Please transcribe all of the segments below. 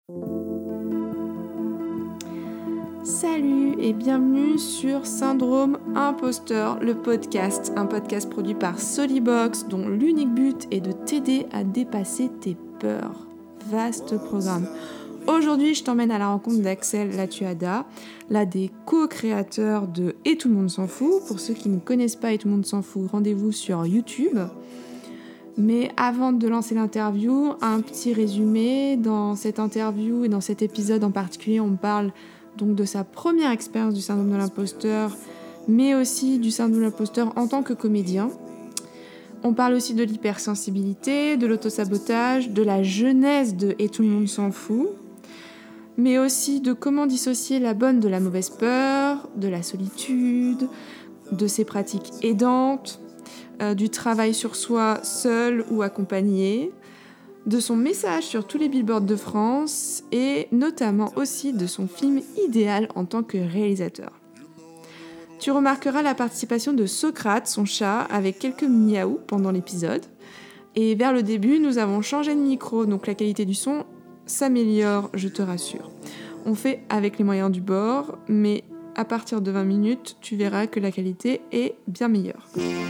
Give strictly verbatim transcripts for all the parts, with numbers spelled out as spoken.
Salut et bienvenue sur Syndrome Imposteur, le podcast, un podcast produit par Solibox dont l'unique but est de t'aider à dépasser tes peurs. Vaste programme. Aujourd'hui, je t'emmène à la rencontre d'Axel Latuada, l'un des co-créateurs de Et tout le monde s'en fout. Pour ceux qui ne connaissent pas Et tout le monde s'en fout, rendez-vous sur YouTube. Mais avant de lancer l'interview, un petit résumé. Dans cette interview et dans cet épisode en particulier, on parle donc de sa première expérience du syndrome de l'imposteur, mais aussi du syndrome de l'imposteur en tant que comédien. On parle aussi de l'hypersensibilité, de l'autosabotage, de la genèse de Et tout le monde s'en fout, mais aussi de comment dissocier la bonne de la mauvaise peur, de la solitude, de ses pratiques aidantes, euh, du travail sur soi seul ou accompagné, de son message sur tous les billboards de France et notamment aussi de son film idéal en tant que réalisateur. Tu remarqueras la participation de Socrate, son chat, avec quelques miaou pendant l'épisode. Et vers le début, nous avons changé de micro, donc la qualité du son s'améliore, je te rassure. On fait avec les moyens du bord, mais à partir de vingt minutes, tu verras que la qualité est bien meilleure.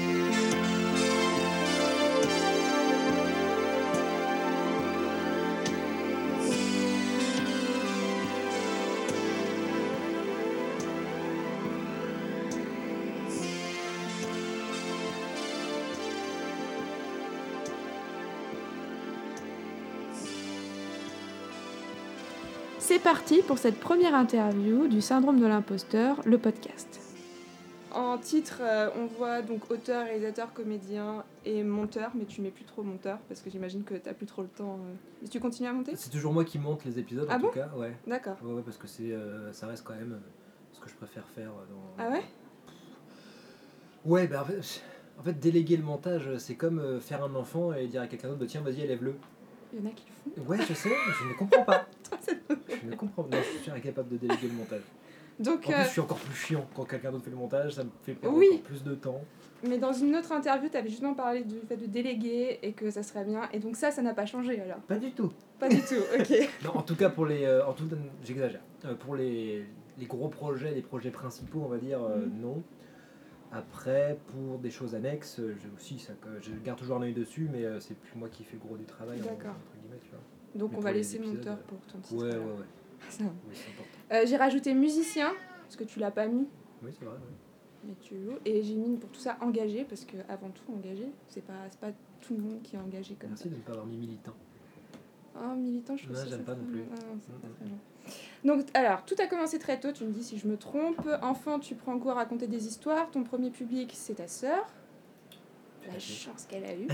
C'est parti pour cette première interview du syndrome de l'imposteur, le podcast. En titre, euh, on voit donc auteur, réalisateur, comédien et monteur, mais tu mets plus trop monteur parce que j'imagine que t'as plus trop le temps. Euh... Tu continues à monter ? C'est toujours moi qui monte les épisodes, ah en bon tout cas, ouais. D'accord. Ouais, ouais, parce que c'est, euh, ça reste quand même euh, ce que je préfère faire dans... Ah ouais ? Ouais, bah en fait, en fait, déléguer le montage, c'est comme euh, faire un enfant et dire à quelqu'un d'autre, bah, tiens, vas-y, élève-le. Il y en a qui le font. Ouais, je sais, je ne comprends pas. je ne comprends pas. Non, je suis incapable de déléguer le montage. Donc, en euh... plus, je suis encore plus chiant quand quelqu'un d'autre fait le montage, ça me fait perdre oui. encore plus de temps. Mais dans une autre interview, tu avais justement parlé du fait de déléguer et que ça serait bien. Et donc ça, ça n'a pas changé alors ? Pas du tout. Pas du tout, ok. Non, en tout cas, pour les... Euh, en tout, j'exagère. Euh, pour les, les gros projets, les projets principaux, on va dire, euh, mm. non. Après, pour des choses annexes, j'ai aussi ça, je garde toujours un œil dessus, mais euh, c'est plus moi qui fais le gros du travail. D'accord. En, entre guillemets, tu vois. Donc mais on va laisser le monteur pour ton titre. Ouais, ouais, ouais. Ça va. Oui, c'est important. Euh, j'ai rajouté musicien, parce que tu l'as pas mis. Oui, c'est vrai, ouais. Mais tu joues. Et j'ai mis pour tout ça engagé, parce que avant tout engagé, c'est pas, c'est pas tout le monde qui est engagé comme Merci ça. Merci de ne pas avoir mis militant. Ah, militant, je trouve non, ça j'aime pas très... non plus. Ah, non, c'est mmh. pas très bon. Donc, alors, tout a commencé très tôt, tu me dis si je me trompe. Enfant, tu prends goût à raconter des histoires. Ton premier public, c'est ta sœur. La chance qu'elle a eue.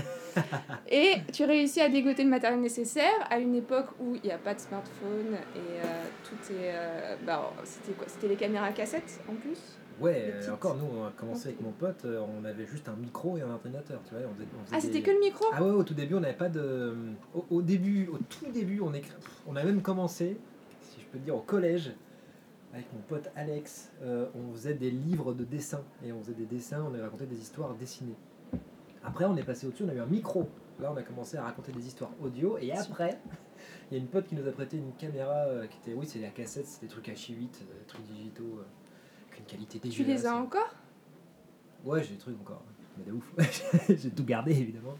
Et tu réussis à dégoter le matériel nécessaire à une époque où il n'y a pas de smartphone et euh, tout est... Euh, bah, c'était quoi ? C'était les caméras cassettes en plus ? Ouais, et encore nous, on a commencé avec mon pote, on avait juste un micro et un ordinateur, tu vois. On faisait, on faisait ah, c'était des... que le micro ? Ah ouais, au tout début, on n'avait pas de... Au, au début, au tout début, on, écrit... on a même commencé, si je peux te dire, au collège, avec mon pote Alex, euh, on faisait des livres de dessins, et on faisait des dessins, on avait raconté des histoires dessinées. Après, on est passé au-dessus, on a eu un micro. Là, on a commencé à raconter des histoires audio, et après, il y a une pote qui nous a prêté une caméra euh, qui était... Oui, c'est la cassette, c'était des trucs H huit, euh, des trucs digitaux... Euh... une qualité dégueulasse. Tu les as encore ? Ouais, j'ai des trucs encore, mais de ouf. J'ai tout gardé, évidemment.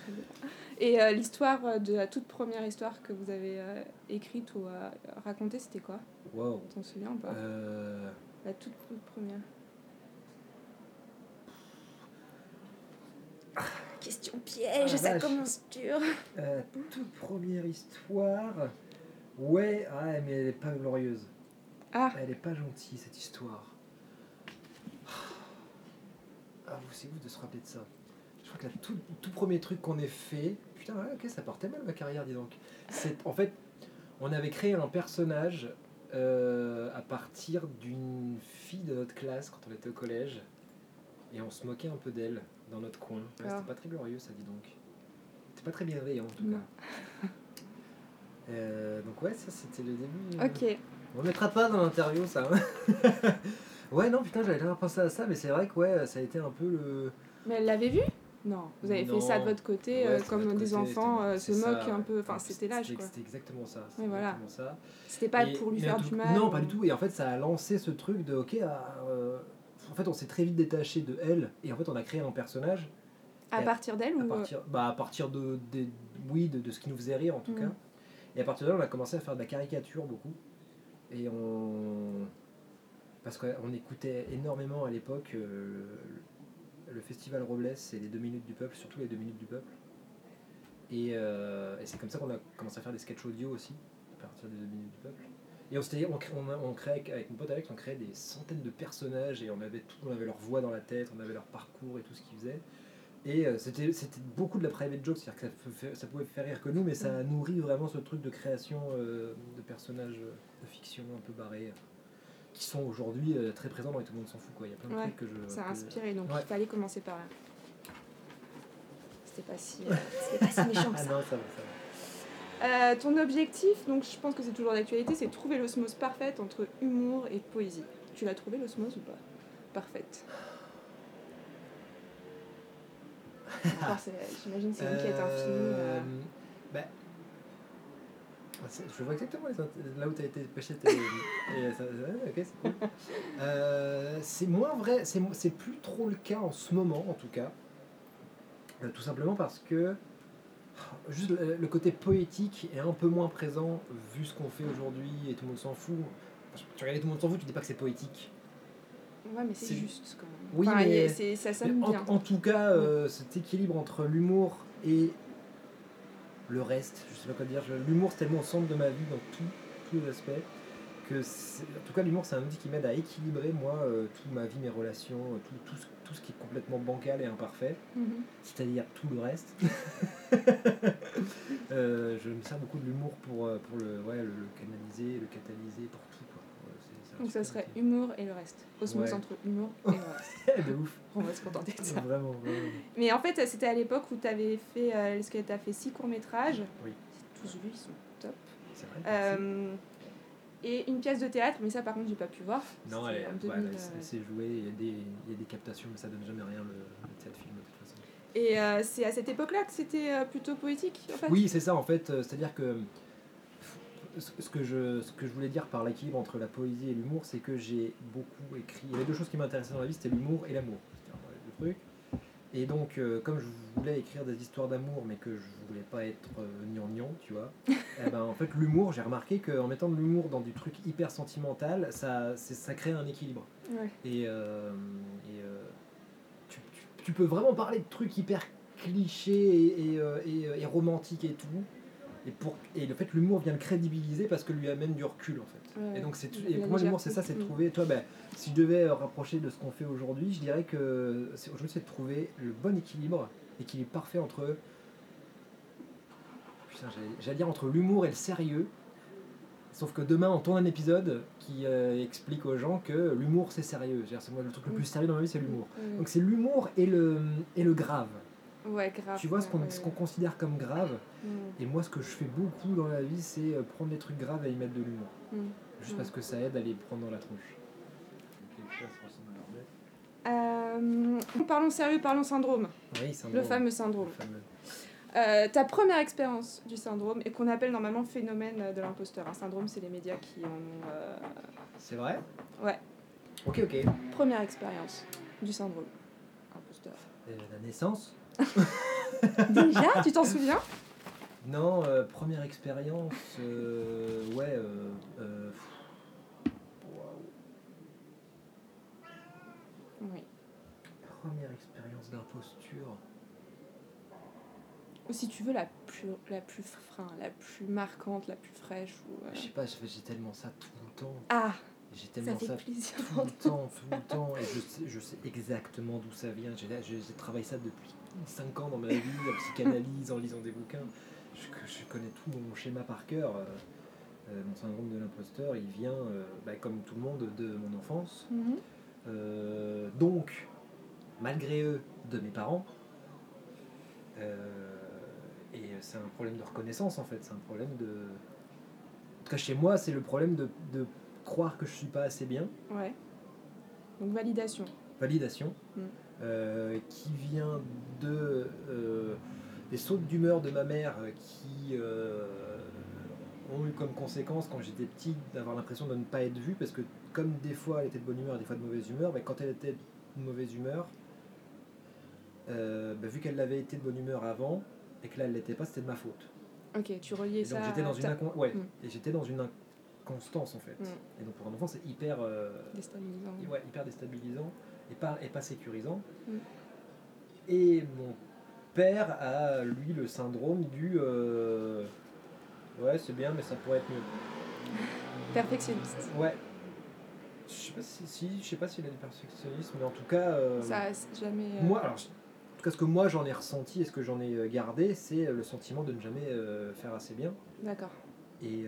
Et euh, l'histoire de la toute première histoire que vous avez euh, écrite ou euh, racontée, c'était quoi ? Wow. Tu t'en souviens ou pas ? euh... La toute, toute première. Question piège, ah, ça vache. Commence dur. Euh, toute première histoire... Ouais, ouais, mais elle est pas glorieuse. Ah. Elle est pas gentille, cette histoire. Ah, c'est ouf de se rappeler de ça. Je crois que le tout, tout premier truc qu'on ait fait... Putain, ouais, ok, ça partait mal ma carrière, dis donc. C'est, en fait, on avait créé un personnage euh, à partir d'une fille de notre classe quand on était au collège. Et on se moquait un peu d'elle dans notre coin. Ouais, c'était pas très glorieux, ça, dis donc. C'était pas très bienveillant, en tout non. cas. Euh, donc ouais, ça, c'était le début. Ok. Euh... On ne mettra pas dans l'interview, ça. Hein. Ouais, non, putain, j'avais jamais pensé à ça, mais c'est vrai que ouais, ça a été un peu le... Mais elle l'avait vu ? Non, vous avez Non. fait ça de votre côté, Ouais, euh, c'est comme notre des côté, enfants euh, c'était- se c'est moquent ça, un ouais. peu. Enfin, C'était- c'était l'âge, c'était- quoi. C'était exactement ça. C'était Ouais, voilà. exactement ça. C'était pas Et- pour lui mais faire en du tout- mal. Non, ou- pas du tout. Et en fait, ça a lancé ce truc de ok, ah, euh, en fait, on s'est très vite détaché de elle. Et en fait, on a créé un personnage. À Et partir d'elle à ou... partir, bah, à partir de, des- oui, de, de ce qui nous faisait rire en tout Mm. cas. Et à partir de là, on a commencé à faire de la caricature beaucoup. Et on. Parce qu'on écoutait énormément à l'époque euh, le festival Robles et les deux minutes du peuple, surtout les deux minutes du peuple. Et, euh, et c'est comme ça qu'on a commencé à faire des sketchs audio aussi, à partir des deux minutes du peuple. Et on, s'était- on, cré- on, a- on créait, avec mon pote Alex, on créait des centaines de personnages et on avait, tout, on avait leur voix dans la tête, on avait leur parcours et tout ce qu'ils faisaient. Et euh, c'était, c'était beaucoup de la private joke, c'est-à-dire que ça, fait- ça pouvait faire rire que nous, mais ça nourrit vraiment ce truc de création euh, de personnages euh, de fiction un peu barrés, euh, qui sont aujourd'hui euh, très présents dans Et tout le monde s'en fout. Quoi. Il y a plein de Ouais, trucs que je. ça a que- inspiré, donc Ouais. il fallait commencer par là. C'était pas si, euh, c'était pas si méchant que Ah ça. non, ça va, ça va. Euh, ton objectif, donc je pense que c'est toujours d'actualité, c'est de trouver l'osmose parfaite entre humour et poésie. Tu l'as trouvé l'osmose ou pas? Parfaite. Encore, c'est- j'imagine que c'est une quête infinie. euh. Euh, bah, c'est- je vois exactement les int- là où tu as été pêché. t'es- et ça- ouais, ok, c'est cool. Euh, c'est moins vrai, c'est, c'est plus trop le cas en ce moment en tout cas. Euh, tout simplement parce que juste le, le côté poétique est un peu moins présent vu ce qu'on fait aujourd'hui et tout le monde s'en fout. Tu regardes tout le monde s'en fout, tu dis pas que c'est poétique. Ouais, mais c'est, c'est- juste quand même. Oui, Enfin, mais- y est- c'est, ça sonne Mais en, bien. en tout cas, euh, cet équilibre entre l'humour et le reste, je sais pas quoi dire, je- l'humour c'est tellement au centre de ma vie dans tout, tous les aspects, que c'est- en tout cas l'humour c'est un outil qui m'aide à équilibrer moi euh, toute ma vie, mes relations, euh, tout, tout, ce, tout ce qui est complètement bancal et imparfait, Mhm. c'est-à-dire tout le reste. Euh, je me sers beaucoup de l'humour pour, euh, pour le, ouais, le, le canaliser, le catalyser, pour tout. Quoi. Ouais, c'est- c'est un Donc ça super serait outil. humour et le reste. Osmose Ouais. entre humour et le reste. De ouf. On va se contenter de ça. Vraiment, vraiment. Mais en fait, c'était à l'époque où tu avais fait, euh, est-ce que tu as fait six courts-métrages. Oui. Tous vus, ils sont top. C'est vrai. merci. Euh, et une pièce de théâtre, mais ça par contre, j'ai pas pu voir. Non, C'était elle, en est- deux ouais, mille, elle, euh, elle s'est jouée, il y, a des, il y a des captations, mais ça donne jamais rien le, le théâtre film de toute façon. Et euh, c'est à cette époque-là que c'était euh, plutôt poétique, en fait. Oui, c'est ça en fait, euh, c'est-à-dire que ce ce que, je, ce que je voulais dire par l'équilibre entre la poésie et l'humour, c'est que j'ai beaucoup écrit. Il y avait deux choses qui m'intéressaient dans la vie, c'était l'humour et l'amour. C'était un peu les deux trucs. Et donc, euh, comme je voulais écrire des histoires d'amour, mais que je voulais pas être euh, gnangnan, tu vois, eh ben, en fait, l'humour, j'ai remarqué qu'en mettant de l'humour dans du truc hyper sentimental, ça, c'est- ça crée un équilibre. Ouais. Et, euh, et, euh, tu, tu- tu peux vraiment parler de trucs hyper clichés et, et, euh, et, euh, et romantiques et tout. Et, pour, et le fait l'humour vient le crédibiliser parce que lui amène du recul en fait. Ouais, Et donc c'est la et pour moi l'humour c'est ça, légèreté. c'est de Mm. trouver. Toi, ben, si je devais euh, rapprocher de ce qu'on fait aujourd'hui, je dirais que c'est- aujourd'hui c'est de trouver le bon équilibre, l'équilibre parfait entre. Putain, j'allais, j'allais dire entre l'humour et le sérieux. Sauf que demain on tourne un épisode qui euh, explique aux gens que l'humour c'est sérieux. C'est-à-dire, c'est moi le truc le Mm. plus sérieux dans ma vie c'est l'humour. Ouais. Donc c'est l'humour et le, et le grave. Ouais, grave. Tu vois ce qu'on, ouais, ce ouais. qu'on considère comme grave. Mm. Et moi, ce que je fais beaucoup dans la vie, c'est euh, prendre des trucs graves et y mettre de l'humour. Mm. Juste Mm. parce que ça aide à les prendre dans la tronche. Ok, ça, ça ressemble à leur bête. Euh, parlons sérieux, parlons syndrome. Oui, syndrome. Le fameux syndrome. Le fameux. Euh, ta première expérience du syndrome, et qu'on appelle normalement phénomène de l'imposteur. Un syndrome, c'est les médias qui en ont... euh, C'est vrai ? Ouais. Ok, ok. Première expérience du syndrome. Imposteur. Euh, la naissance ? Déjà, tu t'en souviens? Non, euh, première expérience, euh, ouais, euh, euh, pff, waouh. Oui. Première expérience d'imposture. Ou si tu veux, la plus, la plus, enfin, la plus marquante, la plus fraîche. Ou, euh, Je sais pas, j'ai j'ai tellement ça tout le temps. Ah, J'ai ça tellement fait ça, plaisir. tout le temps, tout le temps, et je sais, je sais exactement d'où ça vient. J'ai, j'ai, j'ai travaillé ça depuis cinq ans dans ma vie, la psychanalyse, en lisant des bouquins. Je, je connais tout mon schéma par cœur. Euh, euh, mon syndrome de l'imposteur, il vient, euh, bah, comme tout le monde, de mon enfance. Mhm. Euh, donc, malgré eux, de mes parents. Euh, et c'est un problème de reconnaissance, en fait. C'est un problème de... En tout cas, chez moi, c'est le problème de... de croire que je suis pas assez bien, Ouais. Donc validation. validation, Mm. euh, qui vient de, euh, des sautes d'humeur de ma mère qui euh, ont eu comme conséquence, quand j'étais petit, d'avoir l'impression de ne pas être vue, parce que comme des fois elle était de bonne humeur et des fois de mauvaise humeur, bah, quand elle était de mauvaise humeur, euh, bah, vu qu'elle l'avait été de bonne humeur avant, et que là elle l'était pas, c'était de ma faute. Ok, tu reliais Et donc ça j'étais dans à une ta- incon- ouais, Mm. et j'étais dans une inconstance en fait. Mm. Et donc pour un enfant c'est hyper, euh, Déstabilisant. ouais, hyper déstabilisant et pas, et pas sécurisant. Mm. Et mon père a lui le syndrome du euh, ouais c'est bien mais ça pourrait être mieux. Perfectionniste. Ouais. Je sais pas si, si je sais pas s'il a du perfectionnisme, mais en tout cas euh, Ça, c'est jamais. euh, moi alors en tout cas ce que moi j'en ai ressenti et ce que j'en ai euh, gardé, c'est le sentiment de ne jamais euh, faire assez bien. D'accord. Et, euh,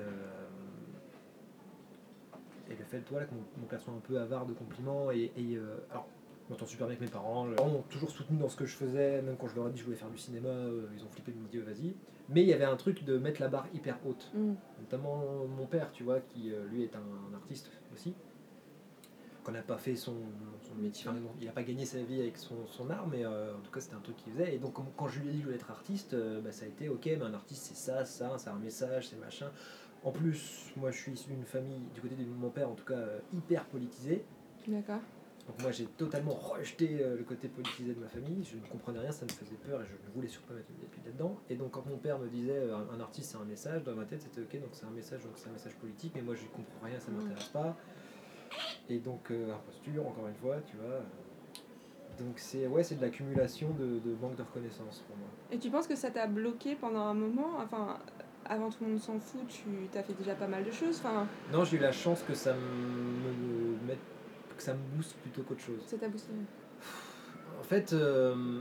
et le fait voilà, que mon, mon père soit un peu avare de compliments. Et, et euh, alors, je m'entends super bien avec mes parents. Mes parents m'ont toujours soutenu dans ce que je faisais, même quand je leur ai dit que je voulais faire du cinéma, euh, ils ont flippé de me dire vas-y. Mais il y avait un truc de mettre la barre hyper haute. Mm. Notamment mon père, tu vois, qui euh, lui est un, un artiste aussi, qu'on n'a pas fait son, son métier, enfin, il n'a pas gagné sa vie avec son, son art, mais euh, en tout cas c'était un truc qu'il faisait. Et donc quand- quand je lui ai dit que je voulais être artiste, euh, bah, ça a été ok, mais un artiste c'est ça, ça, c'est un message, c'est machin. En plus, moi je suis issu d'une famille, du côté de mon père en tout cas, euh, hyper politisée. D'accord. Donc moi j'ai totalement rejeté euh, le côté politisé de ma famille, je ne comprenais rien, ça me faisait peur et je ne voulais surtout pas mettre les pieds là-dedans. Et donc quand mon père me disait euh, un, un artiste c'est un message, dans ma tête c'était ok, donc c'est un message, donc c'est un message politique, mais moi je ne comprends rien, ça ne m'intéresse pas. Et donc euh, imposture, encore une fois, tu vois. Donc c'est ouais, c'est de l'accumulation de, de manque de reconnaissance pour moi. Et tu penses que ça t'a bloqué pendant un moment? Enfin, avant tout le monde s'en fout, tu t'as fait déjà pas mal de choses. Enfin, Non, j'ai eu la chance que ça me mette, que ça me booste plutôt qu'autre chose. ça t'a boosté. En fait, euh,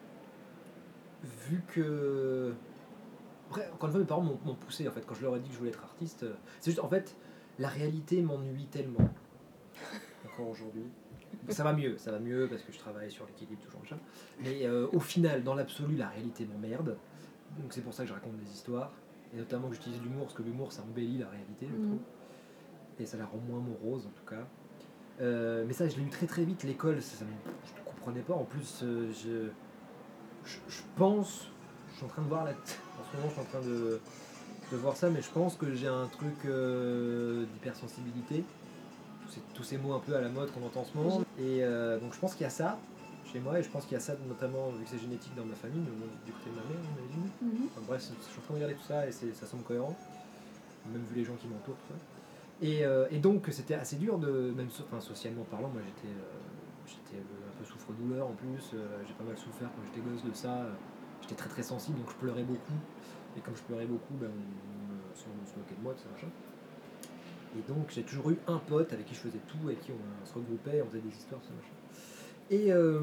vu que après, encore une fois, mes parents m'ont, m'ont poussé en fait quand je leur ai dit que je voulais être artiste. euh, C'est juste en fait, la réalité m'ennuie tellement encore aujourd'hui. Ça va mieux, ça va mieux parce que je travaille sur l'équilibre toujours machin. Mais euh, au final, dans l'absolu, la réalité m'emmerde. Donc c'est pour ça que je raconte des histoires et notamment que j'utilise l'humour parce que l'humour ça embellit la réalité, je Mhm. trouve. Et ça la rend moins morose en tout cas. Euh, mais ça, je l'ai eu très très vite. L'école, ça, ça me- je ne comprenais pas. En plus, euh, je, je, je pense, je suis en train de voir là, en ce moment, je suis en train de, de voir ça, mais je pense que j'ai un truc euh, d'hypersensibilité. Tous ces, tous ces mots un peu à la mode qu'on entend en ce moment. Et euh, donc je pense qu'il y a ça chez moi, et je pense qu'il y a ça notamment vu que c'est génétique dans ma famille, mais bon, du côté de ma mère, j'imagine. Mhm. Enfin, bref, c'est- je suis en train de regarder tout ça et c'est- ça semble cohérent, même vu les gens qui m'entourent, tout ça. Et, euh, et donc c'était assez dur, de, même so- enfin, socialement parlant, moi j'étais euh, j'étais euh, un peu souffre-douleur en plus, euh, j'ai pas mal souffert quand j'étais gosse de ça, euh, j'étais très très sensible donc je pleurais beaucoup, et comme je pleurais beaucoup, ben, on, on, me- on se moquait de moi, tout ça machin. Et donc j'ai toujours eu un pote avec qui je faisais tout, avec qui on, on se regroupait, on faisait des histoires, tout ça machin. Et euh,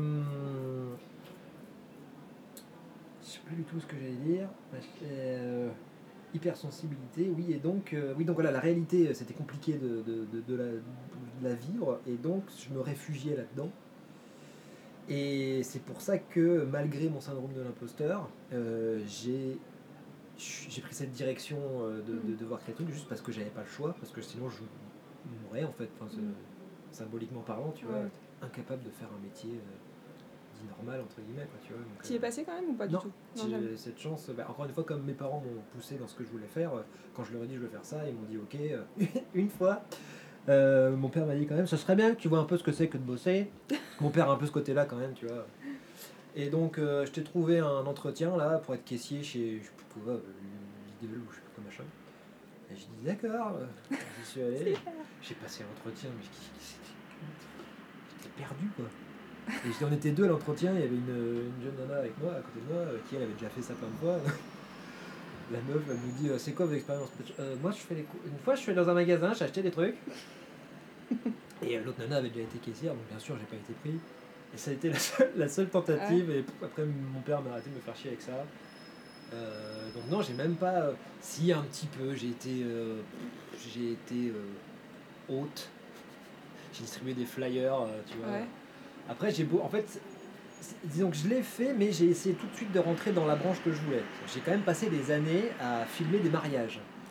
je sais plus du tout ce que j'allais dire. Euh, hypersensibilité, oui, et donc, euh, oui, donc voilà, la réalité, euh, c'était compliqué de, de, de, de la, de la vivre, et donc je me réfugiais là-dedans. Et c'est pour ça que, malgré mon syndrome de l'imposteur, euh, j'ai j'ai pris cette direction euh, de, de devoir créer des trucs juste parce que j'avais pas le choix, parce que sinon je mourrais en fait, enfin, c'est- symboliquement parlant, tu vois, Ouais. incapable de faire un métier euh, dit normal, entre guillemets, quoi, tu vois. Donc, Tu y es euh, passé quand même ou pas non, du tout? Non, jamais. j'ai cette chance. Bah, encore une fois, comme mes parents m'ont poussé dans ce que je voulais faire, euh, quand je leur ai dit je veux faire ça, ils m'ont dit ok. euh, Une fois, euh, mon père m'a dit quand même, ce serait bien que tu vois un peu ce que c'est que de bosser. Mon père a un peu ce côté-là quand même, tu vois. Et donc, euh, je t'ai trouvé un entretien là pour être caissier chez, je sais plus quoi, euh, Lidl ou je sais plus quoi machin. Et j'ai dit d'accord, euh, j'y suis allé. J'ai passé l'entretien, mais j'étais perdu quoi. Et j'étais- on était deux à l'entretien, il y avait une, une jeune nana avec moi, à côté de moi, euh, qui elle avait déjà fait ça plein de fois. La meuf, elle me dit, euh, c'est quoi vos expériences? Euh, Moi, je fais les cou- une fois, je suis dans un magasin, j'ai acheté des trucs. Et euh, l'autre nana avait déjà été caissière, donc bien sûr, j'ai pas été pris. Et ça a été la seule, la seule tentative, et pff, après, mon père m'a arrêté de me faire chier avec ça. Euh, donc non, j'ai même pas... euh, si, un petit peu, j'ai été... euh, j'ai été euh, hôte. J'ai distribué des flyers, euh, tu vois. Ouais. Après, j'ai beau... En fait, c'est- disons que je l'ai fait, mais j'ai essayé tout de suite de rentrer dans la branche que je voulais. J'ai quand même passé des années à filmer des mariages. Ah.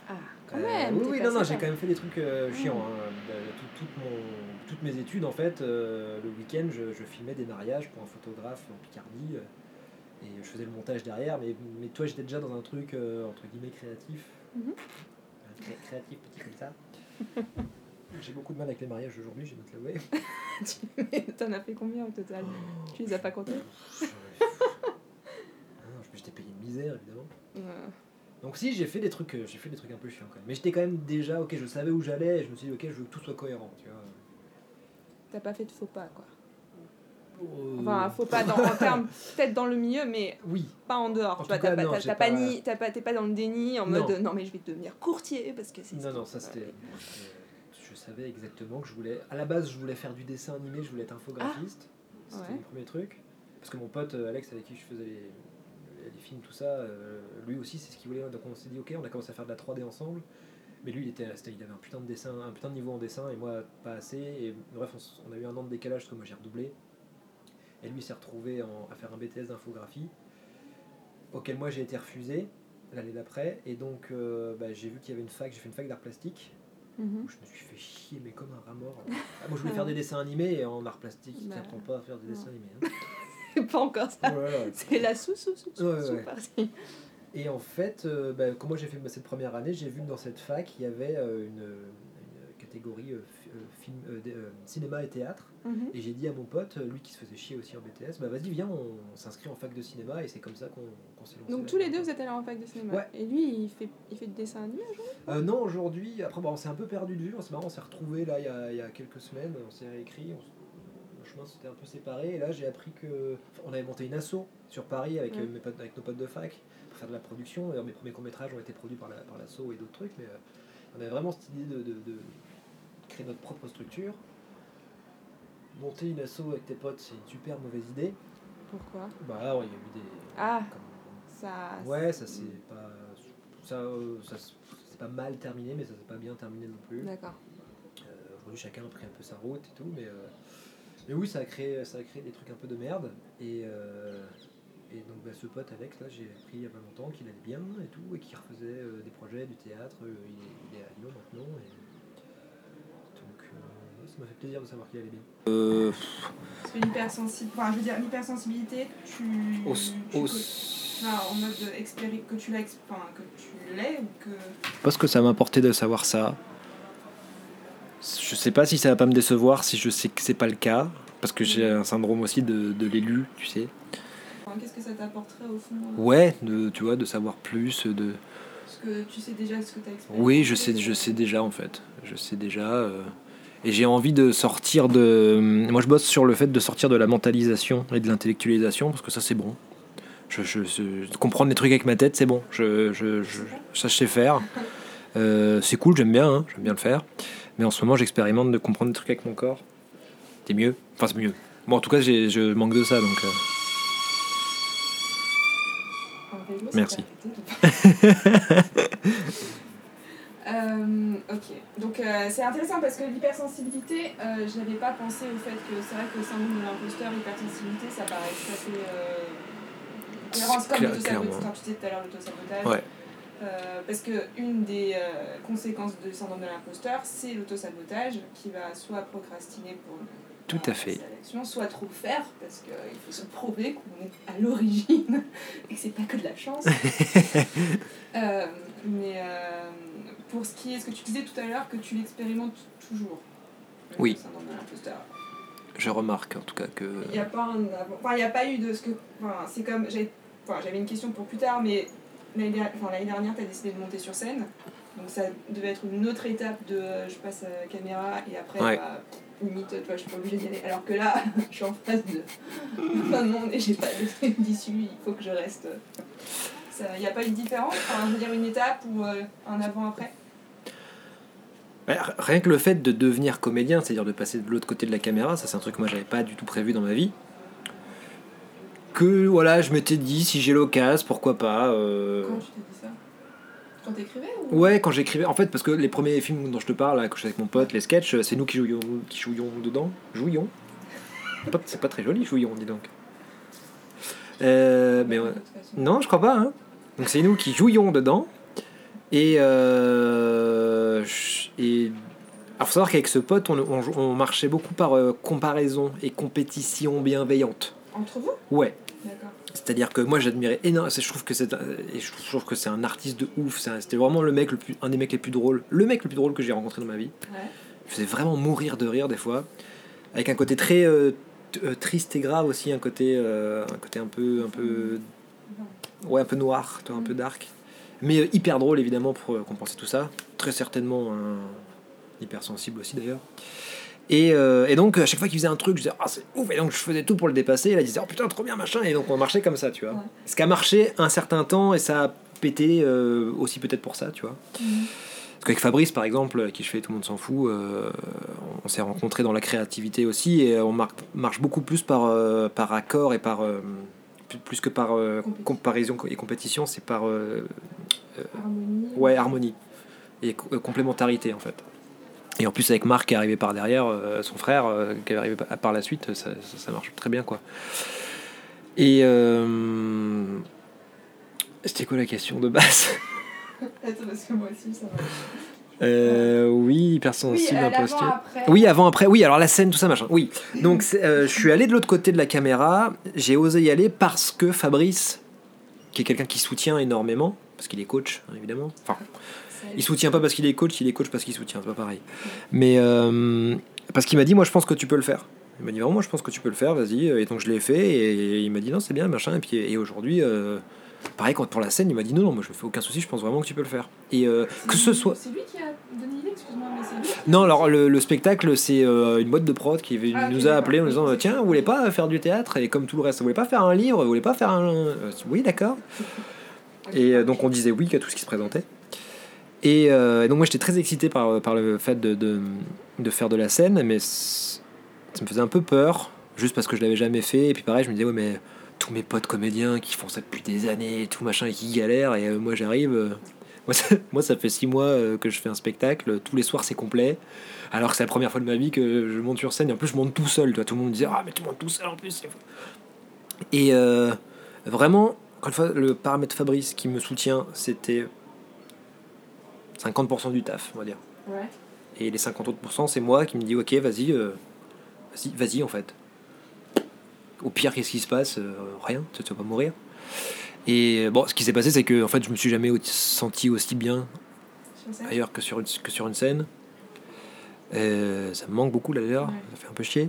Quand même, Euh, oui, t'es oui, passé non, non, par- j'ai quand même fait des trucs euh, Mm. chiants. Hein. De- tout- toute mon- toutes mes études, en fait, euh, le week-end, je, je filmais des mariages pour un photographe en Picardie. euh, et je faisais le montage derrière. Mais, mais toi, j'étais déjà dans un truc, euh, entre guillemets, créatif. Mhm. Un cré- créatif petit comme ça. J'ai beaucoup de mal avec les mariages aujourd'hui, j'ai noté l'avouer. Tu- T'en as fait combien au total? Tu les as pas comptés? Ah non, je m'étais payé une misère, évidemment. Euh, Donc si, j'ai fait des trucs, euh, j'ai fait des trucs un peu chiants quand même. Mais j'étais quand même déjà, ok, je savais où j'allais, et je me suis dit, ok, je veux que tout soit cohérent, tu vois. T'as pas fait de faux pas, quoi. Euh, Enfin, faux pas dans, en termes, peut-être dans le milieu, mais Oui. pas en dehors. En Tu vois, tout cas, t'as pas, non, t'as- j'ai t'as pas pas- ni- t'as pas, t'es pas dans le déni en Non. mode non, mais je vais devenir courtier parce que c'est. ce Non, qui- non, ça c'était... Je savais exactement que je voulais... À la base, je voulais faire du dessin animé, je voulais être infographiste. C'était ouais. le premier truc. Parce que mon pote euh, Alex, avec qui je faisais les, les films, tout ça, euh, lui aussi, c'est ce qu'il voulait. Donc on s'est dit, ok, on a commencé à faire de la trois D ensemble. Mais lui, il, était, c'était- il avait un putain de dessin, un putain de niveau en dessin, et moi, pas assez. Et bref, on, s- on a eu un an de décalage, parce que moi, j'ai redoublé. Et lui, il s'est retrouvé en- à faire un B T S d'infographie, auquel moi, j'ai été refusé l'année d'après. Et donc, euh, bah, j'ai vu qu'il y avait une fac, j'ai fait une fac d'art plastique, Mhm. où je me suis fait chier, mais comme un rat mort. Ah, moi, je voulais faire des dessins animés, et en art plastique, il ne Bah, t'apprend pas à faire des non. dessins animés. Hein. pas encore ça. Oh là là. C'est la sous sous sous sous, Ouais, sous ouais. partie. Et en fait, euh, bah, quand moi j'ai fait bah, cette première année, j'ai vu que dans cette fac, il y avait euh, une, une catégorie euh, fi- euh, film, euh, dé- euh, cinéma et théâtre. Mhm. Et j'ai dit à mon pote, lui qui se faisait chier aussi en B T S, bah vas-y viens, on, on s'inscrit en fac de cinéma, et c'est comme ça qu'on qu'on s'est lancé. Donc là-dedans, tous les deux quoi. vous êtes allés en fac de cinéma. Ouais. Et lui il fait il fait du dessin animé aujourd'hui. Euh, non, aujourd'hui, après bon, on s'est un peu perdu de vue, c'est marrant, on s'est retrouvés là il y a, il y a quelques semaines, on s'est réécrit, on s- nos chemins s'étaient un peu séparés, et là j'ai appris que enfin, on avait monté une asso sur Paris avec, Ouais. euh, mes potes, avec nos potes de fac pour faire de la production. D'ailleurs, mes premiers courts-métrages ont été produits par, la, par l'asso et d'autres trucs, mais euh, on avait vraiment cette idée de, de, de créer notre propre structure. Monter une asso avec tes potes, c'est une super mauvaise idée. Pourquoi? Bah là, ouais, il y a eu des... Ah comme- ça. Ouais, ça c'est pas... Ça, euh, ça c'est pas mal terminé, mais ça s'est pas bien terminé non plus. D'accord. Euh, Aujourd'hui, chacun a pris un peu sa route et tout, mais, euh, mais oui, ça a, créé, ça a créé des trucs un peu de merde. Et, euh, et donc, bah, ce pote Alex, là, j'ai appris il y a pas longtemps qu'il allait bien et tout, et qu'il refaisait euh, des projets, du théâtre. Euh, il, est, il est à Lyon maintenant. Et... Donc, euh, ça m'a fait plaisir de savoir qu'il allait bien. Euh, Parce que l'hypersensibilité, enfin je veux dire l'hypersensibilité, tu. au, tu au, co- enfin, en mode expéri que tu l'as, exp- enfin, que tu l'es ou que. Parce que ça m'a apporté de savoir ça. Je sais pas si ça va pas me décevoir, si je sais que c'est pas le cas, parce que j'ai un syndrome aussi de, de l'élu, tu sais. Enfin, qu'est-ce que ça t'apporterait au fond euh, Ouais, de, tu vois, de savoir plus, de... Parce que tu sais déjà ce que tu as expérimenté. Oui, je sais, je sais déjà en fait. Je sais déjà. euh, Et j'ai envie de sortir de. Moi, je bosse sur le fait de sortir de la mentalisation et de l'intellectualisation, parce que ça, c'est bon. Je, je, je- comprendre les trucs avec ma tête, c'est bon. Je, je, je, ça, je sais faire. Euh, c'est cool, j'aime bien, hein, j'aime bien le faire. Mais en ce moment, j'expérimente de comprendre des trucs avec mon corps. C'est mieux. Enfin, c'est mieux. Bon, en tout cas, j'ai, je manque de ça, donc. euh, En vélo, ça Merci. peut arrêter. Euh, ok, donc euh, c'est intéressant parce que l'hypersensibilité, euh, je n'avais pas pensé au fait que c'est vrai que le syndrome de l'imposteur, l'hypersensibilité, ça paraît tout à fait euh, cohérent. C'est comme Claire- l'autosabotage, clairement. quand tu disais tout à l'heure l'autosabotage. Ouais. Euh, parce que une des euh, conséquences du syndrome de l'imposteur, c'est l'autosabotage qui va soit procrastiner pour ne Tout pas à fait. passer à l'action, soit trop faire parce qu'il faut se prouver qu'on est à l'origine et que c'est pas que de la chance. euh, mais euh, pour ce qui est, ce que tu disais tout à l'heure, que tu l'expérimentes toujours. le Oui. syndrome de l'imposteur. Je remarque en tout cas que. Il n'y a pas un avant- enfin, il n'y a pas eu de ce que. Enfin, c'est comme. J'avais, enfin, j'avais une question pour plus tard, mais l'année dernière, enfin, l'année dernière, tu as décidé de monter sur scène. Donc ça devait être une autre étape de euh, je passe à la caméra et après, Ouais. bah, limite, tu vois, je suis pas obligée d'y aller. Alors que là, je suis en face de plein de monde et j'ai pas de- d'issue, il faut que je reste. Il n'y a pas eu de différence, enfin, je veux dire une étape ou euh, un avant-après. Ouais, r- Rien que le fait de devenir comédien, c'est-à-dire de passer de l'autre côté de la caméra, ça c'est un truc que moi j'avais pas du tout prévu dans ma vie. Que voilà, je m'étais dit si j'ai l'occasion, pourquoi pas. euh, Quand tu t'es dit ça? Quand t'écrivais ou... Ouais, quand j'écrivais, en fait, parce que les premiers films dont je te parle, là, que je fais avec mon pote, les sketchs, c'est nous qui jouions, qui jouions dedans. Jouions. C'est pas, c'est pas très joli, jouions, dis donc. Euh, mais ouais. De toute façon. Non, je crois pas. Hein. Donc c'est nous qui jouions dedans. Et, euh, et alors faut savoir qu'avec ce pote, on, on, on marchait beaucoup par euh, comparaison et compétition bienveillante. Entre vous ? Ouais. D'accord. C'est-à-dire que moi j'admirais énormément, je trouve que c'est et je trouve que c'est un artiste de ouf, c'est un, c'était vraiment le mec le plus, un des mecs les plus drôles, le mec le plus drôle que j'ai rencontré dans ma vie. Ouais. Je faisais vraiment mourir de rire des fois, avec un côté très euh, t- euh, triste et grave aussi, un côté euh, un côté un peu un peu ouais un peu noir, toi, un peu dark, mais euh, hyper drôle évidemment pour euh, compenser tout ça, très certainement un hypersensible aussi d'ailleurs. Et, euh, et donc à chaque fois qu'il faisait un truc je disais ah c'est ouf, et donc je faisais tout pour le dépasser, et là il disait oh putain trop bien machin, et donc on marchait comme ça, tu vois. Ouais. Ce qui a marché un certain temps et ça a pété euh, aussi peut-être pour ça, tu vois. Mmh. Parce qu'avec Fabrice par exemple, avec qui je fais Tout le monde s'en fout, euh, on s'est rencontrés dans la créativité aussi, et on mar- marche beaucoup plus par, euh, par accord et par euh, plus que par euh, comparaison et compétition, c'est par euh, euh, harmonie. Ouais, harmonie et co- complémentarité en fait. Et en plus avec Marc qui est arrivé par derrière, euh, son frère euh, qui est arrivé par, par la suite, ça, ça, ça marche très bien quoi. Et euh... c'était quoi la question de base? Attends, parce que moi aussi ça va. Euh, oui, hypersensible, oui, euh, imposture. Avant, après. Oui, avant, après. Oui, alors la scène, tout ça, machin. Oui. Donc, c'est, euh, je suis allé de l'autre côté de la caméra. J'ai osé y aller parce que Fabrice, qui est quelqu'un qui soutient énormément, parce qu'il est coach, hein, évidemment. Enfin, il soutient pas parce qu'il est coach, il est coach parce qu'il soutient, c'est pas pareil. Mais euh, parce qu'il m'a dit, moi, je pense que tu peux le faire. Il m'a dit, vraiment, moi, je pense que tu peux le faire, vas-y. Et donc, je l'ai fait, et il m'a dit, non, c'est bien, machin. Et puis, et aujourd'hui. Euh, Pareil, quand pour la scène, il m'a dit non, non, moi je me fais aucun souci, je pense vraiment que tu peux le faire. Et euh, que ce soit. C'est lui qui a donné l'idée, excuse-moi, mais c'est lui. Non, alors le, le spectacle, c'est euh, une boîte de prod qui ah, nous okay, a appelé en disant oui, tiens, vous voulez pas faire du théâtre? Et comme tout le reste, vous voulez pas faire un livre? Vous voulez pas faire un. Euh, oui, d'accord. Et euh, donc on disait oui à tout ce qui se présentait. Et, euh, et donc moi j'étais très excité par, par le fait de, de, de faire de la scène, mais ça me faisait un peu peur, juste parce que je l'avais jamais fait. Et puis pareil, je me disais, ouais, mais. Tous mes potes comédiens qui font ça depuis des années, tout machin, et qui galèrent, et euh, moi j'arrive. Euh, moi, ça, moi, ça fait six mois euh, que je fais un spectacle, tous les soirs c'est complet, alors que c'est la première fois de ma vie que je monte sur scène, et en plus je monte tout seul. Toi, tout le monde me disait ah, mais tu montes tout seul en plus. C'est fou. Et euh, vraiment, encore une fois, le paramètre Fabrice qui me soutient, c'était cinquante pour cent du taf, on va dire. Ouais. Et les cinquante autres pourcents, c'est moi qui me dis ok, vas-y, euh, vas-y, vas-y en fait. Au pire, qu'est-ce qui se passe? euh, Rien, tu vas pas mourir. Et bon, ce qui s'est passé, c'est que en fait, je me suis jamais senti aussi bien ailleurs que sur une, que sur une scène. Euh, ça me manque beaucoup d'ailleurs, ouais. Ça fait un peu chier.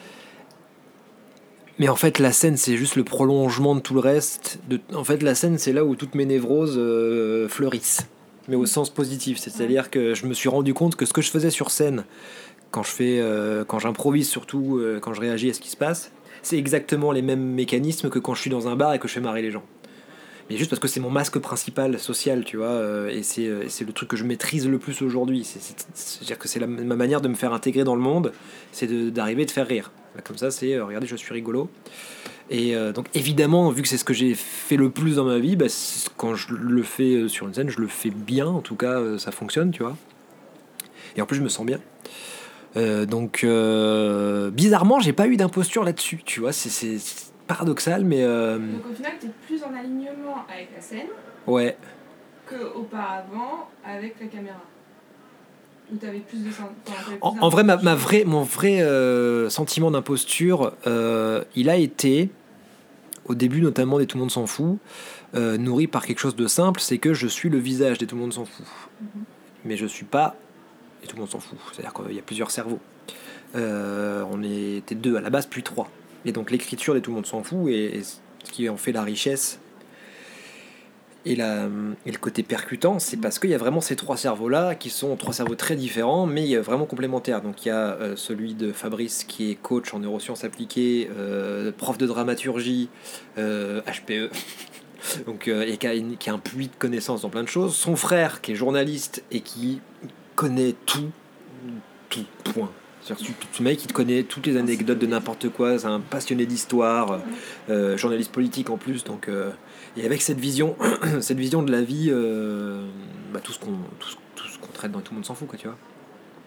Mais en fait, la scène, c'est juste le prolongement de tout le reste. De, en fait, la scène, c'est là où toutes mes névroses euh, fleurissent, mais au sens positif. C'est-à-dire ouais. que je me suis rendu compte que ce que je faisais sur scène, quand je fais, euh, quand j'improvise surtout, euh, quand je réagis à ce qui se passe, c'est exactement les mêmes mécanismes que quand je suis dans un bar et que je fais marrer les gens. Mais juste parce que c'est mon masque principal social, tu vois, euh, et c'est, euh, c'est le truc que je maîtrise le plus aujourd'hui. C'est, c'est, c'est-à-dire que c'est la, ma manière de me faire intégrer dans le monde, c'est de, d'arriver et de faire rire. Comme ça, c'est, euh, regardez, je suis rigolo. Et euh, donc évidemment, vu que c'est ce que j'ai fait le plus dans ma vie, bah, quand je le fais sur une scène, je le fais bien, en tout cas, euh, ça fonctionne, tu vois. Et en plus, je me sens bien. Euh, donc euh, bizarrement j'ai pas eu d'imposture là-dessus, tu vois, c'est, c'est, c'est paradoxal, mais euh... donc au final t'es plus en alignement avec la scène ouais qu'auparavant avec la caméra, ou t'avais plus de enfin, t'avais plus en, en vrai ma, ma vraie, mon vrai euh, sentiment d'imposture euh, il a été au début notamment des Tout le monde s'en fout, euh, nourri par quelque chose de simple, c'est que je suis le visage des Tout le monde s'en fout, mm-hmm. mais je suis pas et tout le monde s'en fout, c'est-à-dire qu'il y a plusieurs cerveaux. Euh, on était deux à la base, puis trois. Et donc l'écriture de Tout le monde s'en fout, et, et ce qui en fait la richesse et, la, et le côté percutant, c'est parce qu'il y a vraiment ces trois cerveaux-là, qui sont trois cerveaux très différents, mais vraiment complémentaires. Donc il y a euh, celui de Fabrice, qui est coach en neurosciences appliquées, euh, prof de dramaturgie, euh, H P E, donc, euh, et qui a, une, qui a un puits de connaissances dans plein de choses. Son frère, qui est journaliste, et qui connaît tout, tout, point. C'est-à-dire, ce mec, il te connaît toutes les anecdotes de n'importe quoi, c'est un passionné d'histoire, euh, journaliste politique en plus, donc, euh, et avec cette vision, cette vision de la vie, euh, bah, tout, ce qu'on, tout, ce, tout ce qu'on traite dans Tout le monde s'en fout, quoi, tu vois.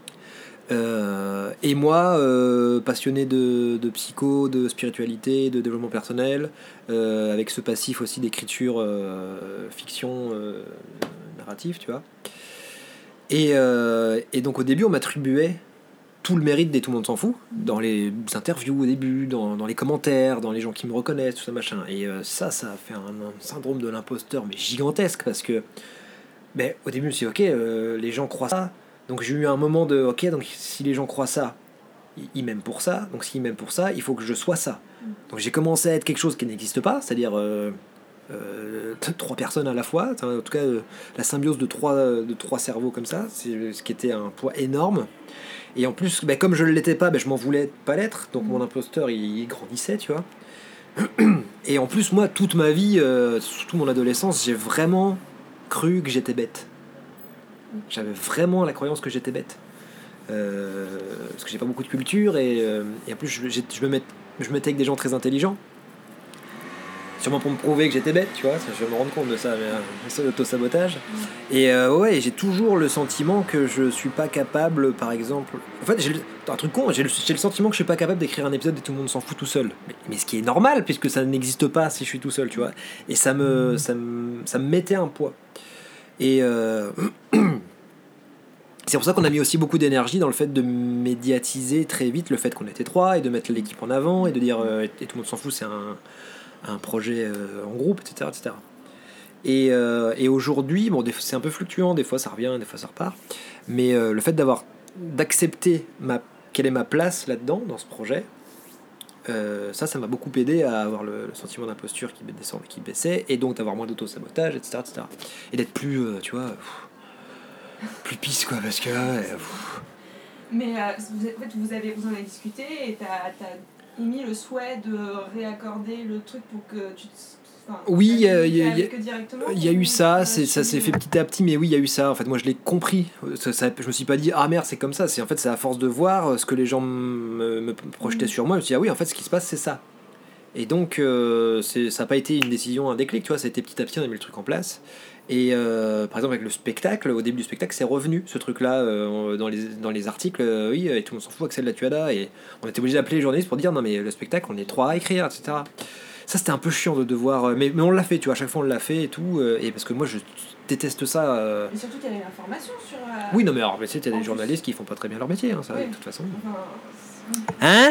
Euh, et moi, euh, passionné de, de psycho, de spiritualité, de développement personnel, euh, avec ce passif aussi d'écriture euh, fiction euh, narrative, tu vois. Et, euh, et donc au début, on m'attribuait tout le mérite des Tout le monde s'en fout, dans les interviews au début, dans, dans les commentaires, dans les gens qui me reconnaissent, tout ça machin. Et euh, ça, ça a fait un, un syndrome de l'imposteur, mais gigantesque, parce que ben, au début, je me suis dit, ok, euh, les gens croient ça. Donc j'ai eu un moment de, ok, donc si les gens croient ça, ils, ils m'aiment pour ça. Donc s'ils m'aiment pour ça, il faut que je sois ça. Donc j'ai commencé à être quelque chose qui n'existe pas, c'est-à-dire euh, euh, trois personnes à la fois. Enfin, en tout cas, euh, la symbiose de trois, de trois cerveaux comme ça, c'est ce qui était un poids énorme. Et en plus, ben, comme je ne l'étais pas, ben, je m'en voulais de pas l'être. Donc mon imposteur, il, il grandissait, tu vois. Et en plus, moi, toute ma vie, euh, surtout mon adolescence, j'ai vraiment cru que j'étais bête. J'avais vraiment la croyance que j'étais bête. Euh, parce que j'ai pas beaucoup de culture et, euh, et en plus, je, je, me met, je me mettais avec des gens très intelligents. Sûrement pour me prouver que j'étais bête, tu vois, je vais me rendre compte de ça, mais euh, c'est l'auto-sabotage. Mmh. Et euh, ouais, j'ai toujours le sentiment que je suis pas capable, par exemple. En fait, j'ai le, un truc con, j'ai le, j'ai le sentiment que je suis pas capable d'écrire un épisode et tout le monde s'en fout tout seul. Mais, mais ce qui est normal, puisque ça n'existe pas si je suis tout seul, tu vois. Et ça me, ça me, ça me mettait un poids. Et euh, c'est pour ça qu'on a mis aussi beaucoup d'énergie dans le fait de médiatiser très vite le fait qu'on était trois et de mettre l'équipe en avant et de dire euh, et tout le monde s'en fout, c'est un. un projet euh, en groupe, et cetera et cetera. Et, euh, et aujourd'hui, bon, c'est un peu fluctuant, des fois ça revient, des fois ça repart, mais euh, le fait d'avoir, d'accepter ma, quelle est ma place là-dedans, dans ce projet, euh, ça, ça m'a beaucoup aidé à avoir le, le sentiment d'imposture qui descend, qui baissait, et donc d'avoir moins d'auto-sabotage, et cetera et cetera. Et d'être plus, euh, tu vois, pff, plus pisse, quoi, parce que... Euh, mais euh, vous, en fait, vous, avez, vous en avez discuté, et t'as... t'as... émis le souhait de réaccorder le truc pour que tu te... Enfin, oui, il y, y, y, y a eu ça, c'est, ça s'est fait petit à petit, mais oui, il y a eu ça. En fait, moi, je l'ai compris. Ça, ça, je me suis pas dit, ah merde, c'est comme ça. C'est, en fait, c'est à force de voir ce que les gens me, me projetaient mmh. sur moi. Je me suis dit, ah oui, en fait, ce qui se passe, c'est ça. Et donc, euh, c'est, ça n'a pas été une décision, un déclic, tu vois, ça a été petit à petit, on a mis le truc en place. Et euh, par exemple, avec le spectacle, au début du spectacle, c'est revenu, ce truc-là, euh, dans, les, dans les articles, euh, oui, et tout le monde s'en fout, Axel Latuada, et on était obligé d'appeler les journalistes pour dire, non, mais le spectacle, on est trois à écrire, et cetera. Ça, c'était un peu chiant de devoir... Mais, mais on l'a fait, tu vois, à chaque fois on l'a fait et tout, euh, et parce que moi, je déteste ça. Euh... Mais surtout qu'il y avait l'information sur... Euh... Oui, non, mais alors, tu sais, il y a des journalistes qui font pas très bien leur métier, hein, ça, oui. de toute façon. Enfin, hein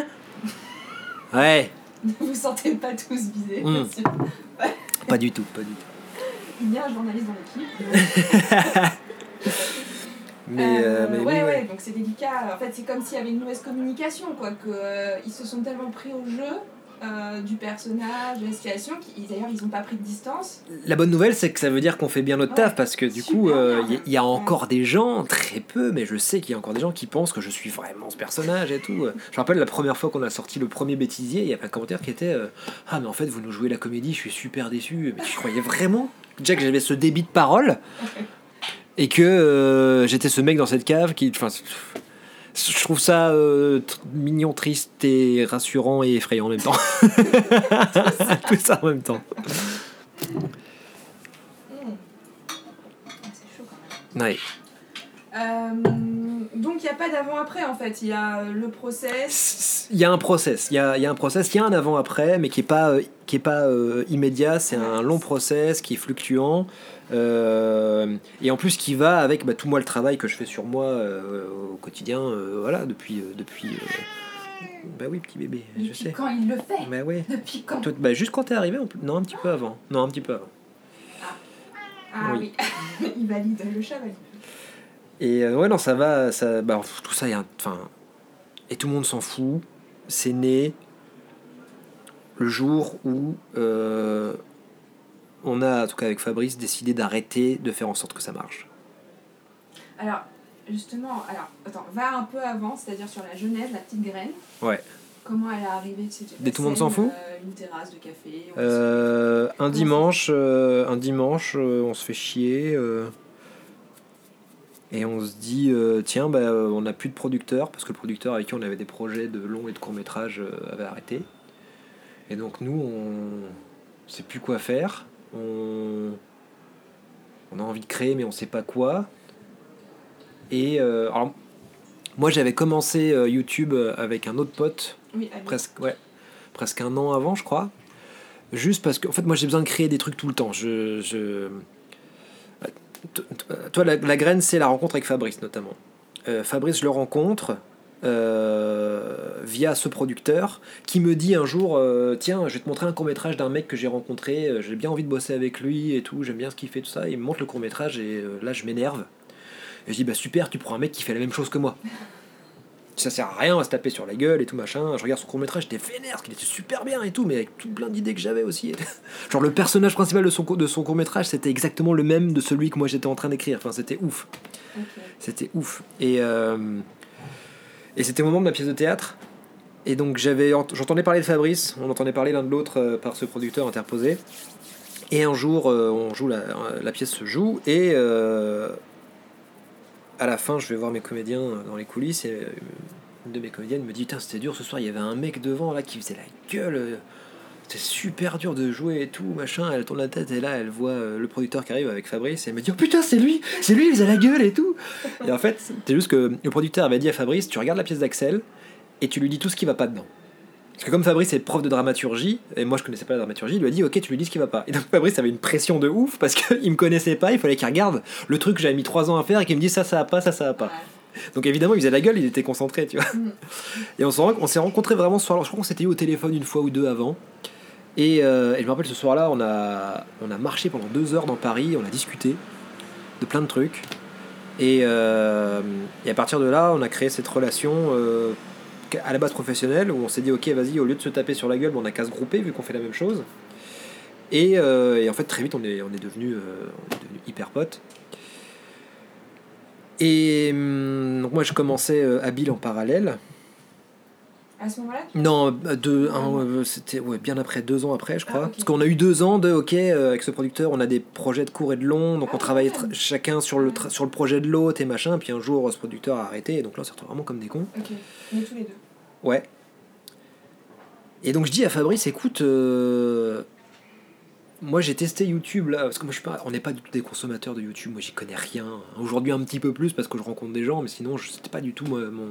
Ouais. Ne vous sentez pas tous visés, mmh. bien sûr. Pas du tout, pas du tout. Il y a un journaliste dans l'équipe. mais, euh, euh, mais ouais, oui, ouais, ouais, donc c'est délicat. En fait, c'est comme s'il y avait une mauvaise communication, quoi, qu'ils euh, se sont tellement pris au jeu euh, du personnage, de la situation, qu'ils, d'ailleurs, ils n'ont pas pris de distance. La bonne nouvelle, c'est que ça veut dire qu'on fait bien notre ouais, taf, parce que du coup, il euh, y, y a encore ouais. des gens, très peu, mais je sais qu'il y a encore des gens qui pensent que je suis vraiment ce personnage et tout. Je me rappelle la première fois qu'on a sorti le premier bêtisier, il y avait un commentaire qui était euh, « Ah, mais en fait, vous nous jouez la comédie, je suis super déçu. » Mais tu croyais vraiment déjà que j'avais ce débit de parole et que euh, j'étais ce mec dans cette cave qui... Je trouve ça euh, t- mignon, triste et rassurant et effrayant en même temps. Tout ça en même temps. Mmh. Ah, c'est chaud quand même. Ouais. Euh, donc il n'y a pas d'avant-après en fait, il y a le process. Il y a un process, il y a, y a un process, il y a un avant-après, mais qui n'est pas, euh, qui est pas euh, immédiat, c'est un long process qui est fluctuant. Euh, et en plus qui va avec bah, tout moi le travail que je fais sur moi euh, au quotidien, euh, voilà, depuis... Euh, depuis euh, bah oui, petit bébé, depuis je sais. Quand il le fait bah ouais. Depuis quand Tout, bah, juste quand t'es arrivé, on... non, un petit peu avant. Non, un petit peu avant. Ah, ah oui, oui. Il valide, le chat valide. Et euh, ouais, non, ça va, ça, bah, tout ça, y a, enfin, et tout le monde s'en fout. C'est né le jour où euh, on a, en tout cas avec Fabrice, décidé d'arrêter de faire en sorte que ça marche. Alors, justement, alors, attends, va un peu avant, c'est-à-dire sur la genèse, la petite graine. Ouais. Comment elle est arrivée, tu sais, Des tout le monde s'en fout. Euh, une terrasse de café. Euh, un, dimanche, euh, un dimanche, euh, on se fait chier. Euh, et on se dit, euh, tiens, bah, on n'a plus de producteur, parce que le producteur avec qui on avait des projets de long et de court métrage euh, avait arrêté. Et donc nous, on ne sait plus quoi faire. On, on a envie de créer, mais on ne sait pas quoi. Et euh, alors, Moi, j'avais commencé euh, YouTube euh, avec un autre pote, Oui, allez. presque, ouais, presque un an avant, je crois. Juste parce que, en fait, moi, j'ai besoin de créer des trucs tout le temps. Je, je... T- t- Toi, la, la graine, c'est la rencontre avec Fabrice, notamment. Euh, Fabrice, je le rencontre euh, via ce producteur qui me dit un jour euh, tiens, je vais te montrer un court-métrage d'un mec que j'ai rencontré, euh, j'ai bien envie de bosser avec lui et tout, j'aime bien ce qu'il fait, tout ça. Et il me montre le court-métrage et euh, là, je m'énerve. Et je dis bah super, tu prends un mec qui fait la même chose que moi. Ça sert à rien, on va se taper sur la gueule et tout machin. Je regarde son court-métrage, j'étais vénère, parce qu'il était super bien et tout, mais avec tout plein d'idées que j'avais aussi. Genre le personnage principal de son, de son court-métrage, c'était exactement le même de celui que moi j'étais en train d'écrire. Enfin, c'était ouf. Okay. C'était ouf. Et, euh, et c'était au moment de ma pièce de théâtre. Et donc j'avais, j'entendais parler de Fabrice, on entendait parler l'un de l'autre euh, par ce producteur interposé. Et un jour, euh, on joue la, la pièce se joue, et euh, à la fin, je vais voir mes comédiens dans les coulisses, et une de mes comédiennes me dit putain, c'était dur ce soir, il y avait un mec devant là qui faisait la gueule, c'était super dur de jouer et tout, machin. Elle tourne la tête et là, elle voit le producteur qui arrive avec Fabrice, et elle me dit oh putain, c'est lui, c'est lui, il faisait la gueule et tout. Et en fait, c'est juste que le producteur avait dit à Fabrice tu regardes la pièce d'Axel et tu lui dis tout ce qui va pas dedans. Parce que comme Fabrice est prof de dramaturgie, et moi je connaissais pas la dramaturgie, il lui a dit ok, tu lui dis ce qui va pas. Et donc Fabrice avait une pression de ouf parce qu'il me connaissait pas, il fallait qu'il regarde le truc que j'avais mis trois ans à faire et qu'il me dise ça, ça va pas, ça, ça va pas. Donc évidemment il faisait la gueule, il était concentré, tu vois. Et on, on s'est rencontrés vraiment ce soir-là, je crois qu'on s'était eu au téléphone une fois ou deux avant. Et, euh, et je me rappelle ce soir-là, on a, on a marché pendant deux heures dans Paris, on a discuté de plein de trucs. Et, euh, et à partir de là, on a créé cette relation. Euh, à la base professionnelle, où on s'est dit ok vas-y, au lieu de se taper sur la gueule, on a qu'à se grouper vu qu'on fait la même chose. Et, euh, et en fait très vite on est, on est devenus euh, devenu hyper potes. Et hum, donc moi je commençais euh, habile en parallèle. À ce moment-là Non, deux, un, euh, c'était ouais, bien après, deux ans après je crois. Ah, okay. Parce qu'on a eu deux ans de ok, euh, avec ce producteur on a des projets de court et de long, donc ah, on travaillait tra- chacun sur le, tra- sur le projet de l'autre et machin, puis un jour ce producteur a arrêté, et donc là on s'est retrouvés vraiment comme des cons. Ok, mais tous les deux. Ouais. Et donc je dis à Fabrice, écoute, euh, moi j'ai testé YouTube là, parce que moi je suis pas, on n'est pas du tout des consommateurs de YouTube, moi j'y connais rien. Aujourd'hui un petit peu plus parce que je rencontre des gens, mais sinon je, c'était pas du tout moi, mon...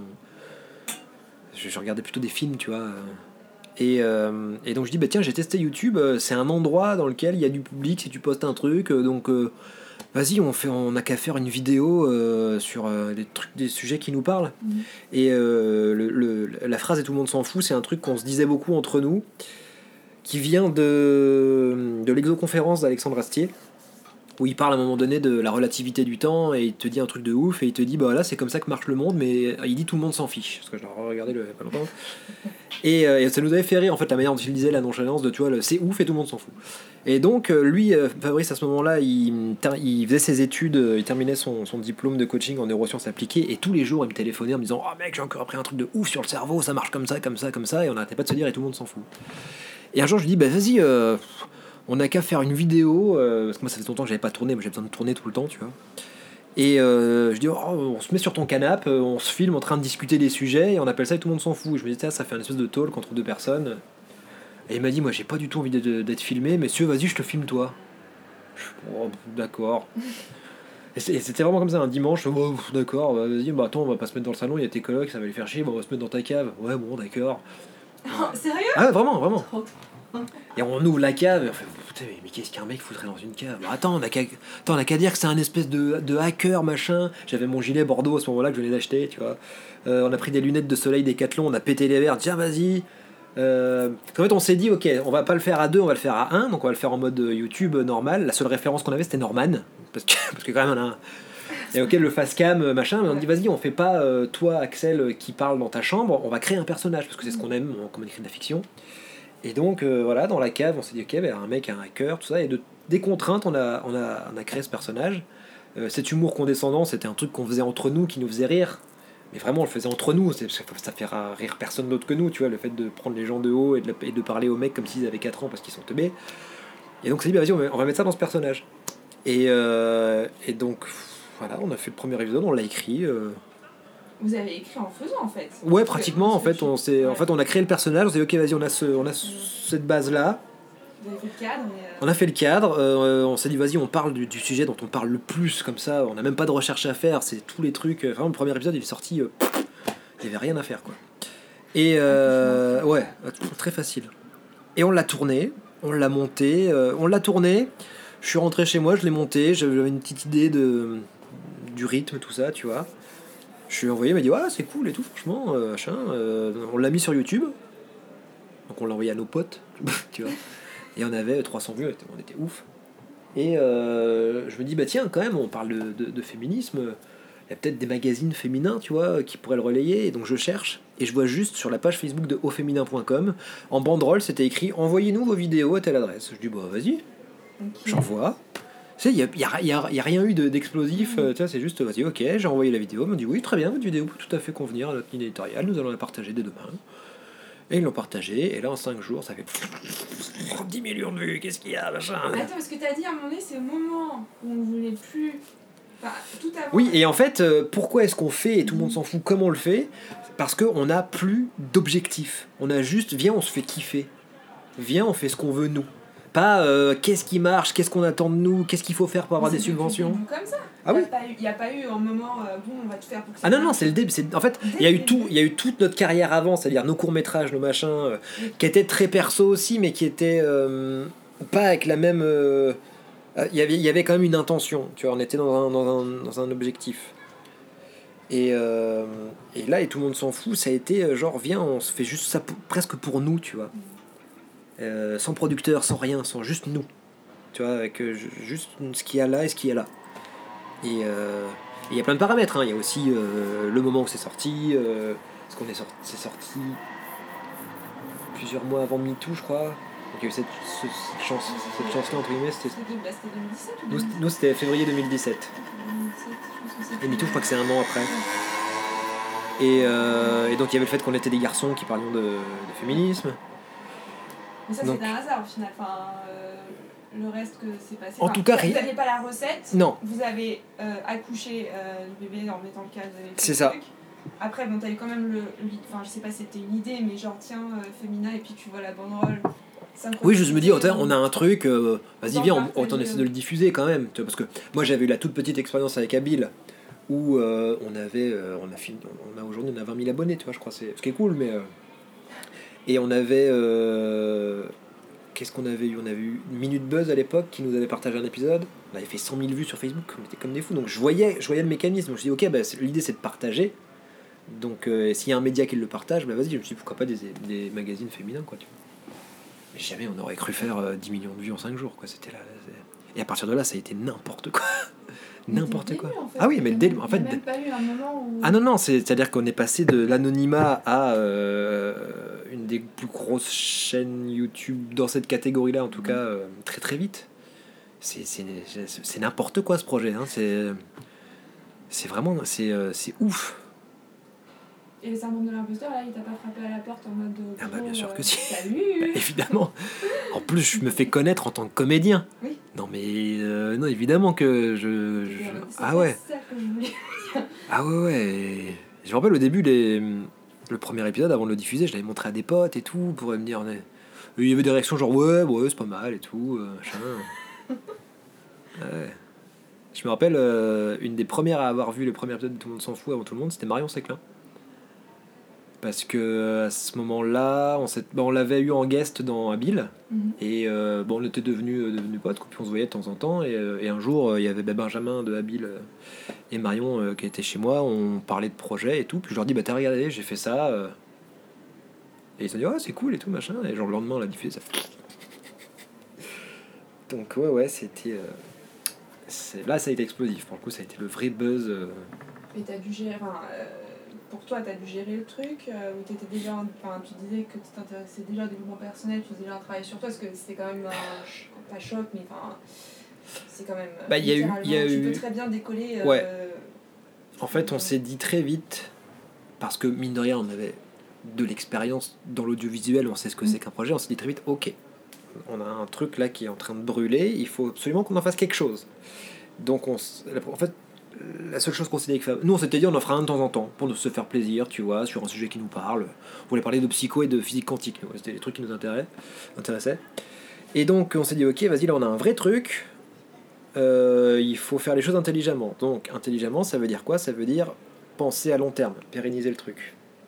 Je, je regardais plutôt des films, tu vois. Et, euh, et donc je dis, bah tiens, j'ai testé YouTube, c'est un endroit dans lequel il y a du public si tu postes un truc, donc euh, vas-y, on fait, on a qu'à faire une vidéo euh, sur euh, des trucs, des sujets qui nous parlent. Mmh. Et euh, le, le, la phrase et tout le monde s'en fout, c'est un truc qu'on se disait beaucoup entre nous, qui vient de, de l'exoconférence d'Alexandre Astier, où il parle à un moment donné de la relativité du temps, et il te dit un truc de ouf, et il te dit bah là c'est comme ça que marche le monde, mais il dit tout le monde s'en fiche, parce que je l'ai regardé il y a pas longtemps. Et, euh, et ça nous avait fait rire en fait la manière dont il disait, la nonchalance de tu vois le, c'est ouf et tout le monde s'en fout. Et donc lui, Fabrice, à ce moment-là, il, il faisait ses études, il terminait son, son diplôme de coaching en neurosciences appliquées, et tous les jours il me téléphonait en me disant oh mec, j'ai encore appris un truc de ouf sur le cerveau, ça marche comme ça, comme ça, comme ça, et on n'arrêtait pas de se dire et tout le monde s'en fout. Et un jour je lui dis bah vas-y, euh, on n'a qu'à faire une vidéo, euh, parce que moi ça fait longtemps que j'avais pas tourné, moi j'ai besoin de tourner tout le temps, tu vois. Et euh, je dis, oh, on se met sur ton canapé, on se filme en train de discuter des sujets, et on appelle ça et tout le monde s'en fout. Et je me dis, ça fait un espèce de talk entre deux personnes. Et il m'a dit, moi j'ai pas du tout envie de, d'être filmé, messieurs, vas-y, je te filme toi. Je, oh, d'accord. Et c'était vraiment comme ça, un dimanche, oh, d'accord, vas-y, bah attends, on va pas se mettre dans le salon, il y a tes colocs, ça va les faire chier, bah, on va se mettre dans ta cave. Ouais, bon, d'accord. Sérieux ? Ah, vraiment, vraiment. Et on ouvre la cave, et on fait putain, mais qu'est-ce qu'un mec foutrait dans une cave ? Bah, attends, on a qu'à, attends, on a qu'à dire que c'est un espèce de, de hacker, machin. J'avais mon gilet Bordeaux à ce moment-là que je venais d'acheter, tu vois. Euh, on a pris des lunettes de soleil Decathlon, on a pété les verres, tiens, vas-y. Euh, en fait, on s'est dit, ok, on va pas le faire à deux, on va le faire à un, donc on va le faire en mode YouTube normal. La seule référence qu'on avait, c'était Norman, parce que, parce que quand même, on a un. Et ok, le face cam, machin, mais on dit, vas-y, on fait pas euh, toi, Axel, qui parle dans ta chambre, on va créer un personnage, parce que c'est ce qu'on aime quand on écrit de la fiction. Et donc euh, voilà, dans la cave, on s'est dit ok, ben, un mec, un hacker, tout ça, et de, des contraintes, on a, on, a, on a créé ce personnage. Euh, cet humour condescendant, c'était un truc qu'on faisait entre nous, qui nous faisait rire. Mais vraiment, on le faisait entre nous, c'est, ça fait rire personne d'autre que nous, tu vois, le fait de prendre les gens de haut et de, et de parler aux mecs comme s'ils avaient quatre ans parce qu'ils sont teubés. Et donc on s'est dit, bah, vas-y, on va, on va mettre ça dans ce personnage. Et, euh, et donc, voilà, on a fait le premier épisode, on l'a écrit. Euh, Vous avez écrit en faisant en fait. Ouais, pratiquement en fait, on s'est, ouais. en fait on a créé le personnage, on s'est dit ok vas-y on a, ce, on a ce, cette base là. Vous avez fait le cadre et euh... On a fait le cadre, euh, on s'est dit vas-y on parle du, du sujet dont on parle le plus comme ça, on n'a même pas de recherche à faire, c'est tous les trucs, vraiment le premier épisode il est sorti, euh, Il n'y avait rien à faire, quoi. Et euh, ouais, très facile. Et on l'a tourné, on l'a monté, euh, on l'a tourné. Je suis rentré chez moi, je l'ai monté, j'avais une petite idée de, du rythme, tout ça, tu vois. Je lui ai envoyé, il m'a dit, ouais, c'est cool et tout, franchement, euh, machin. Euh, on l'a mis sur YouTube. Donc on l'a envoyé à nos potes, tu vois. Et on avait trois cents vues, on était ouf. Et euh, je me dis, bah tiens, quand même, on parle de, de, de féminisme. Il y a peut-être des magazines féminins, tu vois, qui pourraient le relayer. Et donc je cherche, et je vois juste sur la page Facebook de au féminin point com, en banderole, c'était écrit « Envoyez-nous vos vidéos à telle adresse ». Je dis « Bah vas-y, okay. J'envoie ». Tu sais, il n'y a, y a, y a, y a rien eu de, d'explosif, mmh. Tu vois, c'est juste « Vas-y, ok, j'ai envoyé la vidéo ». Ils m'ont dit « Oui, très bien, votre vidéo peut tout à fait convenir à notre ligne éditoriale, nous allons la partager dès demain ». Et ils l'ont partagé, et là en cinq jours, ça fait dix millions de vues, qu'est-ce qu'il y a, machin. Attends, parce que t'as dit à un moment donné, c'est au moment où on ne voulait plus... Enfin, tout avant... Oui, et en fait, euh, pourquoi est-ce qu'on fait, et tout le monde s'en fout, comment on le fait ? Parce qu'on n'a plus d'objectif. On a juste, viens, on se fait kiffer. Viens, on fait ce qu'on veut, nous. Pas euh, qu'est-ce qui marche, qu'est-ce qu'on attend de nous, qu'est-ce qu'il faut faire pour avoir des subventions. Comme ça. Ah oui. Il n'y a pas eu un moment, euh, bon, on va tout faire pour que ça Ah non, non, c'est le début. En fait, il y a eu tout, il y a eu toute notre carrière avant, c'est-à-dire nos courts-métrages, nos machins, euh, oui. qui étaient très perso aussi, mais qui étaient euh, pas avec la même... Euh, il y avait, il y avait quand même une intention, tu vois, on était dans un, dans un, dans un objectif. Et, euh, et là, et tout le monde s'en fout, ça a été genre, viens, on se fait juste ça pour, presque pour nous, tu vois. Euh, sans producteur, sans rien, sans juste nous. Tu vois, avec euh, juste ce qu'il y a là et ce qu'il y a là. Et il euh, y a plein de paramètres, hein. Il y a aussi euh, le moment où c'est sorti, euh, parce qu'on est sorti, c'est sorti plusieurs mois avant MeToo, je crois. Donc il y a eu cette, ce, cette chance, cette chance-là, entre guillemets. C'était, c'était deux mille dix-sept ou nous, nous, c'était février deux mille dix-sept. Et MeToo, je crois que c'est un an après. Et, euh, et donc il y avait le fait qu'on était des garçons qui parlions de, de féminisme. Mais ça, donc, c'est un hasard au final. Enfin, euh, le reste que c'est passé. En enfin, tout cas, vous n'aviez pas la recette. Non. Vous avez euh, accouché euh, du bébé en mettant le cas. C'est ça. Truc. Après, bon, t'as eu quand même le. Enfin, je sais pas si c'était une idée, mais genre, tiens, euh, féminin, et puis tu vois la banderole. Oui, je me dis, on a un truc, euh, vas-y, viens, on, on essaie de le diffuser quand même. Tu vois, parce que moi, j'avais eu la toute petite expérience avec Abil, où euh, on avait. Euh, on a, fini, on a aujourd'hui, on a vingt mille abonnés, tu vois, je crois, c'est, ce qui est cool, mais. Euh, et on avait. Euh, qu'est-ce qu'on avait eu ? On avait eu Minute Buzz à l'époque qui nous avait partagé un épisode. On avait fait cent mille vues sur Facebook, on était comme des fous. Donc je voyais, je voyais le mécanisme. Je me suis dit, ok, bah, l'idée c'est de partager. Donc euh, s'il y a un média qui le partage, bah vas-y, je me suis dit, pourquoi pas des, des magazines féminins, quoi. Tu vois. Mais jamais on aurait cru faire euh, dix millions de vues en cinq jours, quoi. C'était là. C'est... Et à partir de là, ça a été n'importe quoi. N'importe début, quoi. En fait, ah oui, mais le début, en fait. Il n'y a même pas eu un moment où... Ah non, non, c'est, c'est-à-dire qu'on est passé de l'anonymat à euh, une des plus grosses chaînes YouTube dans cette catégorie-là, en tout mmh. cas, euh, très très vite. C'est, c'est, c'est, c'est n'importe quoi ce projet. Hein. C'est, c'est vraiment. C'est, euh, c'est ouf. Et le syndrome de l'imposteur, là, il t'a pas frappé à la porte en mode. Euh, ah bah bien sûr euh, que si. Salut. Bah, évidemment. En plus, je me fais connaître en tant que comédien. Oui. Non mais euh, non, évidemment que je. je... Ah ouais. C'est ça que je voulais dire. Ah ouais ouais. Je me rappelle au début les, le premier épisode avant de le diffuser, je l'avais montré à des potes et tout pour me dire. Ouais. Il y avait des réactions genre ouais ouais c'est pas mal et tout machin. Ouais. Je me rappelle euh, une des premières à avoir vu le premier épisode de Tout le monde s'en fout avant tout le monde, c'était Marion Séclin. Parce que à ce moment-là, on, s'est, ben, on l'avait eu en guest dans Abil, mm-hmm. et euh, bon, on était devenus devenu potes, puis on se voyait de temps en temps. Et, euh, et un jour, il euh, y avait ben, Benjamin de Abil euh, et Marion euh, qui étaient chez moi, on parlait de projets et tout. Puis je leur dis, bah t'as regardé, j'ai fait ça. Euh... Et ils se dit, ouais, c'est cool et tout, machin. Et genre le lendemain, on l'a diffusé, ça. Donc ouais, ouais, c'était. Euh... C'est... Là, ça a été explosif. Pour le coup, ça a été le vrai buzz. Euh... Et t'as dû gérer. Enfin, euh... Pour toi, tu as dû gérer le truc, euh, où t'étais déjà, enfin, tu disais que tu t'intéressais déjà au développement personnel, tu faisais déjà un travail sur toi, parce que c'était quand même un, pas choc, mais enfin, c'est quand même. Bah, y a eu, y a tu eu... peux très bien décoller. Ouais. Euh, en fait, on s'est dit très vite, parce que mine de rien, on avait de l'expérience dans l'audiovisuel, on sait ce que mmh. c'est qu'un projet, on s'est dit très vite, ok, on a un truc là qui est en train de brûler, il faut absolument qu'on en fasse quelque chose. Donc, on, en fait, la seule chose qu'on s'est dit, nous on s'était dit on en fera un de temps en temps pour se faire plaisir, tu vois, sur un sujet qui nous parle. On voulait parler de psycho et de physique quantique, c'était les trucs qui nous intéressaient. Et donc on s'est dit ok, vas-y, là on a un vrai truc, euh, il faut faire les choses intelligemment. Donc intelligemment, ça veut dire quoi ? Ça veut dire penser à long terme, pérenniser le truc.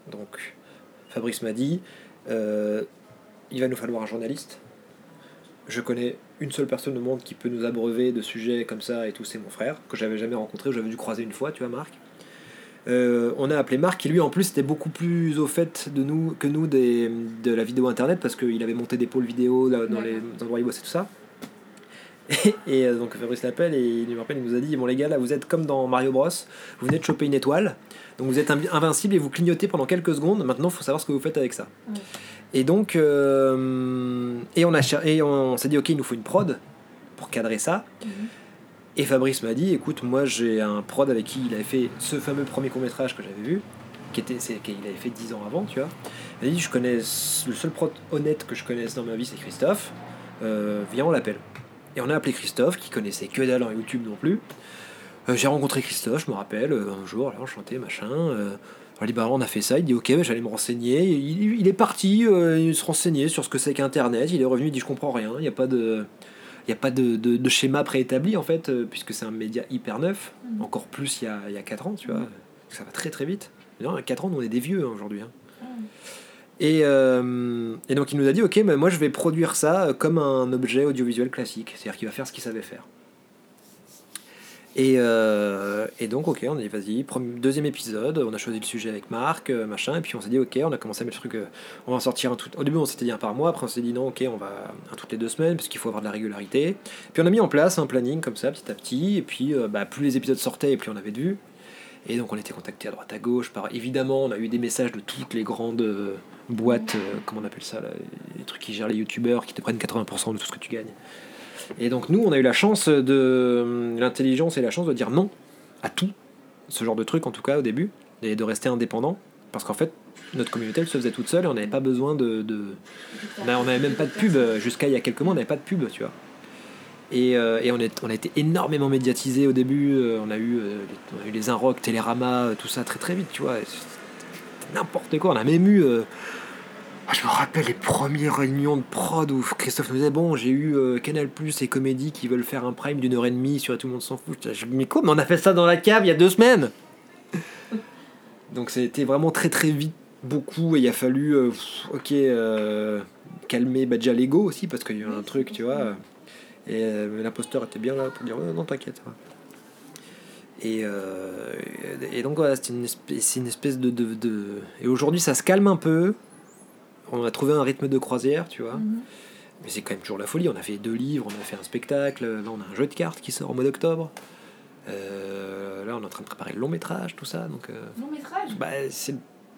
Donc, Fabrice m'a dit, euh, il va nous falloir un journaliste. Je connais une seule personne au monde qui peut nous abreuver de sujets comme ça et tout, c'est mon frère, que j'avais jamais rencontré, que j'avais dû croiser une fois, tu vois, Marc. Euh, on a appelé Marc, qui lui en plus était beaucoup plus au fait de nous que nous des, de la vidéo internet, parce qu'il avait monté des pôles vidéo là, dans les endroits où il bossait, tout ça. Et, et euh, donc Fabrice l'appelle et il me rappelle, il nous a dit, bon les gars, là vous êtes comme dans Mario Bros, vous venez de choper une étoile, donc vous êtes invincible et vous clignotez pendant quelques secondes, maintenant il faut savoir ce que vous faites avec ça. Ouais. Et donc euh, et on, a, et on, on s'est dit ok, il nous faut une prod pour cadrer ça. Mm-hmm. Et Fabrice m'a dit, écoute, moi j'ai un prod avec qui il avait fait ce fameux premier court-métrage que j'avais vu, qui était, c'est, qu'il avait fait dix ans avant, tu vois. Il m'a dit, je connais, le seul prod honnête que je connaisse dans ma vie, c'est Christophe, euh, viens, on l'appelle. Et on a appelé Christophe, qui connaissait que dalle en YouTube non plus. Euh, j'ai rencontré Christophe, je me rappelle, euh, un jour, là, enchanté, machin. Euh, on a dit, bah, on a fait ça, il dit, ok, bah, j'allais me renseigner. Il, il est parti, euh, il se renseignait sur ce que c'est qu'Internet, il est revenu, il dit, je comprends rien, il n'y a pas de... Il n'y a pas de, de, de schéma préétabli, en fait, euh, puisque c'est un média hyper neuf, mmh. encore plus il y a, il y a quatre ans, tu vois. Mmh. Ça va très très vite. Il y a quatre ans, nous on est des vieux hein, aujourd'hui. Hein. Mmh. Et, euh, et donc il nous a dit, ok, mais moi je vais produire ça comme un objet audiovisuel classique, c'est-à-dire qu'il va faire ce qu'il savait faire. Et, euh, et donc, ok, on a dit, vas-y, premier, deuxième épisode, on a choisi le sujet avec Marc, euh, machin, et puis on s'est dit, ok, on a commencé à mettre le truc, euh, on va en sortir un tout. Au début, on s'était dit un par mois, après on s'est dit, non, ok, on va un toutes les deux semaines, parce qu'il faut avoir de la régularité. Puis on a mis en place un planning comme ça, petit à petit, et puis euh, bah, plus les épisodes sortaient, et plus on avait de vues. Et donc on était contacté à droite à gauche, par... évidemment, on a eu des messages de toutes les grandes euh, boîtes, euh, comment on appelle ça, là, les trucs qui gèrent les youtubeurs, qui te prennent quatre-vingts pour cent de tout ce que tu gagnes. Et donc nous, on a eu la chance de l'intelligence et la chance de dire non à tout, ce genre de truc en tout cas au début, et de rester indépendant, parce qu'en fait notre communauté elle se faisait toute seule et on n'avait pas besoin de, de... on n'avait même pas de pub jusqu'à il y a quelques mois, on n'avait pas de pub, tu vois. Et, euh, et on, est, on a été énormément médiatisé au début, on a eu, euh, on a eu les Inrock, Télérama, tout ça très très vite, tu vois. C'était n'importe quoi, on a même eu euh, je me rappelle les premières réunions de prod où Christophe nous disait, bon, j'ai eu euh, Canal Plus et Comédie qui veulent faire un prime d'une heure et demie sur Tout le monde s'en fout. Je me dis, mais quoi, mais on a fait ça dans la cave il y a deux semaines. Donc c'était vraiment très très vite, beaucoup, et il a fallu, euh, ok, euh, calmer bah, déjà l'ego aussi, parce qu'il y a eu un truc, tu vois. Et euh, l'imposteur était bien là pour dire, oh, non, t'inquiète. Et, euh, et donc voilà, c'est une espèce, c'est une espèce de, de, de... Et aujourd'hui, ça se calme un peu. On a trouvé un rythme de croisière, tu vois. Mm-hmm. Mais c'est quand même toujours la folie. On a fait deux livres, on a fait un spectacle. Là, on a un jeu de cartes qui sort au mois d'octobre. Euh, là, on est en train de préparer le long métrage, tout ça. Donc, euh, long métrage bah, c'est,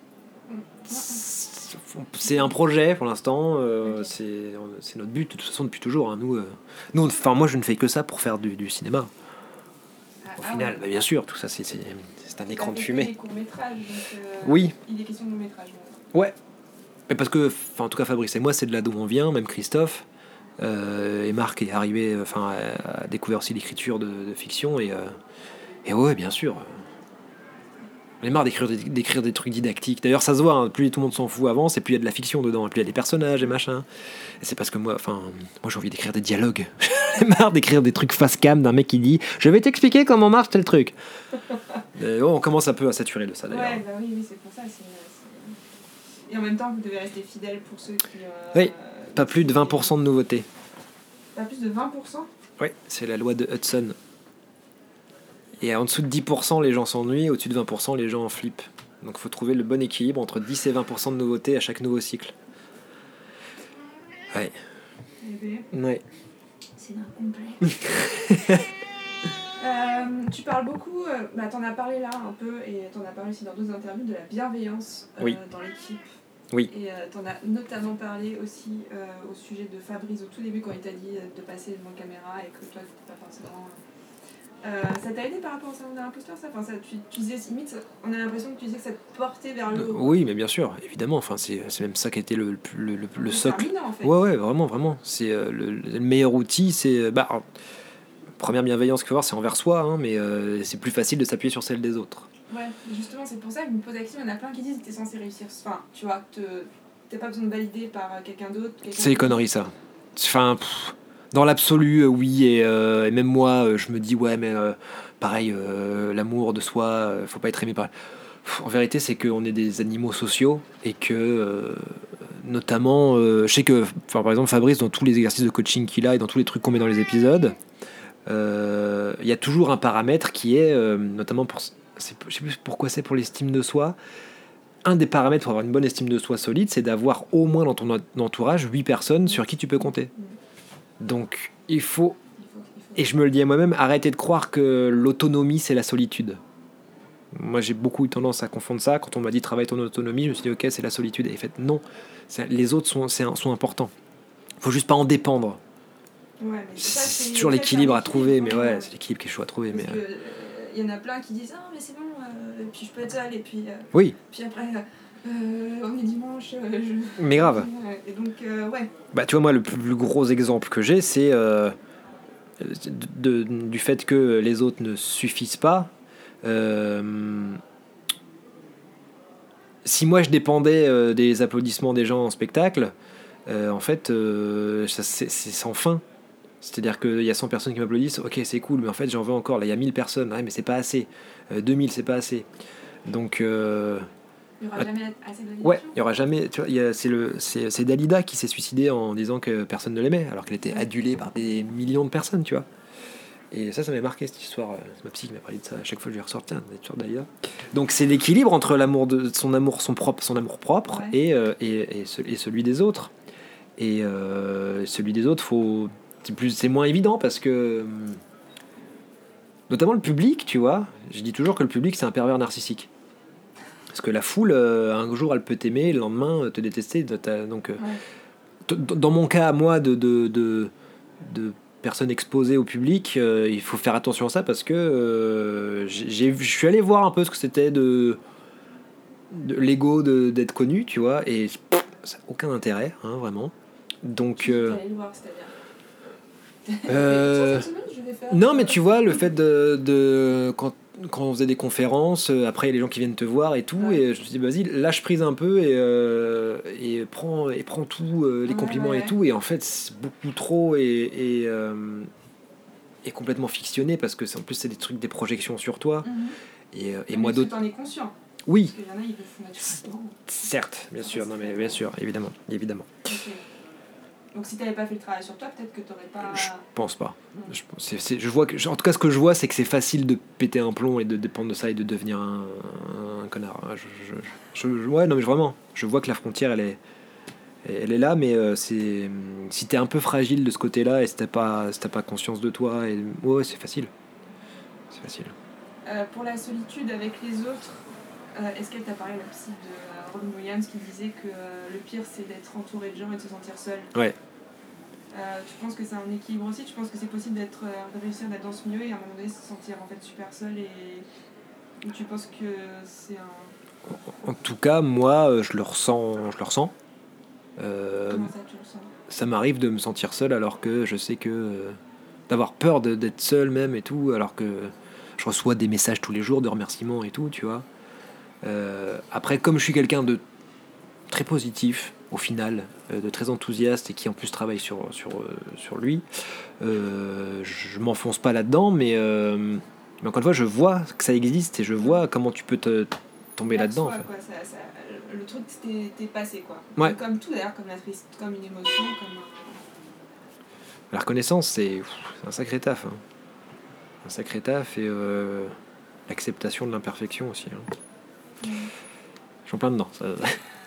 c'est, c'est un projet pour l'instant. Euh, okay. c'est, c'est notre but, de toute façon, depuis toujours. Hein. Nous, euh, nous, enfin, moi, je ne fais que ça pour faire du, du cinéma. Ah, au ah final, ouais. bah, bien sûr, tout ça, c'est, c'est, c'est un écran de fumée. Des courts-métrages, donc, euh, oui. Il est question de long-métrage. Ouais. Mais parce que, en tout cas, Fabrice et moi, c'est de là d'où on vient, même Christophe. Euh, et Marc est arrivé, enfin, a découvert aussi l'écriture de, de fiction. Et, euh, et ouais, bien sûr. On est marre d'écrire, d'écrire des trucs didactiques. D'ailleurs, ça se voit, hein, plus tout le monde s'en fout avant, c'est plus il y a de la fiction dedans, plus il y a des personnages et machin. Et c'est parce que moi, enfin, moi j'ai envie d'écrire des dialogues. J'ai marre d'écrire des trucs face cam d'un mec qui dit « Je vais t'expliquer comment marche tel truc ». Et oh, on commence un peu à saturer de ça, d'ailleurs. Ouais, bah oui, oui, c'est pour ça, c'est... Et en même temps, vous devez rester fidèle pour ceux qui... Euh, oui, pas plus de vingt pour cent de nouveautés. Pas plus de vingt pour cent ? Oui, c'est la loi de Hudson. Et en dessous de dix pour cent, les gens s'ennuient, au-dessus de vingt pour cent, les gens en flippent. Donc il faut trouver le bon équilibre entre dix et vingt pour cent de nouveautés à chaque nouveau cycle. Ouais. Eh bien. Ouais. C'est incomplet. Euh, tu parles beaucoup, euh, bah, t'en as parlé là un peu, et t'en as parlé aussi dans d'autres interviews, de la bienveillance euh, oui. dans l'équipe. Oui. Et euh, t'en as notamment parlé aussi euh, au sujet de Fabrice au tout début, quand il t'a dit de passer devant la caméra et que toi t'étais pas forcément... Euh, ça t'a aidé par rapport au salon de l'imposteur, ça, enfin, ça tu, tu disais, limite, on a l'impression que tu disais que ça te portait vers le haut. Oui, mais bien sûr, évidemment, enfin, c'est, c'est même ça qui a été le, le, le, le socle. En fait. Ouais, ouais, vraiment, vraiment. C'est, euh, le, le meilleur outil, c'est... Bah, alors, première bienveillance qu'il faut avoir, c'est envers soi, hein, mais euh, c'est plus facile de s'appuyer sur celle des autres. Ouais, justement, c'est pour ça que je me pose la question. Il y en a plein qui disent que t'es censé réussir. Enfin, tu vois, te, t'as pas besoin de valider par quelqu'un d'autre. Quelqu'un c'est des conneries, ça. Enfin, pff, dans l'absolu, euh, oui, et, euh, et même moi, euh, je me dis, ouais, mais euh, pareil, euh, l'amour de soi, euh, faut pas être aimé par. En vérité, c'est qu'on est des animaux sociaux et que, euh, notamment, euh, je sais que, par exemple, Fabrice, dans tous les exercices de coaching qu'il a et dans tous les trucs qu'on met dans les épisodes, il euh, y a toujours un paramètre qui est, euh, notamment pour, c'est, je sais plus pourquoi c'est pour l'estime de soi, un des paramètres pour avoir une bonne estime de soi solide, c'est d'avoir au moins dans ton entourage huit personnes sur qui tu peux compter. Donc, il faut, et je me le dis à moi-même, arrêter de croire que l'autonomie, c'est la solitude. Moi, j'ai beaucoup eu tendance à confondre ça. Quand on m'a dit travaille ton autonomie, je me suis dit ok, c'est la solitude. Et en fait, non, c'est, les autres sont, c'est, sont importants. Il faut juste pas en dépendre. Ouais, mais c'est, ça, c'est, c'est toujours l'équilibre à trouver, mais ouais, ouais, c'est l'équilibre qu'il faut à trouver. Parce mais que, euh, y en a plein qui disent ah mais c'est bon, euh, et puis je peux être seule et puis. Euh, oui. Puis après, euh, on est dimanche. Euh, je... Mais grave. Et donc euh, ouais. Bah tu vois, moi le plus gros exemple que j'ai, c'est euh, de, de, du fait que les autres ne suffisent pas. Euh, si moi je dépendais euh, des applaudissements des gens en spectacle, euh, en fait, euh, ça, c'est, c'est sans fin. C'est-à-dire qu'il y a cent personnes qui m'applaudissent, ok, c'est cool, mais en fait, j'en veux encore. Là, il y a mille personnes, ouais, mais c'est pas assez. Euh, deux mille, c'est pas assez. Donc. Euh, il n'y aura jamais assez de validation. Ouais, il y aura jamais. Tu vois, y a, c'est, le, c'est, c'est Dalida qui s'est suicidée en disant que personne ne l'aimait, alors qu'elle était adulée par des millions de personnes, tu vois. Et ça, ça m'a marqué cette histoire. C'est ma psy qui m'a parlé de ça. À chaque fois, je lui ressortais un histoire Dalida. Donc, c'est l'équilibre entre l'amour de son amour, son propre, son amour propre, ouais. et, euh, et, et, ce, et celui des autres. Et euh, celui des autres, faut. C'est, plus, c'est moins évident parce que. Notamment le public, tu vois. Je dis toujours que le public, c'est un pervers narcissique. Parce que la foule, euh, un jour, elle peut t'aimer, le lendemain, te détester. Donc, euh, ouais. t- dans mon cas, moi, de, de, de, de personnes exposées au public, euh, il faut faire attention à ça parce que euh, j'ai, je suis allé voir un peu ce que c'était de, de l'ego de, d'être connu, tu vois, et pff, ça n'a aucun intérêt, hein, vraiment. Donc. Euh, allé le voir, c'est-à-dire euh, non, mais tu vois, le fait de, de quand, quand on faisait des conférences, après il y a les gens qui viennent te voir et tout, ouais. Et je me suis dit, vas-y, lâche prise un peu et, euh, et prends et prends tout, euh, les compliments ouais, ouais, et tout, et en fait, c'est beaucoup trop et, et, euh, et complètement fictionné parce que c'est, en plus, c'est des trucs, des projections sur toi. Mm-hmm. Et, et moi, d'autres. T'en es conscient. Oui. Parce qu'il y en a, ils le font naturellement. Certes, bien sûr, non, mais bien sûr, évidemment, évidemment. Okay. Donc si t'avais pas fait le travail sur toi, peut-être que t'aurais pas... Je pense pas. Mmh. Je, c'est, c'est, je vois que, en tout cas, ce que je vois, c'est que c'est facile de péter un plomb et de dépendre de ça et de devenir un, un connard. Je, je, je, ouais, non, mais vraiment, je vois que la frontière, elle est, elle est là, mais euh, c'est, si t'es un peu fragile de ce côté-là et si t'as pas, si t'as pas conscience de toi, et, ouais, c'est facile. C'est facile. Euh, pour la solitude avec les autres, euh, est-ce qu'elle t'a parlé, la psy de euh, Robin Williams, qui disait que euh, le pire, c'est d'être entouré de gens et de se sentir seul? Ouais. Euh, tu penses que c'est un équilibre aussi? Tu penses que c'est possible d'être, euh, de réussir d'être dans ce milieu et à un moment donné se sentir en fait super seul, et ou tu penses que c'est un... En tout cas, moi, je le ressens. Je le ressens. Euh, Comment ça, tu le ressens? Ça m'arrive de me sentir seul alors que je sais que... Euh, d'avoir peur de, d'être seul même et tout, alors que je reçois des messages tous les jours de remerciements et tout, tu vois. Euh, après, comme je suis quelqu'un de très positif, au final, euh, de très enthousiaste et qui en plus travaille sur, sur, euh, sur lui, euh, je m'enfonce pas là-dedans, mais, euh, mais encore une fois, je vois que ça existe et je vois comment tu peux te tomber là là-dedans. Soi, en fait. Quoi, ça, ça, le truc, t'es, t'es passé, quoi. Ouais. Comme tout d'ailleurs, comme la triste, comme une émotion, comme un... La reconnaissance, c'est, pff, c'est un sacré taf. Hein. Un sacré taf et euh, l'acceptation de l'imperfection aussi. Hein. Mmh. Je suis en plein dedans. Ça... euh,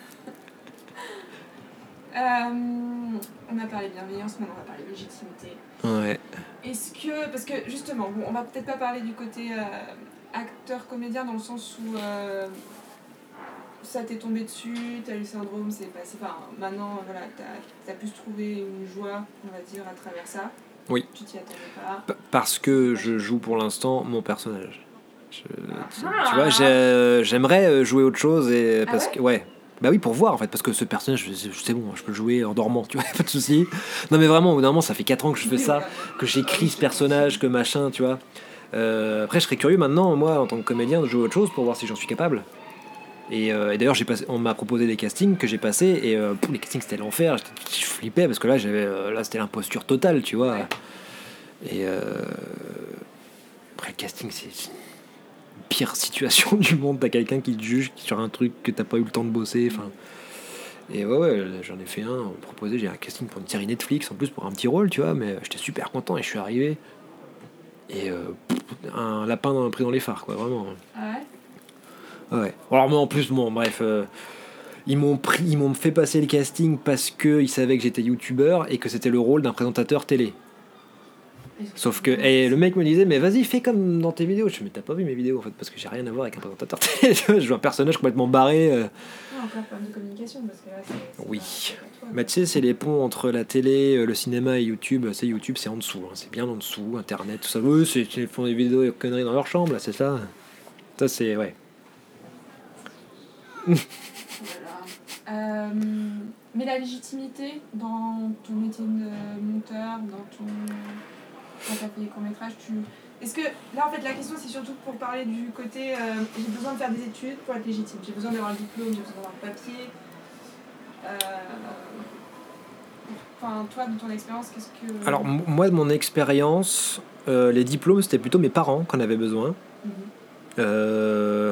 on a parlé bienveillance, maintenant on va parler légitimité. Ouais. Est-ce que, parce que justement, bon, on va peut-être pas parler du côté euh, acteur-comédien dans le sens où euh, ça t'est tombé dessus, t'as eu le syndrome, c'est passé. Enfin, maintenant, voilà, t'as, t'as pu se trouver une joie, on va dire, à travers ça. Oui. Tu t'y attendais pas. P- parce que je joue pour l'instant mon personnage. Je, tu, ah. tu vois, j'ai, j'aimerais jouer autre chose et parce ah ouais que ouais. Bah oui, pour voir en fait, parce que ce personnage, c'est bon, je peux le jouer en dormant, tu vois, pas de souci. Non mais vraiment, au bout d'un moment, ça fait quatre ans que je fais ça, que j'écris ce personnage, que machin, tu vois. Euh, après, je serais curieux maintenant, moi, en tant que comédien, de jouer autre chose pour voir si j'en suis capable. Et, euh, et d'ailleurs, j'ai passé, on m'a proposé des castings que j'ai passés et euh, les castings c'était l'enfer. Je flippais parce que là, j'avais, euh, là, c'était l'imposture totale, tu vois. Et euh, après le casting, c'est pire situation du monde. T'as quelqu'un qui te juge sur un truc que t'as pas eu le temps de bosser. Enfin, et ouais, ouais, j'en ai fait un. On me proposait, j'ai un casting pour une série Netflix, en plus pour un petit rôle, tu vois. Mais j'étais super content et je suis arrivé. Et euh, pff, un lapin dans, pris dans les phares, quoi, vraiment. Ah ouais. Ouais. Alors moi en plus, bon, bref. Euh, Ils m'ont pris, ils m'ont fait passer le casting parce qu'ils savaient que j'étais youtubeur et que c'était le rôle d'un présentateur télé. Sauf que et le mec me disait mais vas-y fais comme dans tes vidéos. Je me mais t'as pas vu mes vidéos en fait parce que j'ai rien à voir avec un présentateur télé. Je joue un personnage complètement barré. Euh... Ouais, encore problème de communication parce que là c'est, c'est oui. pas, c'est pas toi, Mais tu sais c'est les ponts entre la télé, le cinéma et YouTube. C'est YouTube c'est en dessous, hein. C'est bien en dessous. Internet tout ça. Eux c'est ils font des vidéos et conneries dans leur chambre là c'est ça. Ça c'est ouais. Euh, mais la légitimité dans ton métier de monteur, dans ton quand t'as fait les courts-métrages, tu... Est-ce que, là en fait la question c'est surtout pour parler du côté euh, j'ai besoin de faire des études pour être légitime, j'ai besoin d'avoir le diplôme, j'ai besoin d'avoir le papier. Euh... Enfin toi de ton expérience qu'est-ce que... Alors m- moi de mon expérience, euh, les diplômes c'était plutôt mes parents qu'on avait besoin. Mm-hmm. Euh...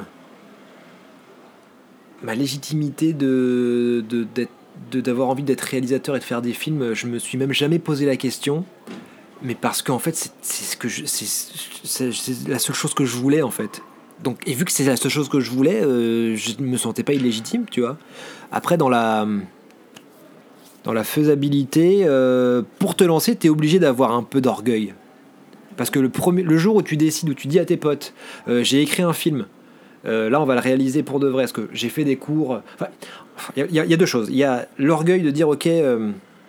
Ma légitimité de, de, d'être, de, d'avoir envie d'être réalisateur et de faire des films, je me suis même jamais posé la question. Mais parce qu'en fait, c'est, c'est, ce que je, c'est, c'est, c'est la seule chose que je voulais, en fait. Donc, et vu que c'est la seule chose que je voulais, euh, je ne me sentais pas illégitime, tu vois. Après, dans la, dans la faisabilité, euh, pour te lancer, tu es obligé d'avoir un peu d'orgueil. Parce que le, premier, le jour où tu décides, où tu dis à tes potes, euh, j'ai écrit un film, Euh, là, on va le réaliser pour de vrai. Parce que j'ai fait des cours. Enfin, il y, y a deux choses. Il y a l'orgueil de dire, ok, euh,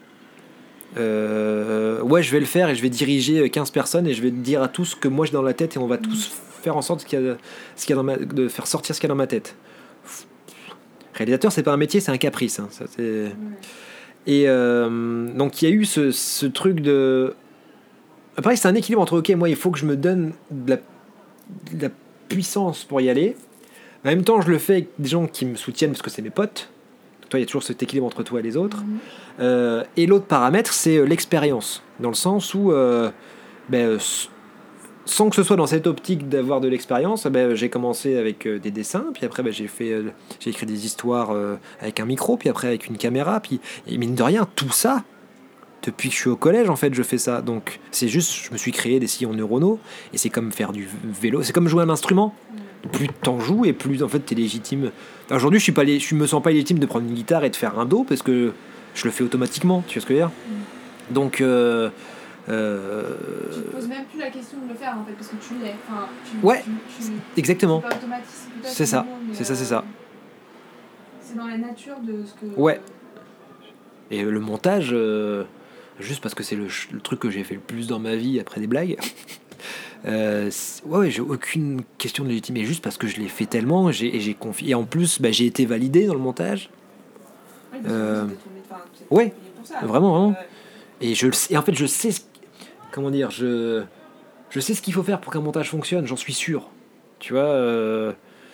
euh, ouais, je vais le faire et je vais diriger quinze personnes et je vais dire à tous que moi j'ai dans la tête et on va tous faire en sorte ce qu'il y a, ce qu'il y a dans ma, de faire sortir ce qu'il y a dans ma tête. Réalisateur, c'est pas un métier, c'est un caprice. Hein, ça, c'est... Et euh, donc il y a eu ce, ce truc de. Après, c'est un équilibre entre, ok, moi il faut que je me donne de la, de la puissance pour y aller. En même temps, je le fais avec des gens qui me soutiennent parce que c'est mes potes. Donc, toi, il y a toujours cet équilibre entre toi et les autres. Mmh. Euh, et l'autre paramètre, c'est l'expérience. Dans le sens où, euh, ben, sans que ce soit dans cette optique d'avoir de l'expérience, ben, j'ai commencé avec euh, des dessins, puis après ben, j'ai, fait, euh, j'ai écrit des histoires euh, avec un micro, puis après avec une caméra. Puis, et mine de rien, tout ça, depuis que je suis au collège, en fait, je fais ça. Donc, c'est juste, je me suis créé des sillons neuronaux, et c'est comme faire du vélo, c'est comme jouer un instrument. Plus t'en joues et plus en fait t'es légitime. Aujourd'hui je suis pas, je me sens pas légitime de prendre une guitare et de faire un do parce que je le fais automatiquement. Tu vois ce que je veux dire ? Mm. Donc euh, euh... tu te poses même plus la question de le faire en fait parce que tu l'es. Enfin, tu, ouais, tu, tu, exactement. C'est pas automatisme, peut-être, c'est ça. Monde, c'est euh, ça, c'est ça. C'est dans la nature de ce que. Ouais. Et le montage, euh, juste parce que c'est le, le truc que j'ai fait le plus dans ma vie après des blagues. Euh, ouais, ouais, j'ai aucune question de légitimité, juste parce que je l'ai fait tellement j'ai, et j'ai confié. Et en plus, bah, j'ai été validé dans le montage. Oui, euh, que ouais, ça, vraiment, vraiment. Euh... Et je le sais. Et en fait, je sais, ce, comment dire, je, je sais ce qu'il faut faire pour qu'un montage fonctionne. J'en suis sûr. Tu vois. Euh,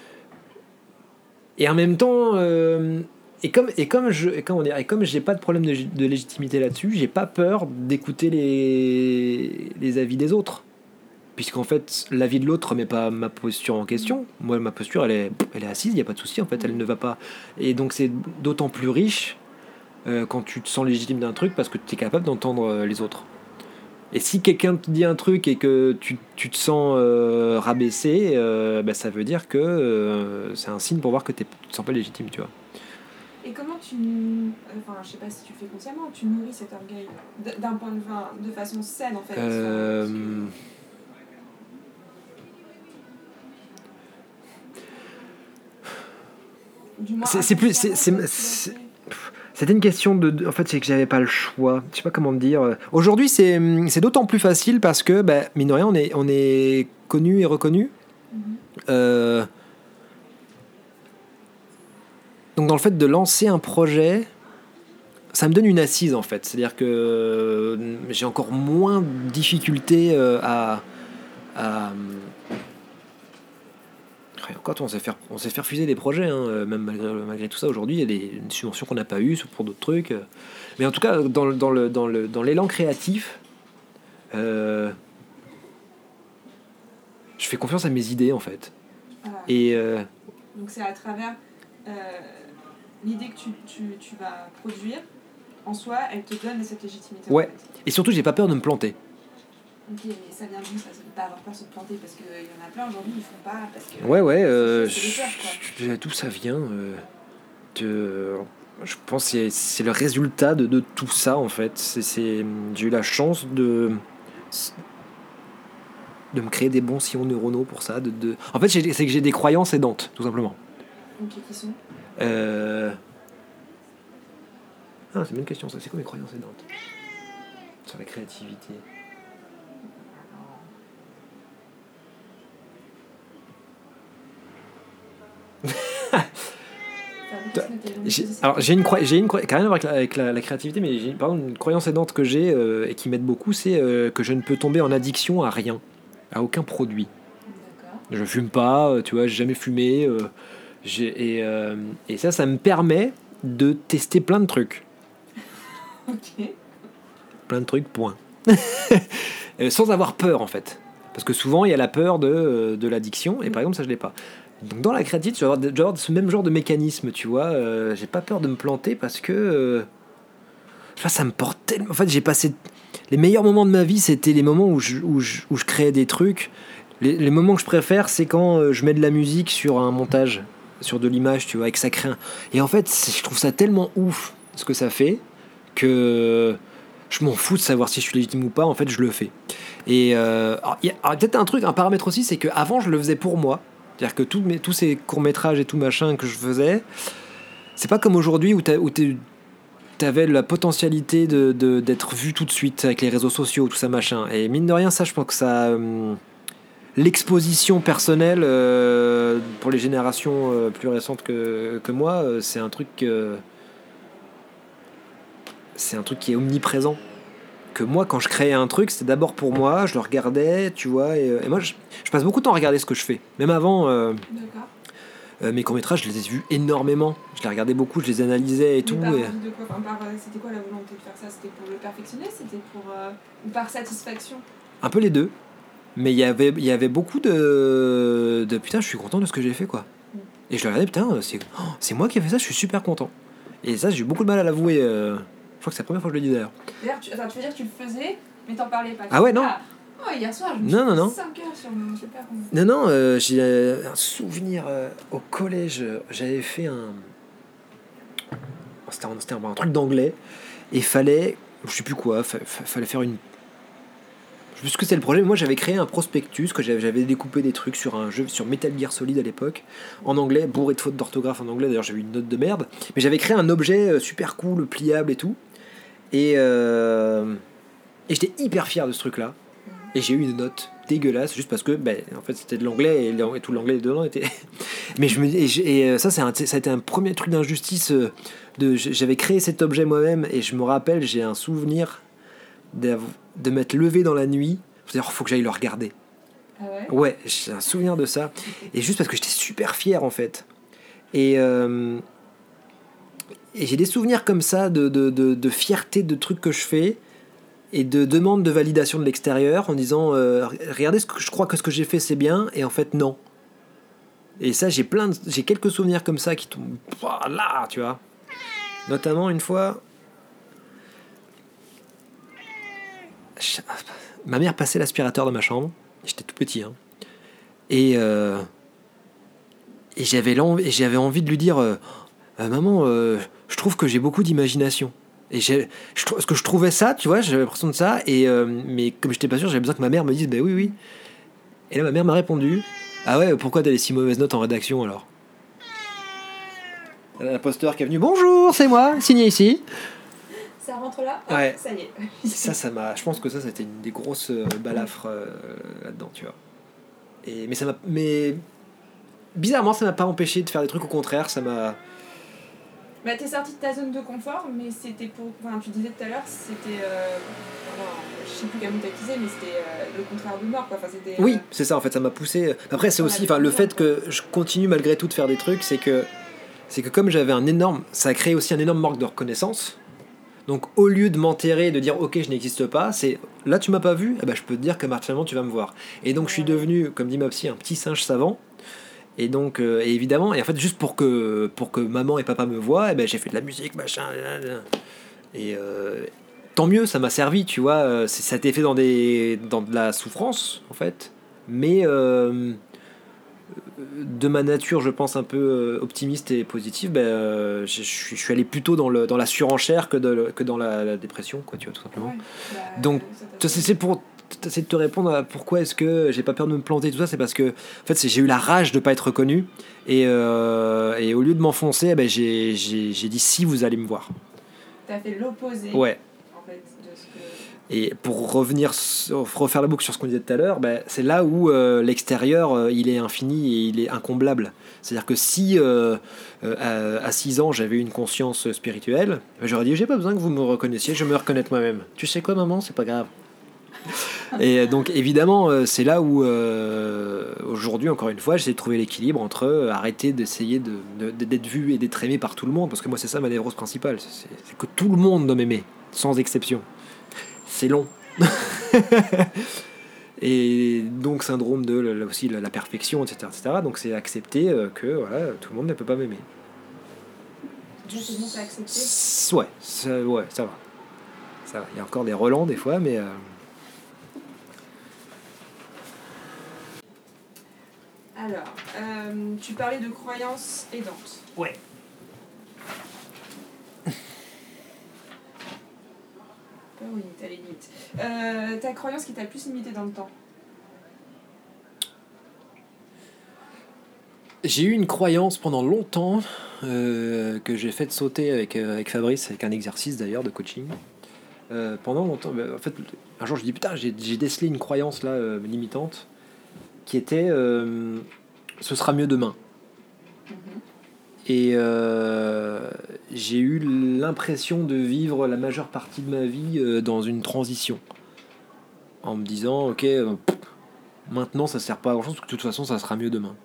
et en même temps, euh, et comme et comme je, et comment dire, et comme j'ai pas de problème de, de légitimité là-dessus, j'ai pas peur d'écouter les les avis des autres. Puisqu'en fait, l'avis de l'autre ne remet pas ma posture en question. Moi, ma posture, elle est, elle est assise, il n'y a pas de souci, en fait, elle ne va pas. Et donc, c'est d'autant plus riche euh, quand tu te sens légitime d'un truc parce que tu es capable d'entendre euh, les autres. Et si quelqu'un te dit un truc et que tu, tu te sens euh, rabaissé, euh, bah, ça veut dire que euh, c'est un signe pour voir que tu ne te sens pas légitime, tu vois. Et comment tu, enfin, je sais pas si tu fais consciemment, tu nourris cet orgueil d'un point de vue, de façon saine, en fait. Euh... C'est, c'est plus, c'est, c'est, c'est, c'était une question de, en fait, c'est que j'avais pas le choix. Je sais pas comment te dire. Aujourd'hui, c'est, c'est d'autant plus facile parce que, bah, mine de rien, on est, on est connu et reconnu. Mm-hmm. Euh, donc, dans le fait de lancer un projet, ça me donne une assise, en fait. C'est-à-dire que j'ai encore moins de difficultés à, à quand on sait faire, on sait faire fuser des projets, hein, même malgré, malgré tout ça. Aujourd'hui, il y a des subventions qu'on n'a pas eues pour d'autres trucs. Mais en tout cas, dans, le, dans, le, dans, le, dans l'élan créatif, euh, je fais confiance à mes idées, en fait. Et euh... donc c'est à travers euh, l'idée que tu, tu, tu vas produire, en soi, elle te donne cette légitimité. Ouais, en fait. Et surtout, j'ai pas peur de me planter. Ok, mais ça vient d'où ça? Ça veut pas avoir peur de se planter parce qu'il y en a plein aujourd'hui, ils font pas parce que. Ouais, ouais, euh, c'est, c'est peurs, je... d'où ça vient euh, de... Je pense que c'est, c'est le résultat de, de tout ça en fait. C'est, c'est... J'ai eu la chance de. de me créer des bons sillons neuronaux pour ça. De, de... En fait, j'ai, c'est que j'ai des croyances aidantes, tout simplement. Ok, qui sont euh... Ah, c'est une bonne question ça. C'est quoi mes croyances aidantes sur la créativité? J'ai, alors j'ai une croyance, j'ai une croyance, qui n'a rien à voir avec la, avec la, la créativité, mais j'ai par exemple une croyance aidante que j'ai euh, et qui m'aide beaucoup, c'est euh, que je ne peux tomber en addiction à rien, à aucun produit. D'accord. Je fume pas, euh, tu vois, j'ai jamais fumé, euh, j'ai, et, euh, et ça, ça me permet de tester plein de trucs. Ok. Plein de trucs, point. Sans avoir peur en fait, parce que souvent il y a la peur de, de l'addiction, et par exemple ça je l'ai pas. Donc dans la créativité, tu vas avoir, tu vas avoir ce même genre de mécanisme, tu vois. Euh, j'ai pas peur de me planter parce que euh, je sais pas, ça me porte tellement. En fait, j'ai passé les meilleurs moments de ma vie, c'était les moments où je, où je, où je créais des trucs. Les, les moments que je préfère, c'est quand euh, je mets de la musique sur un montage, sur de l'image, tu vois, et que ça crée un... Et en fait, je trouve ça tellement ouf ce que ça fait que je m'en fous de savoir si je suis légitime ou pas. En fait, je le fais. Et euh, il y a peut-être un truc, un paramètre aussi, c'est qu'avant, je le faisais pour moi. C'est-à-dire que tous, mes, tous ces courts-métrages et tout machin que je faisais, c'est pas comme aujourd'hui où, où t'avais la potentialité de, de, d'être vu tout de suite avec les réseaux sociaux, tout ça machin. Et mine de rien, ça, je pense que ça... Euh, l'exposition personnelle, euh, pour les générations euh, plus récentes que, que moi, euh, c'est un truc... Euh, c'est un truc qui est omniprésent. Que moi, quand je créais un truc, c'était d'abord pour moi, je le regardais, tu vois, et, et moi, je, je passe beaucoup de temps à regarder ce que je fais. Même avant, euh, euh, mes courts-métrages, je les ai vus énormément. Je les regardais beaucoup, je les analysais et mais tout. Par et... envie de quoi enfin, par, c'était quoi la volonté de faire ça? C'était pour le perfectionner? C'était pour... Euh, ou par satisfaction? Un peu les deux. Mais il y avait, il y avait beaucoup de, de... Putain, je suis content de ce que j'ai fait, quoi. Mm. Et je le regardais, putain, c'est, oh, c'est moi qui ai fait ça, je suis super content. Et ça, j'ai eu beaucoup de mal à l'avouer. Euh... Je crois que c'est la première fois que je le dis d'ailleurs. D'ailleurs, tu, enfin, tu veux dire que tu le faisais, mais t'en parlais pas. Ah ouais, non. Ah, oh, hier soir, je me non, suis non, fait cinq heures sur le... Je sais pas comment. Non, non, euh, j'ai euh, un souvenir euh, au collège. J'avais fait un... C'était un, c'était un, un truc d'anglais. Et fallait... Je sais plus quoi. Fa, fa, fallait faire une... Je sais plus ce que c'était le projet, mais moi j'avais créé un prospectus, que j'avais, j'avais découpé des trucs sur un jeu, sur Metal Gear Solid à l'époque, en anglais, bourré de fautes d'orthographe en anglais, d'ailleurs j'avais une note de merde, mais j'avais créé un objet super cool, pliable et tout, et, euh, et j'étais hyper fier de ce truc-là, et j'ai eu une note dégueulasse, juste parce que, ben, en fait c'était de l'anglais, et, et tout l'anglais dedans était... mais je me et, et ça, c'est un, ça a été un premier truc d'injustice, de, j'avais créé cet objet moi-même, et je me rappelle, j'ai un souvenir... De, de m'être levé dans la nuit, c'est-à-dire faut que j'aille le regarder. Ah ouais, ouais, j'ai un souvenir de ça, et juste parce que j'étais super fier en fait, et, euh, et j'ai des souvenirs comme ça de, de, de, de fierté de trucs que je fais et de demande de validation de l'extérieur en disant euh, regardez ce que je crois que ce que j'ai fait c'est bien, et en fait non. Et ça, j'ai plein de, j'ai quelques souvenirs comme ça qui tombent là, tu vois, notamment une fois. Ma mère passait l'aspirateur dans ma chambre, j'étais tout petit, hein, et, euh, et, j'avais et j'avais envie de lui dire euh, maman, euh, je trouve que j'ai beaucoup d'imagination. Et j'ai, je, parce que je trouvais ça, tu vois, j'avais l'impression de ça, et, euh, mais comme j'étais pas sûr, j'avais besoin que ma mère me dise ben oui, oui. Et là, ma mère m'a répondu ah ouais, pourquoi t'as les si mauvaises notes en rédaction alors? L'imposteur qui est venu bonjour, c'est moi, signé ici. Ça rentre là, hop, ouais. Ça y est. ça, ça m'a. Je pense que ça, c'était une des grosses euh, balafres euh, là-dedans, tu vois. Et mais ça m'a. Mais bizarrement, ça m'a pas empêché de faire des trucs. Au contraire, ça m'a. Bah, t'es sorti de ta zone de confort, mais c'était pour. Enfin, tu disais tout à l'heure, c'était. Euh... Enfin, je sais plus quel mot t'as utilisé, mais c'était euh, le contraire de mort, quoi. Enfin, c'était. Euh... Oui, c'est ça. En fait, ça m'a poussé. Après, c'est aussi. Enfin, le fait que je continue malgré tout de faire des trucs, c'est que c'est que comme j'avais un énorme, ça a créé aussi un énorme manque de reconnaissance. Donc au lieu de m'enterrer et de dire ok je n'existe pas, c'est là tu m'as pas vu, eh ben, je peux te dire que martialement tu vas me voir. Et donc je suis devenu, comme dit ma psy, un petit singe savant. Et donc, euh, et évidemment, et en fait, juste pour que, pour que maman et papa me voient, eh ben, j'ai fait de la musique, machin. Et euh, tant mieux, ça m'a servi, tu vois. euh, c'est- Ça a été fait dans, des, dans de la souffrance, en fait. Mais euh, de ma nature, je pense, un peu euh, optimiste et positive, ben, euh, je, je suis je suis allé plutôt dans, le, dans la surenchère que, de, que dans la, la dépression, quoi, tu vois, tout simplement. Ouais, bah, Donc, ça t'a c'est fait- c'est pour essayer de te répondre à pourquoi est-ce que j'ai pas peur de me planter, tout ça, c'est parce que en fait, c'est- j'ai eu la rage de pas être reconnu. Et, euh, et au lieu de m'enfoncer, eh ben, j'ai, j'ai, j'ai dit si vous allez me voir. T'as fait l'opposé, Ouais. en fait, de ce que... Et pour revenir, sur- refaire la boucle sur ce qu'on disait tout à l'heure, ben, c'est là où euh, l'extérieur, euh, il est infini et il est incomblable. C'est-à-dire que si euh, euh, à, à six ans j'avais une conscience spirituelle, ben, j'aurais dit j'ai pas besoin que vous me reconnaissiez, je me reconnais moi-même. Tu sais quoi maman, c'est pas grave. Et donc évidemment, euh, c'est là où euh, aujourd'hui, encore une fois, j'essaie de trouver l'équilibre entre euh, arrêter d'essayer de, de- d'être vu et d'être aimé par tout le monde, parce que moi c'est ça ma névrose principale, c'est, c'est que tout le monde doit m'aimer, sans exception. C'est long. Et donc syndrome de là aussi la, la perfection, et cetera, et cetera. Donc c'est accepter euh, que voilà, tout le monde ne peut pas m'aimer. Déjà, c'est bon, t'as accepté. S- Ouais, ça, ouais, ça va. Ça va. Il y a encore des relents des fois, mais euh, Alors, euh, tu parlais de croyances aidantes. ouais. Peur ou limite, allez, limite. Euh, ta croyance qui t'a le plus limité dans le temps. J'ai eu une croyance pendant longtemps euh, que j'ai fait sauter avec, euh, avec Fabrice, avec un exercice d'ailleurs de coaching. Euh, pendant longtemps, bah, en fait, un jour je dis putain, j'ai, j'ai décelé une croyance là euh, limitante qui était euh, ce sera mieux demain. Et euh, j'ai eu l'impression de vivre la majeure partie de ma vie euh, dans une transition. En me disant, ok, euh, pff, maintenant ça sert pas à grand chose, parce que de toute façon ça sera mieux demain.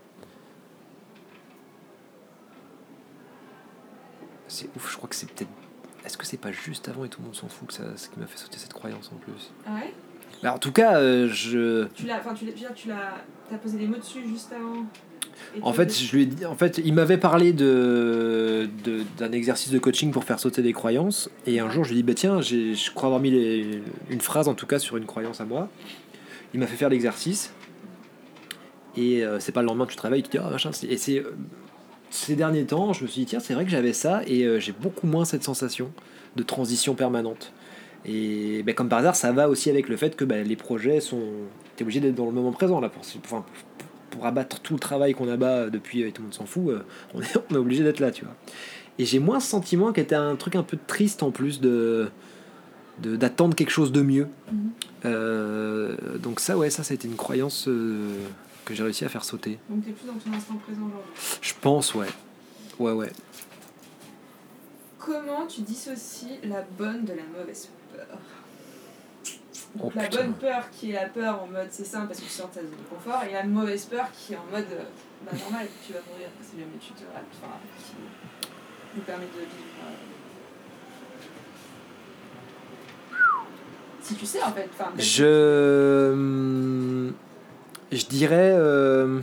C'est ouf, je crois que c'est peut-être. Est-ce que c'est pas juste avant et tout le monde s'en fout que ça, ce qui m'a fait sauter cette croyance en plus. Ah ouais. Bah, en tout cas, euh, je. Tu l'as, enfin, tu l'as, je veux dire, tu l'as, t'as posé des mots dessus juste avant. Et En tu- fait, je lui ai dit, en fait, il m'avait parlé de, de- d'un exercice de coaching pour faire sauter des croyances. Et un jour, je lui ai dit, bah tiens, j'ai, je crois avoir mis les- une phrase en tout cas sur une croyance à moi. Il m'a fait faire l'exercice. Et euh, c'est pas le lendemain que tu travailles, tu te dis, ah machin. c'est- Et c'est, euh, ces derniers temps, je me suis dit, tiens, c'est vrai que j'avais ça. Et euh, j'ai beaucoup moins cette sensation de transition permanente. Et ben, comme par hasard, ça va aussi avec le fait que ben, les projets sont. T'es obligé d'être dans le moment présent là pour, enfin, pour abattre tout le travail qu'on abat depuis et tout le monde s'en fout. euh, on, est, on est obligé d'être là, tu vois. Et j'ai moins ce sentiment qui était un truc un peu triste en plus de, de d'attendre quelque chose de mieux. Mhm. Euh, donc ça, ouais, ça, c'était une croyance euh, que j'ai réussi à faire sauter. Donc t'es plus dans ton instant présent aujourd'hui. Je pense, ouais, ouais, ouais. Comment tu dissocies la bonne de la mauvaise peur? Donc Oh, la putain. bonne peur qui est la peur en mode c'est simple parce que tu sors de ta zone de confort, et la mauvaise peur qui est en mode euh, bah normal, tu vas mourir, c'est jamais tu te rates, enfin, qui nous permet de vivre. euh, Si tu sais en fait, enfin. peut-être Je. hum, Je dirais. euh,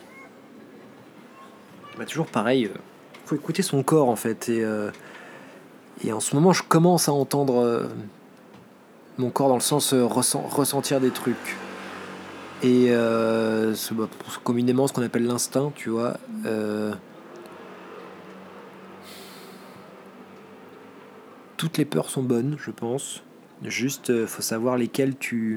Bah, toujours pareil. euh, faut écouter son corps en fait. Et, euh, et en ce moment, je commence à entendre euh, mon corps dans le sens euh, ressent- ressentir des trucs. Et euh, c'est bah, communément ce qu'on appelle l'instinct, tu vois. Euh, toutes les peurs sont bonnes, je pense. Juste, euh, faut savoir lesquelles tu.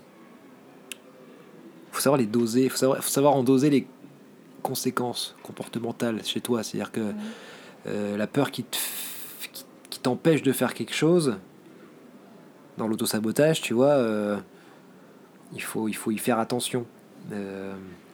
Faut savoir les doser. Faut savoir, faut savoir en doser les conséquences comportementales chez toi. C'est-à-dire que Ouais. euh, la peur qui, te f- qui, qui t'empêche de faire quelque chose, dans l'autosabotage, tu vois, euh, il, faut, il faut y faire attention. Euh,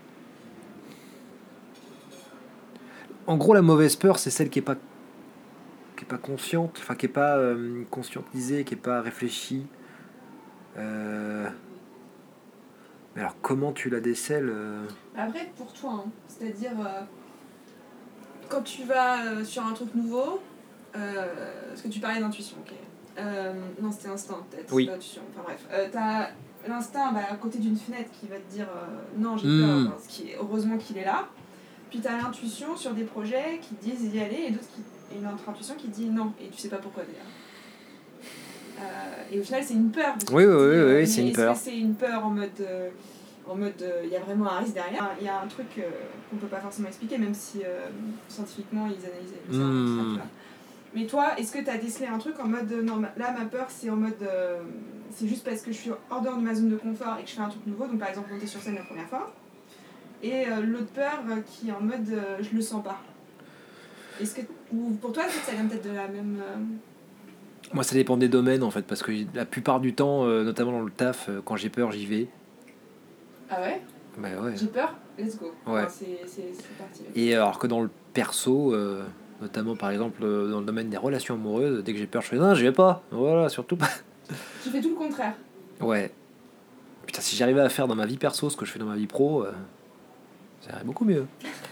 En gros, la mauvaise peur, c'est celle qui est pas, qui est pas consciente, enfin qui est pas euh, conscientisée, qui est pas réfléchie. Euh, Mais alors, comment tu la décèles euh Après, pour toi, hein, c'est-à-dire euh, quand tu vas euh, sur un truc nouveau, euh, parce que tu parlais d'intuition, ok. Euh, non, c'était instinct peut-être, Oui. intuition, enfin bref. Euh, t'as l'instinct bah, à côté d'une fenêtre qui va te dire euh, non, j'ai Mm. peur, enfin, ce qui est, heureusement qu'il est là. Puis Puis t'as l'intuition sur des projets qui disent d'y aller et d'autres qui... et une autre intuition qui dit non, et tu sais pas pourquoi d'ailleurs. Euh, et au final, c'est une peur. Oui, oui, oui, oui, euh, oui c'est une peur. Est-ce que c'est une peur en mode. Euh, en mode. Il euh, y a vraiment un risque derrière. Il y a un truc euh, qu'on peut pas forcément expliquer, même si euh, scientifiquement ils analysent le cerveau, mmh. tout ça, tu vois. Mais toi, est-ce que tu as décelé un truc en mode. Euh, non, là, ma peur, c'est en mode. Euh, c'est juste parce que je suis hors dehors de ma zone de confort et que je fais un truc nouveau. Donc, par exemple, monter sur scène la première fois. Et euh, l'autre peur euh, qui est en mode. Euh, je le sens pas. Est-ce que. Ou pour toi, ça vient peut-être de la même. Euh, Moi, ça dépend des domaines, en fait, parce que la plupart du temps, euh, notamment dans le taf, euh, quand j'ai peur, j'y vais. Ah ouais? Bah ouais. J'ai peur, let's go. Ouais. Enfin, c'est, c'est, c'est parti. Et alors que dans le perso, euh, notamment par exemple euh, dans le domaine des relations amoureuses, dès que j'ai peur, je fais non, j'y vais pas. Voilà, surtout pas. Tu fais tout le contraire. Ouais. Putain, si j'arrivais à faire dans ma vie perso ce que je fais dans ma vie pro, euh, ça irait beaucoup mieux.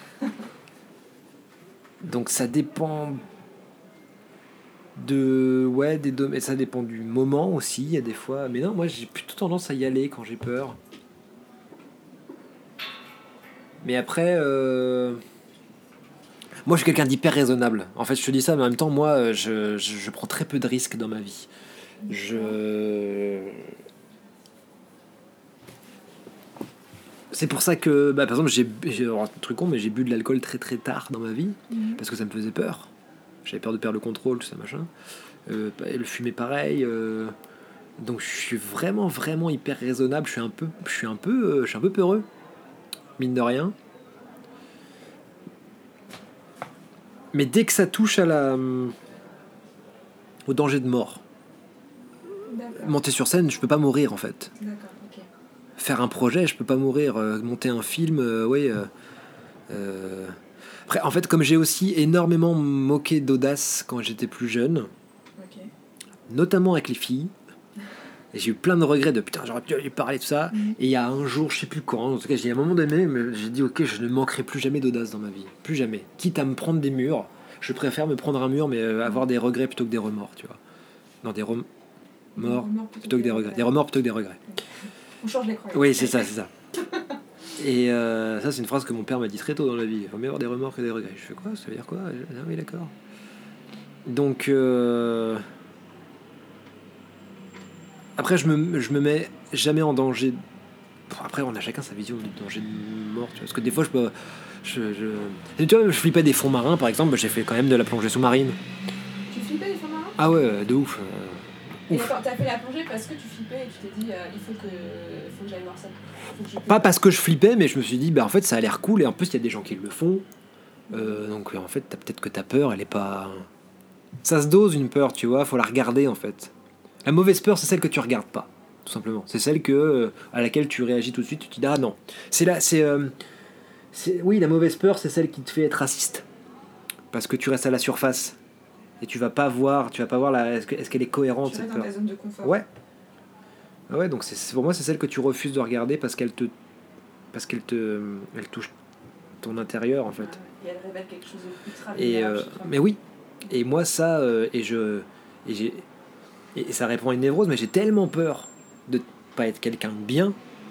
Donc ça dépend de ouais des domaines, ça dépend du moment aussi. Il y a des fois, mais non, moi j'ai plutôt tendance à y aller quand j'ai peur. Mais après, euh... moi je suis quelqu'un d'hyper raisonnable. En fait, je te dis ça, mais en même temps, moi, je, je, je prends très peu de risques dans ma vie. Je... C'est pour ça que, bah, par exemple, j'ai, j'ai un truc con, mais j'ai bu de l'alcool très très tard dans ma vie, mmh. parce que ça me faisait peur. J'avais peur de perdre le contrôle, tout ça, machin. Euh, et le fumer pareil. Euh... Donc je suis vraiment, vraiment hyper raisonnable. Je suis un peu, je suis un peu, euh, je suis un peu peureux, mine de rien. Mais dès que ça touche à la, au danger de mort, D'accord. monter sur scène, je peux pas mourir en fait. D'accord, ok. Faire un projet, je peux pas mourir. Euh, monter un film, euh, oui. Euh, euh... Après, en fait, comme j'ai aussi énormément moqué d'audace quand j'étais plus jeune, okay. notamment avec les filles, et j'ai eu plein de regrets de putain, j'aurais pu lui parler de ça. Mm-hmm. Et il y a un jour, je sais plus quand, en tout cas, j'ai à un moment donné, mais j'ai dit ok, je ne manquerai plus jamais d'audace dans ma vie, plus jamais. Quitte à me prendre des murs, je préfère me prendre un mur, mais euh, avoir des regrets plutôt que des remords, tu vois. Non, des remords plutôt, plutôt que des regrets. regrets. Des remords plutôt que des regrets. On change les croyances. Oui, c'est ça, c'est ça. Et euh, ça, c'est une phrase que mon père m'a dit très tôt dans la vie. Il faut mieux avoir des remords que des regrets. Je fais quoi? Ça veut dire quoi? Ah oui, d'accord. Donc, euh... après, je me, je me mets jamais en danger. Après, on a chacun sa vision du danger de mort. Tu vois. Parce que des fois, je peux. Je, je... Tu vois, je flippais des fonds marins, par exemple. J'ai fait quand même de la plongée sous-marine. Tu flippais des fonds marins? Ah ouais, de ouf. Et d'accord, t'as fait la plongée parce que tu flippais et tu t'es dit euh, il faut que, faut que j'aille voir ça. Que pas parce que je flippais, mais je me suis dit bah en fait ça a l'air cool et en plus il y a des gens qui le font. Euh, donc en fait t'as, peut-être que ta peur elle est pas. Ça se dose une peur, tu vois, faut la regarder en fait. La mauvaise peur c'est celle que tu regardes pas, tout simplement. C'est celle que euh, à laquelle tu réagis tout de suite, tu te dis ah non. C'est là, c'est, euh, c'est oui la mauvaise peur c'est celle qui te fait être raciste parce que tu restes à la surface. Et tu vas pas voir, tu vas pas voir la, est-ce, que, est-ce qu'elle est cohérente tu cette dans peur. Ta zone de confort. Ouais. Ouais, donc c'est, pour moi c'est celle que tu refuses de regarder parce qu'elle te, parce qu'elle te, elle touche ton intérieur en fait. Et elle révèle quelque chose de ultra et euh, mais oui. Et moi ça euh, et je, et j'ai, et ça répond à une névrose, mais j'ai tellement peur de pas être quelqu'un de bien.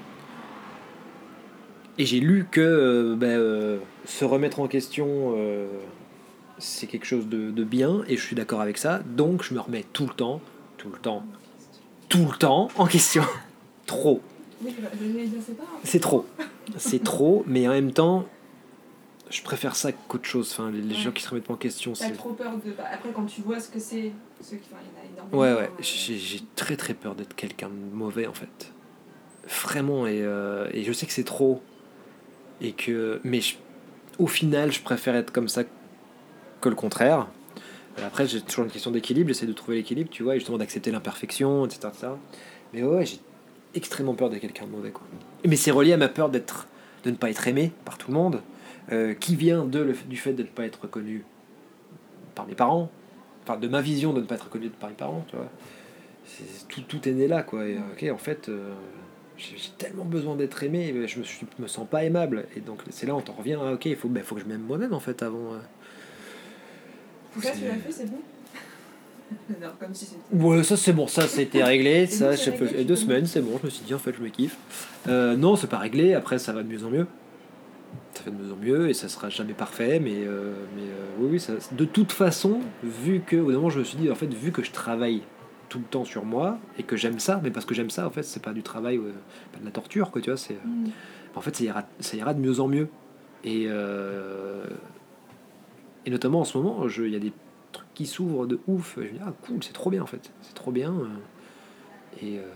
Et j'ai lu que euh, ben, euh, se remettre en question. Euh, c'est quelque chose de, de bien et je suis d'accord avec ça, donc je me remets tout le temps tout le temps tout le temps en question. Trop. Oui, c'est, pas c'est trop c'est trop mais en même temps je préfère ça qu'autre chose. Enfin, les, les ouais. gens qui se remettent pas en question, t'as c'est... trop peur de... Après quand tu vois ce que c'est, ceux qui... enfin, il y en a énormément. Ouais ouais, j'ai, j'ai très très peur d'être quelqu'un de mauvais en fait, vraiment. Et, euh, et je sais que c'est trop et que mais je, au final je préfère être comme ça que le contraire. Après, j'ai toujours une question d'équilibre, j'essaie de trouver l'équilibre, tu vois, et justement d'accepter l'imperfection, et cetera, et cetera. Mais ouais, j'ai extrêmement peur d'être quelqu'un de mauvais, quoi. Mais c'est relié à ma peur d'être, de ne pas être aimé par tout le monde, euh, qui vient de le, du fait de ne pas être reconnu par mes parents, enfin de ma vision de ne pas être reconnu par mes parents, tu vois. C'est, tout, tout est né là, quoi. Et ok, en fait, euh, j'ai, j'ai tellement besoin d'être aimé, je me, suis, me sens pas aimable. Et donc c'est là on t'en revient, ah, ok, il faut, ben, faut que je m'aime moi-même, en fait, avant... Euh, ça, tu l'as fait, c'est bon. Non, comme si c'était... Ouais, ça c'est bon, ça c'était réglé. ça, bon, j'ai réglé, fait deux semaines, c'est bon, je me suis dit en fait je me kiffe. Euh, non, c'est pas réglé, après ça va de mieux en mieux. Ça ça fait de mieux en mieux et ça sera jamais parfait, mais, euh, mais euh, oui, oui ça, de toute façon, vu que, au bout d'un moment, je me suis dit, en fait, vu que je travaille tout le temps sur moi et que j'aime ça, mais parce que j'aime ça, en fait, c'est pas du travail, euh, pas de la torture, quoi, tu vois, c'est, Mm. en fait, ça ira, ça ira de mieux en mieux. Et, euh, et notamment en ce moment, il y a des trucs qui s'ouvrent de ouf. Je me dis, ah cool, c'est trop bien en fait, c'est trop bien. Et, euh,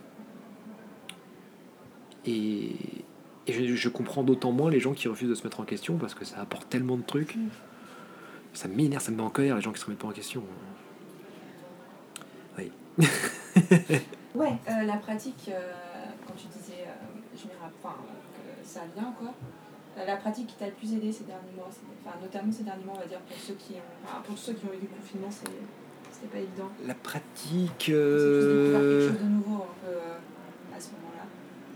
et, et je, je comprends d'autant moins les gens qui refusent de se mettre en question parce que ça apporte tellement de trucs. Mm. Ça m'énerve, ça me met en colère les gens qui se remettent pas en question. Oui. Ouais, euh, la pratique, euh, quand tu disais, euh, je m'y rappelle, enfin, que ça vient quoi. La pratique qui t'a le plus aidé ces derniers mois, enfin, notamment ces derniers mois, on va dire, pour ceux qui ont, enfin, pour tous ceux qui ont vécu le confinement, c'est, c'était pas évident. La pratique. Euh... C'est tous découvert Euh... quelque chose de nouveau un peu euh, à ce moment-là.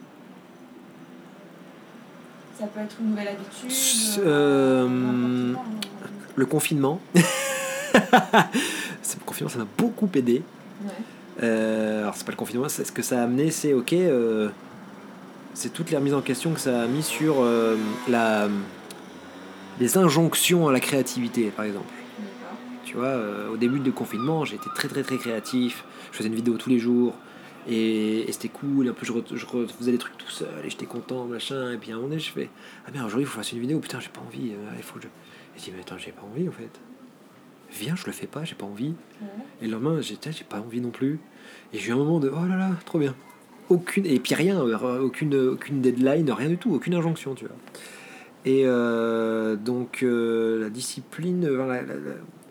Ça peut être une nouvelle habitude. Euh... Euh... Le confinement. Le confinement, ça m'a beaucoup aidé. Ouais. Euh, alors, c'est pas le confinement, c'est ce que ça a amené, c'est ok. Euh... C'est toutes les remises en question que ça a mis sur euh, la, les injonctions à la créativité, par exemple. D'accord. Tu vois, euh, au début du confinement, j'ai été très très très créatif. Je faisais une vidéo tous les jours et, et c'était cool. Et en plus, je, re, je refaisais des trucs tout seul et j'étais content, machin. Et puis à un moment donné, je fais ah merde, aujourd'hui, il faut faire une vidéo. Putain, j'ai pas envie. Euh, il faut que je... Et je dis mais attends, j'ai pas envie en fait. Viens, je le fais pas, j'ai pas envie. Ouais. Et le lendemain, j'étais, j'ai pas envie non plus. Et j'ai eu un moment de oh là là, trop bien. Aucune, et puis rien, aucune, aucune deadline, rien du tout, aucune injonction, tu vois. Et euh, donc euh, la discipline, la, la, la,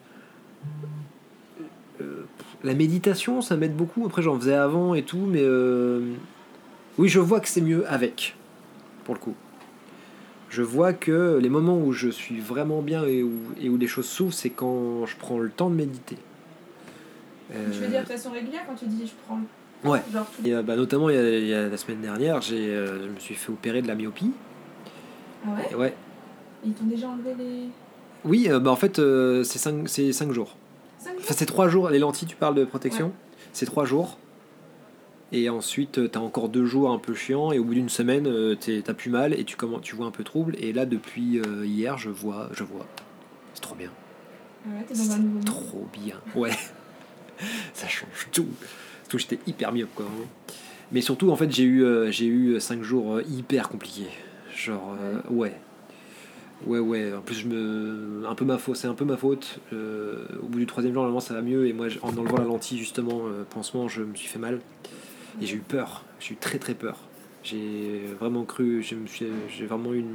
euh, la méditation, ça m'aide beaucoup. Après, j'en faisais avant et tout, mais euh, oui, je vois que c'est mieux avec, pour le coup. Je vois que les moments où je suis vraiment bien et où, et où les choses s'ouvrent, c'est quand je prends le temps de méditer. Euh, tu veux dire de façon régulière quand tu dis je prends le Ouais. Genre, et, euh, bah, notamment il y, a, il y a la semaine dernière, j'ai, euh, je me suis fait opérer de la myopie. Ah ouais. Et ouais. Et ils t'ont déjà enlevé les. Oui, euh, bah en fait euh, c'est cinq c'est cinq jours. cinq jours. Enfin c'est trois jours. Les lentilles, tu parles de protection. Ouais. C'est trois jours. Et ensuite t'as encore deux jours un peu chiants et au bout d'une semaine euh, t'as plus mal et tu commences, tu vois un peu trouble. Et là depuis euh, hier je vois, je vois. C'est trop bien. Ouais, t'es dans un nouveau monde. Trop bien. Ouais. Ça change tout. Surtout j'étais hyper myope quoi. Mais surtout en fait j'ai eu euh, j'ai eu cinq jours euh, hyper compliqués. Genre euh, ouais. Ouais ouais. En plus je me un peu ma faute, c'est un peu ma faute. Euh, au bout du troisième jour normalement ça va mieux et moi en enlevant la lentille justement euh, pansement je me suis fait mal et j'ai eu peur. J'ai eu très très peur. J'ai vraiment cru. Je me suis j'ai vraiment eu une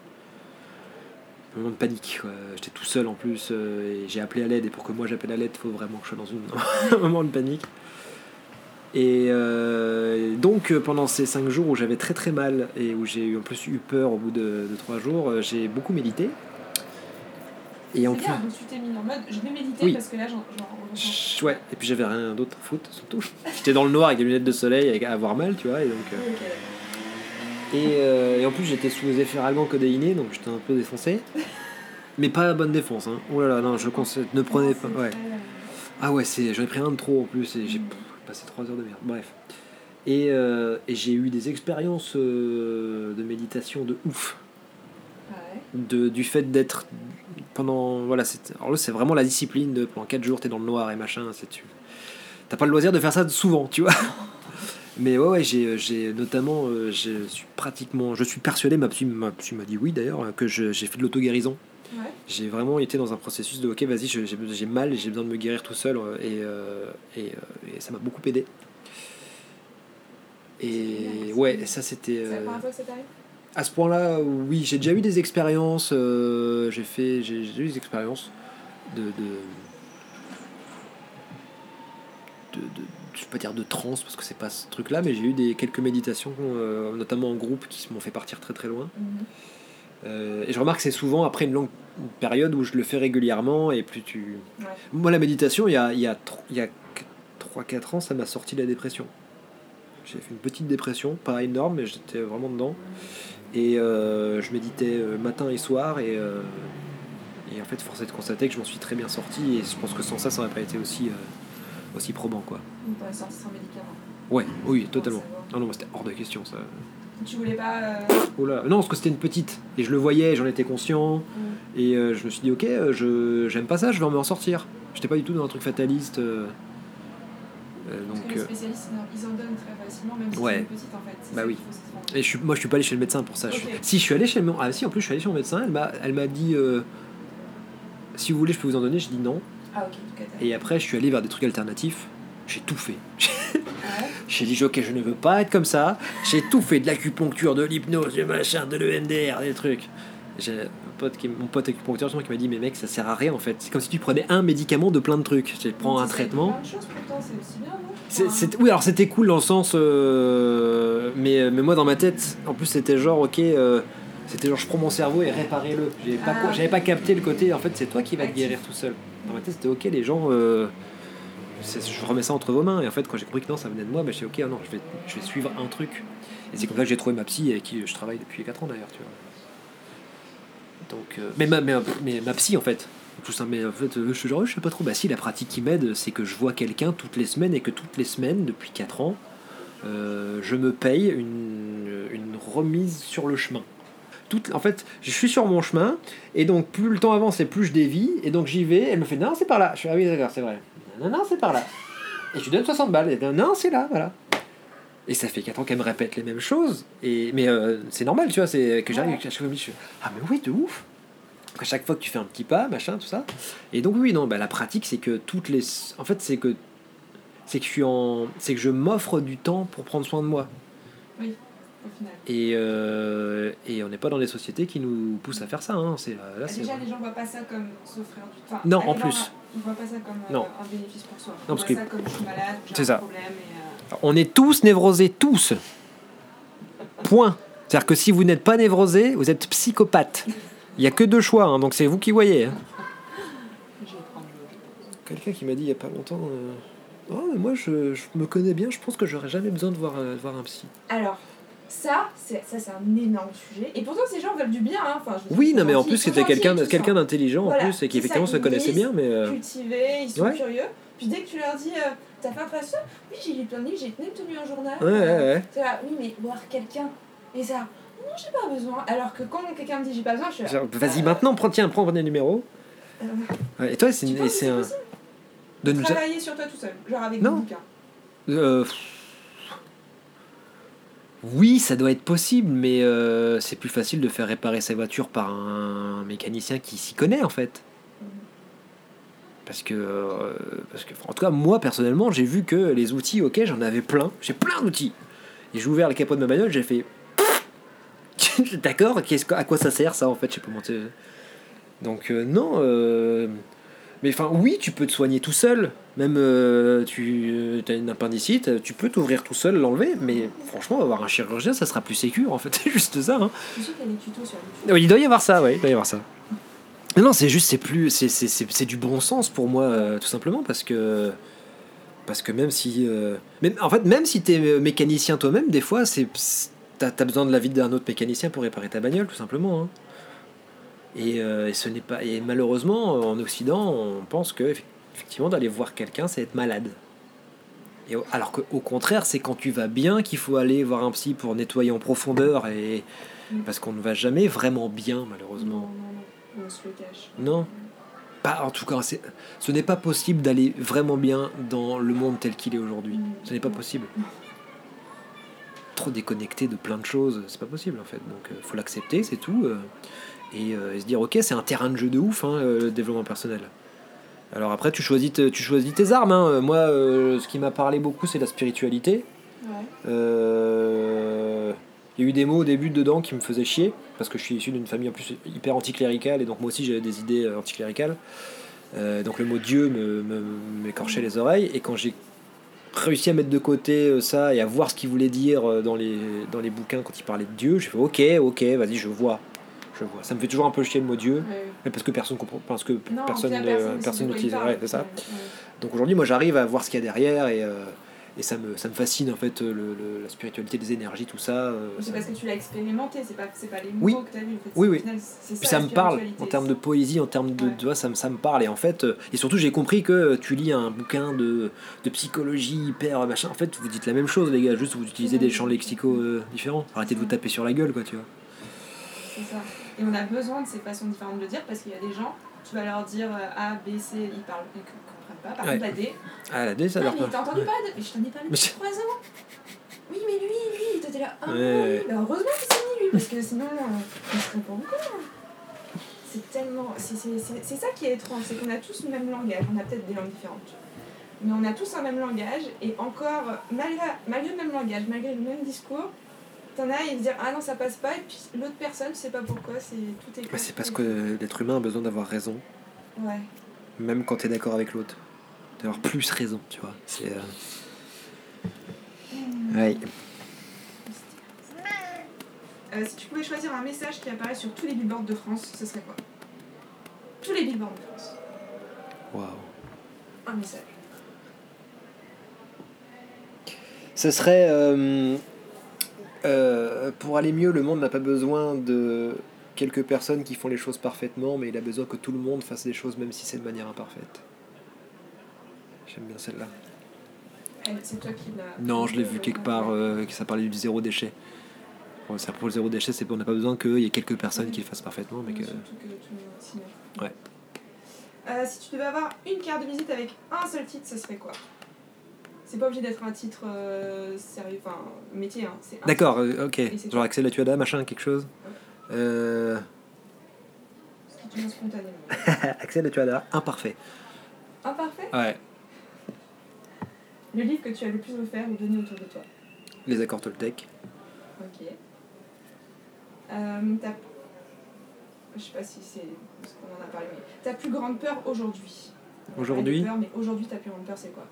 un moment de panique quoi. J'étais tout seul en plus euh, et j'ai appelé à l'aide et pour que moi j'appelle à l'aide il faut vraiment que je sois dans une... un moment de panique et euh, donc pendant ces cinq jours où j'avais très très mal et où j'ai eu en plus eu peur au bout de, de trois jours j'ai beaucoup médité et c'est en bien, plus donc tu t'es mis en mode je vais méditer oui. Parce que là j'en, j'en ouais et puis j'avais rien d'autre à foutre surtout j'étais dans le noir avec des lunettes de soleil avec, à avoir mal tu vois et donc euh... okay. Et, euh, et en plus j'étais sous effet allemand codéiné donc j'étais un peu défoncé mais pas la bonne défonce hein. Oh là là non je conseille ne prenez pas ouais. Ah ouais c'est j'en ai pris un de trop en plus et j'ai pff, passé trois heures de merde bref et, euh, et j'ai eu des expériences euh, de méditation de ouf ouais. de, du fait d'être pendant voilà c'est, alors là c'est vraiment la discipline de pendant quatre jours t'es dans le noir et machin c'est, tu, t'as pas le loisir de faire ça souvent tu vois. Mais ouais, ouais j'ai, j'ai notamment, euh, je suis pratiquement, je suis persuadé, ma psy, ma psy m'a dit oui d'ailleurs, que je, j'ai fait de l'auto-guérison. Ouais. J'ai vraiment été dans un processus de ok, vas-y, j'ai, j'ai mal et j'ai besoin de me guérir tout seul et, euh, et, euh, et ça m'a beaucoup aidé. Et ouais, et ça c'était. C'est la première fois que ça t'arrive ? À ce point-là, oui, j'ai déjà eu des expériences, euh, j'ai fait, j'ai, j'ai eu des expériences de. de De, de, je ne vais pas dire de transe parce que c'est pas ce truc là mais j'ai eu des, quelques méditations euh, notamment en groupe qui m'ont fait partir très très loin mm-hmm. euh, et je remarque que c'est souvent après une longue période où je le fais régulièrement et plus tu ouais. Moi la méditation il y a, il y a, il y a trois quatre ans ça m'a sorti de la dépression, j'ai fait une petite dépression pas énorme mais j'étais vraiment dedans et euh, je méditais matin et soir et, euh, et en fait force est de constater que je m'en suis très bien sorti et je pense que sans ça ça n'aurait pas été aussi euh, aussi probant quoi. On pourrait sortir sans médicaments. Ouais, oui, totalement. Non, non, c'était hors de question ça. Tu voulais pas... Euh... Oh là. Non, parce que c'était une petite. Et je le voyais, j'en étais conscient. Mm. Et euh, je me suis dit, ok, je j'aime pas ça, je vais m'en sortir. J'étais pas du tout dans un truc fataliste. Euh, euh, donc, parce que les spécialistes, ils en donnent très facilement, même si ouais. c'est une petite, en fait. C'est bah oui. Et je suis, moi, je suis pas allé chez le médecin pour ça. Okay. Je suis... Si, je suis allé chez le... Ah si, en plus, je suis allé chez mon médecin. Elle m'a, elle m'a dit, euh, si vous voulez, je peux vous en donner. Je dis non. Ah, ok. Okay, et après, je suis allé vers des trucs alternatifs. J'ai tout fait. Ouais. J'ai dit, ok, je ne veux pas être comme ça. J'ai tout fait, de l'acupuncture, de l'hypnose, du machin, de l'E M D R, des trucs. J'ai un pote qui, mon pote acupuncteur qui m'a dit, mais mec, ça sert à rien en fait. C'est comme si tu prenais un médicament de plein de trucs. Tu prends un traitement. Plein de choses pourtant, c'est aussi bien, non c'est, c'est, oui, alors c'était cool dans le sens. Euh, mais, mais moi, dans ma tête, en plus, c'était genre, ok. Euh, c'était genre, je prends mon cerveau et réparez-le. J'avais pas, ah, j'avais pas capté le côté, en fait, c'est toi qui vas te guérir tout seul. Dans ma tête, c'était ok, les gens. Euh, C'est, je remets ça entre vos mains et en fait quand j'ai compris que non ça venait de moi, ben, je suis ok non je vais, je vais suivre un truc et c'est comme ça que j'ai trouvé ma psy avec qui je travaille depuis quatre ans d'ailleurs tu vois. Donc euh, mais, ma, mais, mais ma psy en fait tout ça mais en fait je suis genre je sais pas trop bah si la pratique qui m'aide c'est que je vois quelqu'un toutes les semaines et que toutes les semaines depuis quatre ans euh, je me paye une, une remise sur le chemin. Toute, en fait je suis sur mon chemin et donc plus le temps avance et plus je dévie et donc j'y vais, elle me fait non c'est par là, je suis ah oui d'accord c'est vrai. Non, non, c'est par là. Et je lui donne soixante balles. Et non, non, c'est là, voilà. Et ça fait quatre ans qu'elle me répète les mêmes choses. Et, mais euh, c'est normal, tu vois, c'est que j'arrive à chaque fois, je suis ah, mais oui, de ouf. À chaque fois que tu fais un petit pas, machin, tout ça. Et donc, oui, non, bah, la pratique, c'est que toutes les. En fait, c'est que. C'est que je suis en. C'est que je m'offre du temps pour prendre soin de moi. Oui. Au final. Et, euh, et on n'est pas dans des sociétés qui nous poussent à faire ça. Hein. C'est, là, Déjà, c'est... les gens ne voient pas ça comme s'offrir du temps. Enfin, non, en plus. Ils ne voient pas ça comme non. un bénéfice pour soi. Ils non, voient parce ça que... comme je suis malade, j'ai c'est un ça. problème. Et, euh... On est tous névrosés, tous. Point. C'est-à-dire que si vous n'êtes pas névrosé, vous êtes psychopathe. Il n'y a que deux choix, hein, donc c'est vous qui voyez. Hein. Quelqu'un qui m'a dit il n'y a pas longtemps... Euh... Oh, mais moi, je, je me connais bien, je pense que j'aurais jamais besoin de voir, euh, de voir un psy. Alors... Ça c'est, ça, c'est un énorme sujet. Et pourtant, ces gens veulent du bien. Hein. Enfin, je oui, non, mais en plus, c'était quelqu'un, quelqu'un d'intelligent, voilà. En plus, et qui effectivement se connaissait bien. Mais euh... cultivés, ils sont ouais. curieux. Puis dès que tu leur dis, euh, t'as fait un peu ça ? Oui, j'ai lu plein de livres, j'ai même tenu un journal. Ouais, ouais, ouais. C'est là, oui, mais voir quelqu'un. Et ça, non, j'ai pas besoin. Alors que quand quelqu'un me dit, j'ai pas besoin, je suis là. Genre, vas-y, euh... maintenant, prends, tiens, prends les numéros. Euh... Ouais, et toi, c'est, tu et c'est, c'est un. De travailler sur toi tout seul, genre avec non. des bouquins. Euh. Oui, ça doit être possible, mais euh, c'est plus facile de faire réparer sa voiture par un mécanicien qui s'y connaît, en fait. Parce que, euh, parce que, en tout cas, moi, personnellement, j'ai vu que les outils, ok, j'en avais plein. J'ai plein d'outils. Et j'ai ouvert le capot de ma bagnole, j'ai fait... D'accord, qu'est-ce, à quoi ça sert, ça, en fait, je sais pas monter. Donc, euh, non... Euh... Mais enfin, oui, tu peux te soigner tout seul. Même euh, tu as une appendicite, tu peux t'ouvrir tout seul, l'enlever. Mais franchement, avoir un chirurgien, ça sera plus sécure, en fait. C'est juste ça. Hein. Je suis sûr qu'il y a des tutos sur YouTube. Oui, il doit y avoir ça, oui, il doit y avoir ça. Non, c'est juste, c'est plus, c'est, c'est, c'est, c'est du bon sens pour moi, euh, tout simplement, parce que, parce que même si, euh, même, en fait, même si t'es mécanicien toi-même, des fois, c'est, t'as, t'as besoin de l'avis d'un autre mécanicien pour réparer ta bagnole, tout simplement. Hein. Et, euh, et ce n'est pas, et malheureusement, en Occident, on pense que effectivement, d'aller voir quelqu'un, c'est être malade. Et, alors qu'au contraire, c'est quand tu vas bien qu'il faut aller voir un psy pour nettoyer en profondeur, et parce qu'on ne va jamais vraiment bien, malheureusement. Non, non, non, on se le cache. Non. Pas, en tout cas, c'est, ce n'est pas possible d'aller vraiment bien dans le monde tel qu'il est aujourd'hui. Mmh. Ce n'est pas possible. Mmh. Trop déconnecté de plein de choses, c'est pas possible en fait. Donc, il euh, faut l'accepter, c'est tout. Euh, et, euh, et se dire, ok, c'est un terrain de jeu de ouf, hein, euh, le développement personnel. Alors après, tu choisis, te, tu choisis tes armes. Hein. Moi, euh, ce qui m'a parlé beaucoup, c'est la spiritualité. Ouais. Euh, il y a eu des mots au début dedans qui me faisaient chier, parce que je suis issu d'une famille en plus hyper anticléricale, et donc moi aussi j'avais des idées anticléricales. Euh, donc le mot Dieu me, me, m'écorchait les oreilles, et quand j'ai réussi à mettre de côté ça et à voir ce qu'il voulait dire dans les, dans les bouquins quand il parlait de Dieu, j'ai fait ok, ok, vas-y, je vois. Je vois. Ça me fait toujours un peu chier le mot Dieu, ouais. Mais parce que personne comprend, parce que non, personne, personne, euh, personne n'utilise. Ouais, c'est ça. Ouais. Donc aujourd'hui, moi, j'arrive à voir ce qu'il y a derrière et, euh, et ça me, ça me fascine en fait, le, le, la spiritualité des énergies, tout ça. Euh, c'est ça... parce que tu l'as expérimenté, c'est pas, c'est pas les mots oui. que tu as vus. En fait, oui, oui. Final, c'est ça, Puis ça me parle en termes de poésie, en termes de. Ouais. Tu vois, ça, me, ça me parle. Et en fait, euh, et surtout, j'ai compris que tu lis un bouquin de, de psychologie hyper machin. En fait, vous dites la même chose, les gars, juste vous utilisez des champs lexicaux euh, différents. Arrêtez de vous taper sur la gueule, quoi, tu vois. C'est ça. Et on a besoin de ces façons différentes de le dire parce qu'il y a des gens, tu vas leur dire euh, A, B, C, ils parlent, ils comprennent pas. Par ouais. contre, la D. Ah, la D, ça ouais, leur mais parle. t'as entendu ouais. parler de. Mais je t'en ai parlé depuis trois ans. Oui, mais lui, lui, il était là. Ah, ouais, oui, ouais. bah heureusement qu'il s'est mis lui, parce que sinon, euh, il serait pas encore. C'est tellement. C'est, c'est, c'est, c'est ça qui est étrange, c'est qu'on a tous le même langage. On a peut-être des langues différentes. Mais on a tous un même langage, et encore, malgré, malgré le même langage, malgré le même discours, t'en as, ils se disent ah non, ça passe pas, et puis l'autre personne, je sais pas pourquoi, c'est, tout est. Bah, c'est parce que l'être humain a besoin d'avoir raison. Ouais. Même quand t'es d'accord avec l'autre. D'avoir plus raison, tu vois. C'est. Euh... Mmh. Ouais. Euh, si tu pouvais choisir un message qui apparaît sur tous les billboards de France, ce serait quoi? Tous les billboards de France. Waouh. Un message. Ce serait euh, euh, pour aller mieux, le monde n'a pas besoin de quelques personnes qui font les choses parfaitement, mais il a besoin que tout le monde fasse des choses, même si c'est de manière imparfaite. J'aime bien celle-là. C'est toi qui l'as. Non, je l'ai vu quelque part, euh, que ça parlait du zéro déchet. Bon, ça, pour le zéro déchet, c'est qu'on n'a pas besoin qu'il y ait quelques personnes oui. qui le fassent parfaitement, mais que. Surtout que tout le monde s'y met. Ouais. Euh, si tu devais avoir une carte de visite avec un seul titre, ce serait quoi? C'est pas obligé d'être un titre euh, sérieux, enfin métier, hein. C'est un D'accord, euh, ok. Genre toi. Axel Latuada, machin, quelque chose. Ouais. Euh... Ce qui te vient spontanément. Axel Latuada, imparfait. Imparfait? Ouais. Le livre que tu as le plus offert ou donné autour de toi? Les accords Toltec. Ok. Euh, t'as... Je sais pas si c'est ce qu'on en a parlé, mais ta plus grande peur aujourd'hui? Aujourd'hui? Peur, mais aujourd'hui, ta plus grande peur, c'est quoi?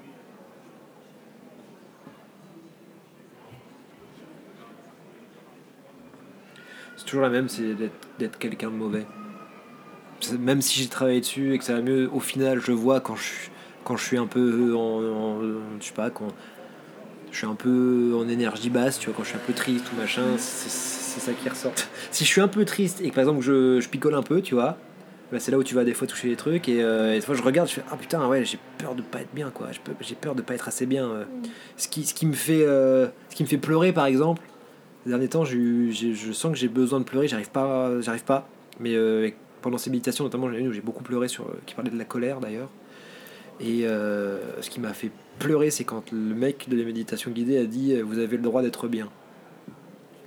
C'est toujours la même, c'est d'être, d'être quelqu'un de mauvais. Même si j'ai travaillé dessus et que ça va mieux, au final, je vois quand je, quand je suis un peu en, en je sais pas, quand je suis un peu en énergie basse, tu vois, quand je suis un peu triste ou machin, c'est, c'est ça qui ressort. Si je suis un peu triste et que par exemple je, je picole un peu, tu vois, bah c'est là où tu vas des fois toucher les trucs et, euh, et des fois je regarde, je fais ah putain ouais, j'ai peur de pas être bien quoi, j'ai peur de pas être assez bien. Euh. Mm. Ce qui, ce qui me fait, euh, ce qui me fait pleurer par exemple. Ces derniers temps, j'ai, j'ai, je sens que j'ai besoin de pleurer, j'arrive pas, j'arrive pas. Mais euh, pendant ces méditations, notamment, j'en ai une où j'ai beaucoup pleuré, sur, qui parlait de la colère d'ailleurs. Et euh, ce qui m'a fait pleurer, c'est quand le mec de la méditation guidée a dit « Vous avez le droit d'être bien. Ouais. »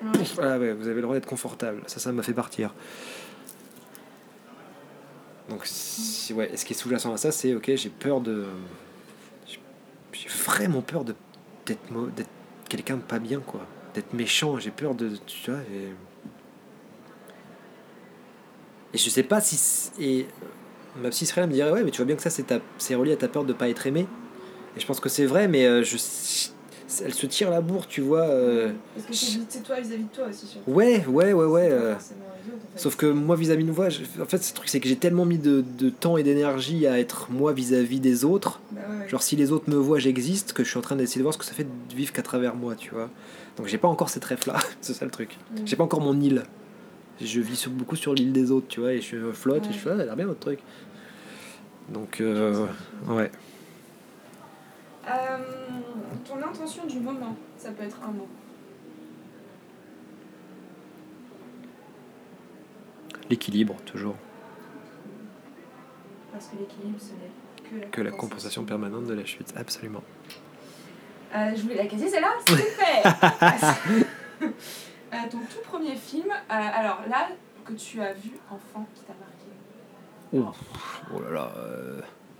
Ah ouais, vous avez le droit d'être confortable. Ça, ça m'a fait partir. Donc, si, ouais, ce qui est sous-jacent à ça, c'est « Ok, j'ai peur de... J'ai, j'ai vraiment peur de, d'être, d'être quelqu'un de pas bien, quoi. » D'être méchant, j'ai peur de, tu vois, et, et je sais pas si, et ma psy serait là me dirait ouais mais tu vois bien que ça c'est, ta, c'est relié à ta peur de pas être aimé, et je pense que c'est vrai, mais euh, je, elle se tire la bourre, tu vois. Euh, Parce que c'est, c'est toi vis-à-vis de toi aussi. Surtout. Ouais, ouais, ouais, ouais. Euh, autres, en fait. Sauf que moi vis-à-vis de moi, je, en fait, ce truc c'est que j'ai tellement mis de, de temps et d'énergie à être moi vis-à-vis des autres. Bah ouais, ouais. Genre si les autres me voient, j'existe, que je suis en train d'essayer de voir ce que ça fait de vivre qu'à travers moi, tu vois. Donc j'ai pas encore cette rêve là, c'est ça le truc. Mmh. J'ai pas encore mon île. Je vis sur, beaucoup sur l'île des autres, tu vois, et je flotte, ouais. Et je fais, ah, ça a l'air bien votre truc. Donc, euh, ouais. Euh, ton intention du moment, ça peut être un mot. L'équilibre, toujours. Parce que l'équilibre, ce n'est que la, que la compensation permanente de la chute, absolument. Euh, je voulais la caser, celle-là, c'est fait. euh, ton tout premier film, euh, alors là, que tu as vu enfant, qui t'a marqué? Oh, oh là là. Euh...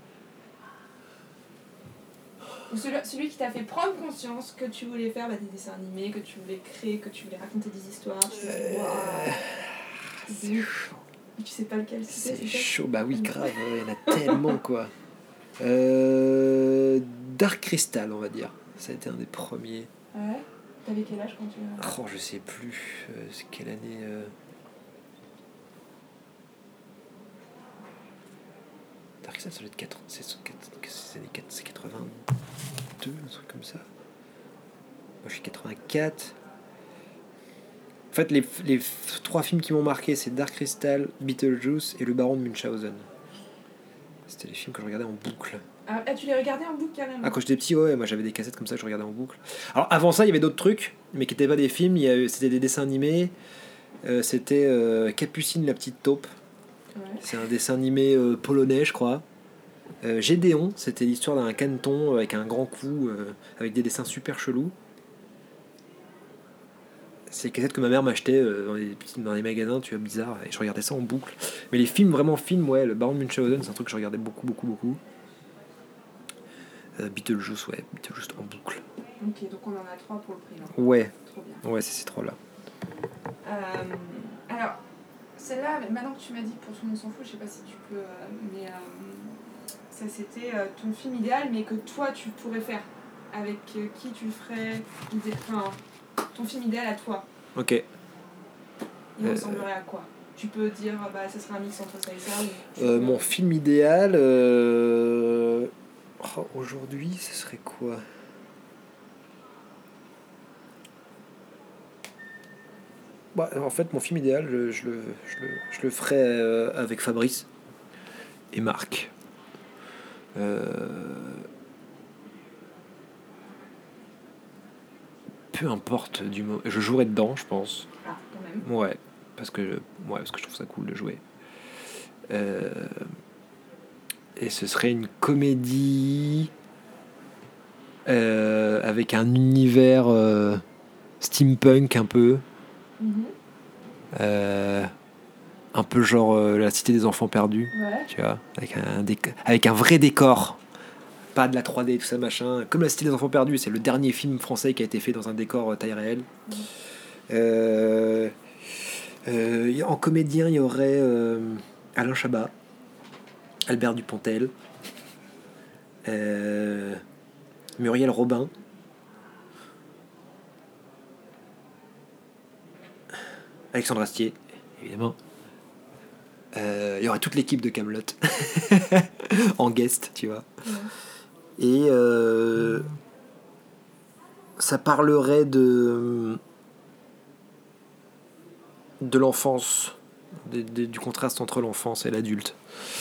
Celui, celui qui t'a fait prendre conscience que tu voulais faire bah, des dessins animés, que tu voulais créer, que tu voulais raconter des histoires. Tu euh... wow. C'est chaud. Tu sais pas lequel c'est C'est chaud, bah oui, grave, il y en a tellement quoi. Euh... Dark Crystal, on va dire. Ça a été un des premiers. Ouais. T'avais quel âge quand tu l'as? Oh, je sais plus. Euh, c'est quelle année euh... Dark Crystal, ça doit être quatre... c'est, c'est, c'est quatre-vingt-deux, un truc comme ça. je suis quatre-vingt-quatre. En fait, les, les f- trois films qui m'ont marqué, c'est Dark Crystal, Beetlejuice et Le Baron de Munchausen. C'était les films que je regardais en boucle. Ah, tu les regardais en boucle carrément? Ah, quand j'étais petit, ouais, moi j'avais des cassettes comme ça que je regardais en boucle. Alors avant ça, il y avait d'autres trucs, mais qui n'étaient pas des films, il y avait- c'était des dessins animés. Euh, c'était euh, Capucine la petite taupe. Ouais. C'est un dessin animé euh, polonais, je crois. Euh, Gédéon, c'était l'histoire d'un caneton avec un grand cou, euh, avec des dessins super chelous. C'est les cassettes que ma mère m'achetait euh, dans, les, petits- dans les magasins, tu vois, bizarre, et je regardais ça en boucle. Mais les films vraiment films, ouais, le Baron de Munchausen, c'est un truc que je regardais beaucoup, beaucoup, beaucoup. Euh, Beetlejuice, ouais, Beetlejuice en boucle. Ok, donc on en a trois pour le prix là. Ouais, Trop bien. ouais, c'est ces trois-là. Euh, alors, celle-là, maintenant que tu m'as dit que pour tout le monde s'en fout, je sais pas si tu peux. euh, mais euh, ça c'était euh, ton film idéal, mais que toi tu pourrais faire. Avec euh, qui tu ferais. idé- Enfin, ton film idéal à toi. Ok. Il Euh, ressemblerait à quoi? Tu peux dire, euh, bah ça serait un mix entre ça et ça. Ou tu Euh, peux- mon film idéal, euh... oh, aujourd'hui, ce serait quoi? Bah, en fait, mon film idéal, je, je le, je, le, je le ferais euh, avec Fabrice et Marc. Euh... Peu importe du mot. Je jouerais dedans, je pense. Ah, quand même. Ouais, parce que, ouais, parce que je trouve ça cool de jouer. Euh... Et ce serait une comédie euh, avec un univers euh, steampunk un peu. Mhm. Euh, un peu genre euh, la cité des enfants perdus, Ouais. tu vois, avec un, déc- avec un vrai décor, pas de la trois D, tout ça machin. Comme la cité des enfants perdus, c'est le dernier film français qui a été fait dans un décor euh, taille réelle. Mhm. Euh, euh, y- en comédien, il y aurait euh, Alain Chabat, Albert Dupontel, euh, Muriel Robin. Alexandre Astier, évidemment. Euh, Il y aurait toute l'équipe de Kaamelott en guest, tu vois. Ouais. Et euh, ça parlerait de de l'enfance, de- de- du contraste entre l'enfance et l'adulte.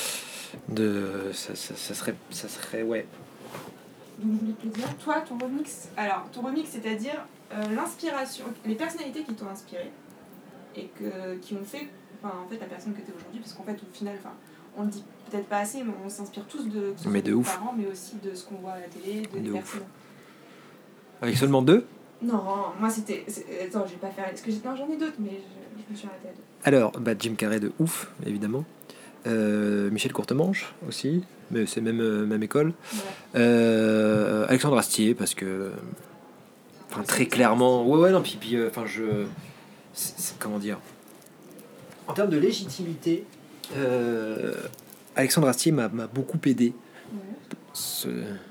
De ça, ça, ça serait ça serait ouais. Donc je voulais te le dire, toi, ton remix, alors ton remix, c'est-à-dire euh, l'inspiration, les personnalités qui t'ont inspiré et que, qui ont fait, enfin en fait la personne que t'es aujourd'hui, parce qu'en fait au final, enfin on le dit peut-être pas assez, mais on s'inspire tous de, que ce Mais soit de nos ouf. parents, mais aussi de ce qu'on voit à la télé, de, De des ouf. personnes. Avec seulement deux. Non, moi c'était, c'est- attends, je vais pas faire, parce que j'ai, non j'en ai d'autres, mais je, je me suis arrêtée à deux. Alors bah Jim Carrey de ouf évidemment. Euh, Michel Courtemanche aussi, mais c'est même euh, même école. Ouais. Euh, Alexandre Astier parce que enfin très clairement ouais ouais non puis puis euh, enfin je c'est- c'est- comment dire en termes de légitimité euh, Alexandre Astier m'a, m'a beaucoup aidé Ouais. ce...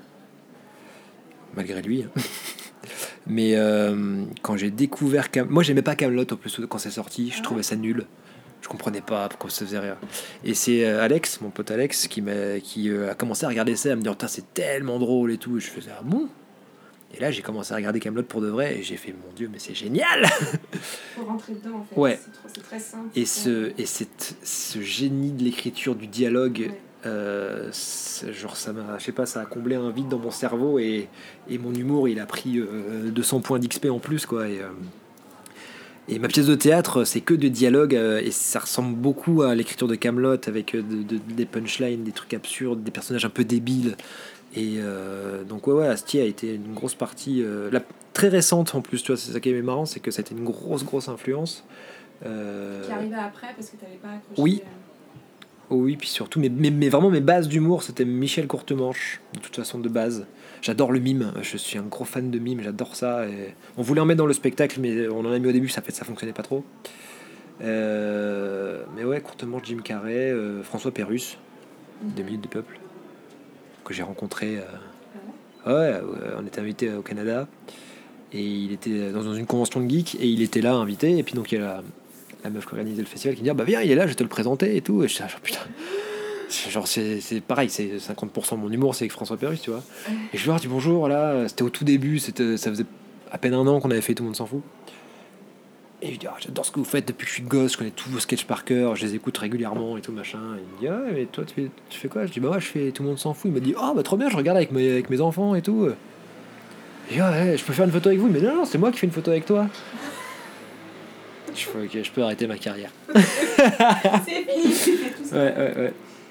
malgré lui hein. Mais euh, quand j'ai découvert Cam... moi j'aimais pas Kaamelott en plus quand c'est sorti, je Ah. trouvais ça nul. Je comprenais pas pourquoi ça faisait rire. Et c'est euh, Alex, mon pote Alex, qui, m'a, qui euh, a commencé à regarder ça, à me dire putain c'est tellement drôle et tout. Et je faisais ah bon. Et là j'ai commencé à regarder Kaamelott pour de vrai et j'ai fait mon dieu mais c'est génial. Faut rentrer dedans en fait. Ouais. C'est, trop, c'est très simple. Et c'est ce et cette, ce génie de l'écriture du dialogue, Ouais. euh, c'est- genre ça m'a, je sais pas, ça a comblé un vide dans mon cerveau et, et mon humour il a pris euh, deux cents points d'X P en plus quoi. Et, euh, Et ma pièce de théâtre, c'est que de dialogue euh, et ça ressemble beaucoup à l'écriture de Kaamelott avec euh, de, de- des punchlines, des trucs absurdes, des personnages un peu débiles. Et euh, donc ouais, ouais, Astier a été une grosse partie, euh, la, très récente en plus, tu vois, c'est ça qui est marrant, c'est que ça a été une grosse, grosse influence. Euh, Qui arrivait après parce que t'avais pas accroché. Oui. euh, oh oui, puis surtout, mais, mais, mais vraiment mes bases d'humour, c'était Michel Courtemanche, de toute façon de base. J'adore le mime, je suis un gros fan de mime, j'adore ça. Et on voulait en mettre dans le spectacle, mais on en a mis au début, ça fait ça fonctionnait pas trop. Euh, mais ouais, Courtemanche, Jim Carrey, euh, François Pérusse, Mhm. deux minutes de peuple, que j'ai rencontré. euh, Ah ouais. ouais, ouais, on était invité au Canada et il était dans une convention de geek et il était là invité. Et puis donc il y a la, la meuf qui organisait le festival qui me dit ah, bah viens, il est là, je vais te le présenter et tout. Et je suis genre putain. C'est genre c'est, c'est pareil, c'est cinquante pour cent de mon humour, c'est avec François Pérusse, tu vois. Et je lui dis bonjour, là, c'était au tout début, c'était, ça faisait à peine un an qu'on avait fait Tout le monde s'en fout. Et je lui dis, ah, j'adore ce que vous faites depuis que je suis gosse, je connais tous vos sketchs par cœur, je les écoute régulièrement et tout machin. Et il me dit, ah, mais toi, tu fais, tu fais quoi? Je dis, bah ouais, je fais Tout le monde s'en fout. Il m'a dit, ah, bah trop bien, je regarde avec mes, avec mes enfants et tout. Et ah, ouais, je peux faire une photo avec vous? Mais non, non, c'est moi qui fais une photo avec toi. Je fais, ok, je peux arrêter ma carrière. C'est fini, c'est tout ça. Ouais, ouais, ouais.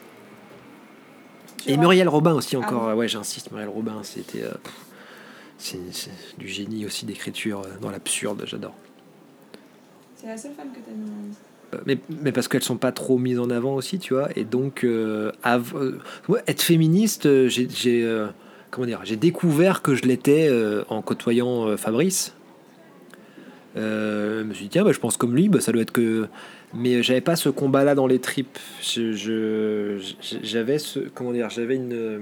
Tu Et vois. Muriel Robin aussi, encore. Ah bon. Ouais, j'insiste, Muriel Robin, c'était. Euh, pff, c'est, c'est du génie aussi d'écriture euh, dans l'absurde, j'adore. C'est la seule femme que t'as mis dans la liste. Euh, Mais, mais parce qu'elles sont pas trop mises en avant aussi, tu vois. Et donc, euh, av- euh, ouais, être féministe, euh, j'ai, j'ai, euh, comment dire, j'ai découvert que je l'étais euh, en côtoyant euh, Fabrice. Euh, je me suis dit, tiens, bah, je pense comme lui, bah, ça doit être que. Mais j'avais pas ce combat-là dans les tripes. Je, je- j'avais ce, comment dire, j'avais une, euh,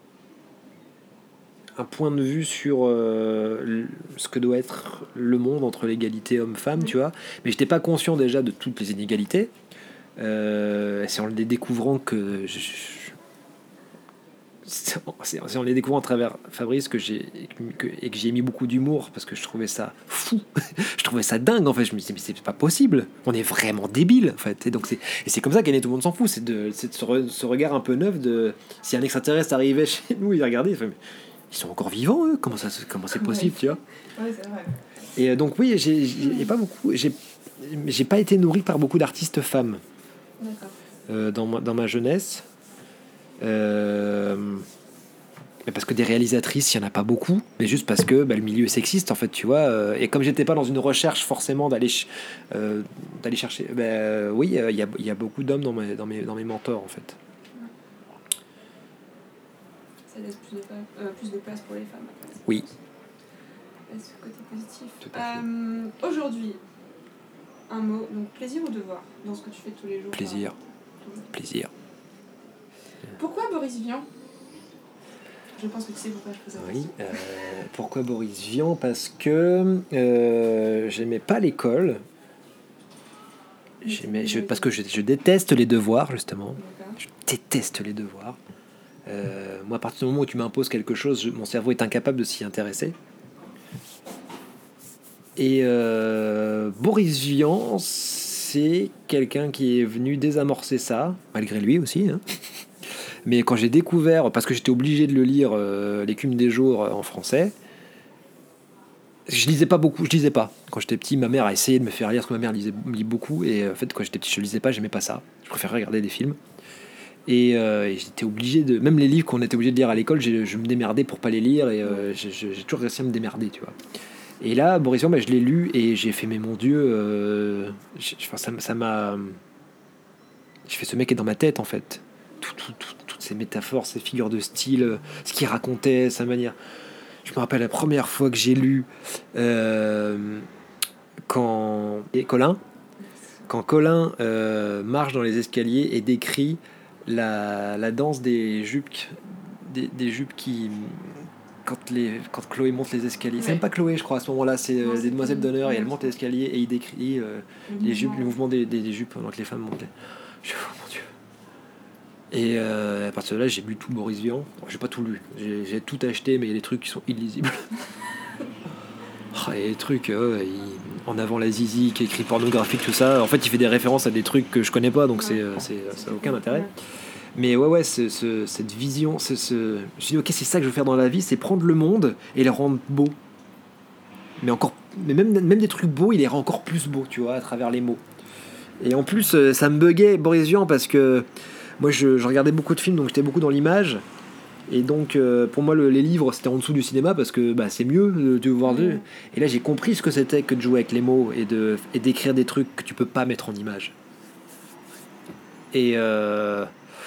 un point de vue sur euh, l- ce que doit être le monde entre l'égalité homme-femme, tu vois. Mais j'étais pas conscient déjà de toutes les inégalités. Euh, c'est en les découvrant que je- je- c'est en, c'est en- c'est en les découvrant à travers Fabrice que j'ai que, et que j'ai mis beaucoup d'humour parce que je trouvais ça fou. Je trouvais ça dingue en fait. Je me disais mais c'est pas possible. On est vraiment débile en fait. Et donc c'est et c'est comme ça qu'est né Tout le monde s'en fout. C'est de, c'est de ce, re- ce regard un peu neuf de si un extraterrestre arrivait chez nous, il regardait, il fait, mais ils sont encore vivants eux. Comment ça se- comment c'est possible, tu vois? Ouais, c'est vrai. Et euh, donc oui, j'ai, j'ai pas beaucoup, j'ai j'ai pas été nourri par beaucoup d'artistes femmes D'accord. euh, dans ma, dans ma jeunesse. Euh, mais parce que des réalisatrices, il y en a pas beaucoup, mais juste parce que bah, le milieu est sexiste en fait, tu vois. euh, et comme j'étais pas dans une recherche forcément d'aller ch- euh, d'aller chercher, bah, euh, oui, il y, a, y a beaucoup d'hommes dans mes, dans mes dans mes mentors en fait. Ça laisse plus de, pa- euh, plus de place pour les femmes. Après, ça Oui. laisse ce côté positif. Tout à fait. Euh, Aujourd'hui, un mot, donc plaisir ou devoir dans ce que tu fais tous les jours. Plaisir, enfin, toujours. plaisir. Pourquoi Boris Vian? Je pense que tu sais pourquoi je pose la Oui. question. euh, pourquoi Boris Vian? Parce que euh, j'aimais pas l'école. J'aimais, je, parce que je, je déteste les devoirs justement. D'accord. Je déteste les devoirs. Euh, moi, à partir du moment où tu m'imposes quelque chose, je- mon cerveau est incapable de s'y intéresser. Et euh, Boris Vian, c'est quelqu'un qui est venu désamorcer ça, malgré lui aussi. Hein. Mais quand j'ai découvert, parce que j'étais obligé de le lire, euh, L'écume des jours euh, en français, je lisais pas beaucoup, je lisais pas. Quand j'étais petit, ma mère a essayé de me faire lire, parce que ma mère lisait, lit beaucoup, et euh, en fait, quand j'étais petit, je lisais pas, j'aimais pas ça. Je préférais regarder des films. Et, euh, et j'étais obligé de. Même les livres qu'on était obligé de lire à l'école, j'ai- je me démerdais pour pas les lire, et euh, j'ai, j'ai j'ai toujours réussi à me démerder, tu vois. Et là, Boris Vian, bah, je l'ai lu, et j'ai fait, mais mon Dieu, euh, j'ai- enfin, ça, ça m'a. Je fais, ce mec est dans ma tête, en fait. Tout, tout, tout, toutes ces métaphores, ces figures de style, euh, ce qu'il racontait, sa manière. Je me rappelle la première fois que j'ai lu euh, quand et Colin, quand Colin euh, marche dans les escaliers et décrit la, la danse des jupes, des, des jupes qui quand les quand Chloé monte les escaliers. C'est Ouais. même pas Chloé, je crois, à ce moment-là, c'est Non, euh, c'est des demoiselles Chloé. d'honneur et Ouais, elle monte les escaliers et il décrit euh, les jupes, le mouvement des, des, des jupes pendant que les femmes montent. Je fais, oh mon Dieu. Et euh, à partir de là, j'ai lu tout Boris Vian. Bon, j'ai pas tout lu, j'ai, j'ai tout acheté, mais il y a des trucs qui sont illisibles. Oh, et les trucs, euh, il- en avant la zizi, qui écrit pornographique, tout ça. En fait, il fait des références à des trucs que je connais pas, donc Ouais. c'est, euh, c'est, ça n'a aucun intérêt. Mais ouais, ouais, c'est, c'est- cette vision, c'est, ce... je me suis dit, ok, c'est ça que je veux faire dans la vie, c'est prendre le monde et le rendre beau. Mais encore, mais même, même des trucs beaux, il les rend encore plus beaux, tu vois, à travers les mots. Et en plus, euh, ça me buguait, Boris Vian, parce que moi, je, je regardais beaucoup de films, donc j'étais beaucoup dans l'image. Et donc, euh, pour moi, le- les livres, c'était en dessous du cinéma, parce que bah, c'est mieux de, de voir deux. Mhm. Et là, j'ai compris ce que c'était que de jouer avec les mots et, de, et d'écrire des trucs que tu peux pas mettre en image. Et, euh,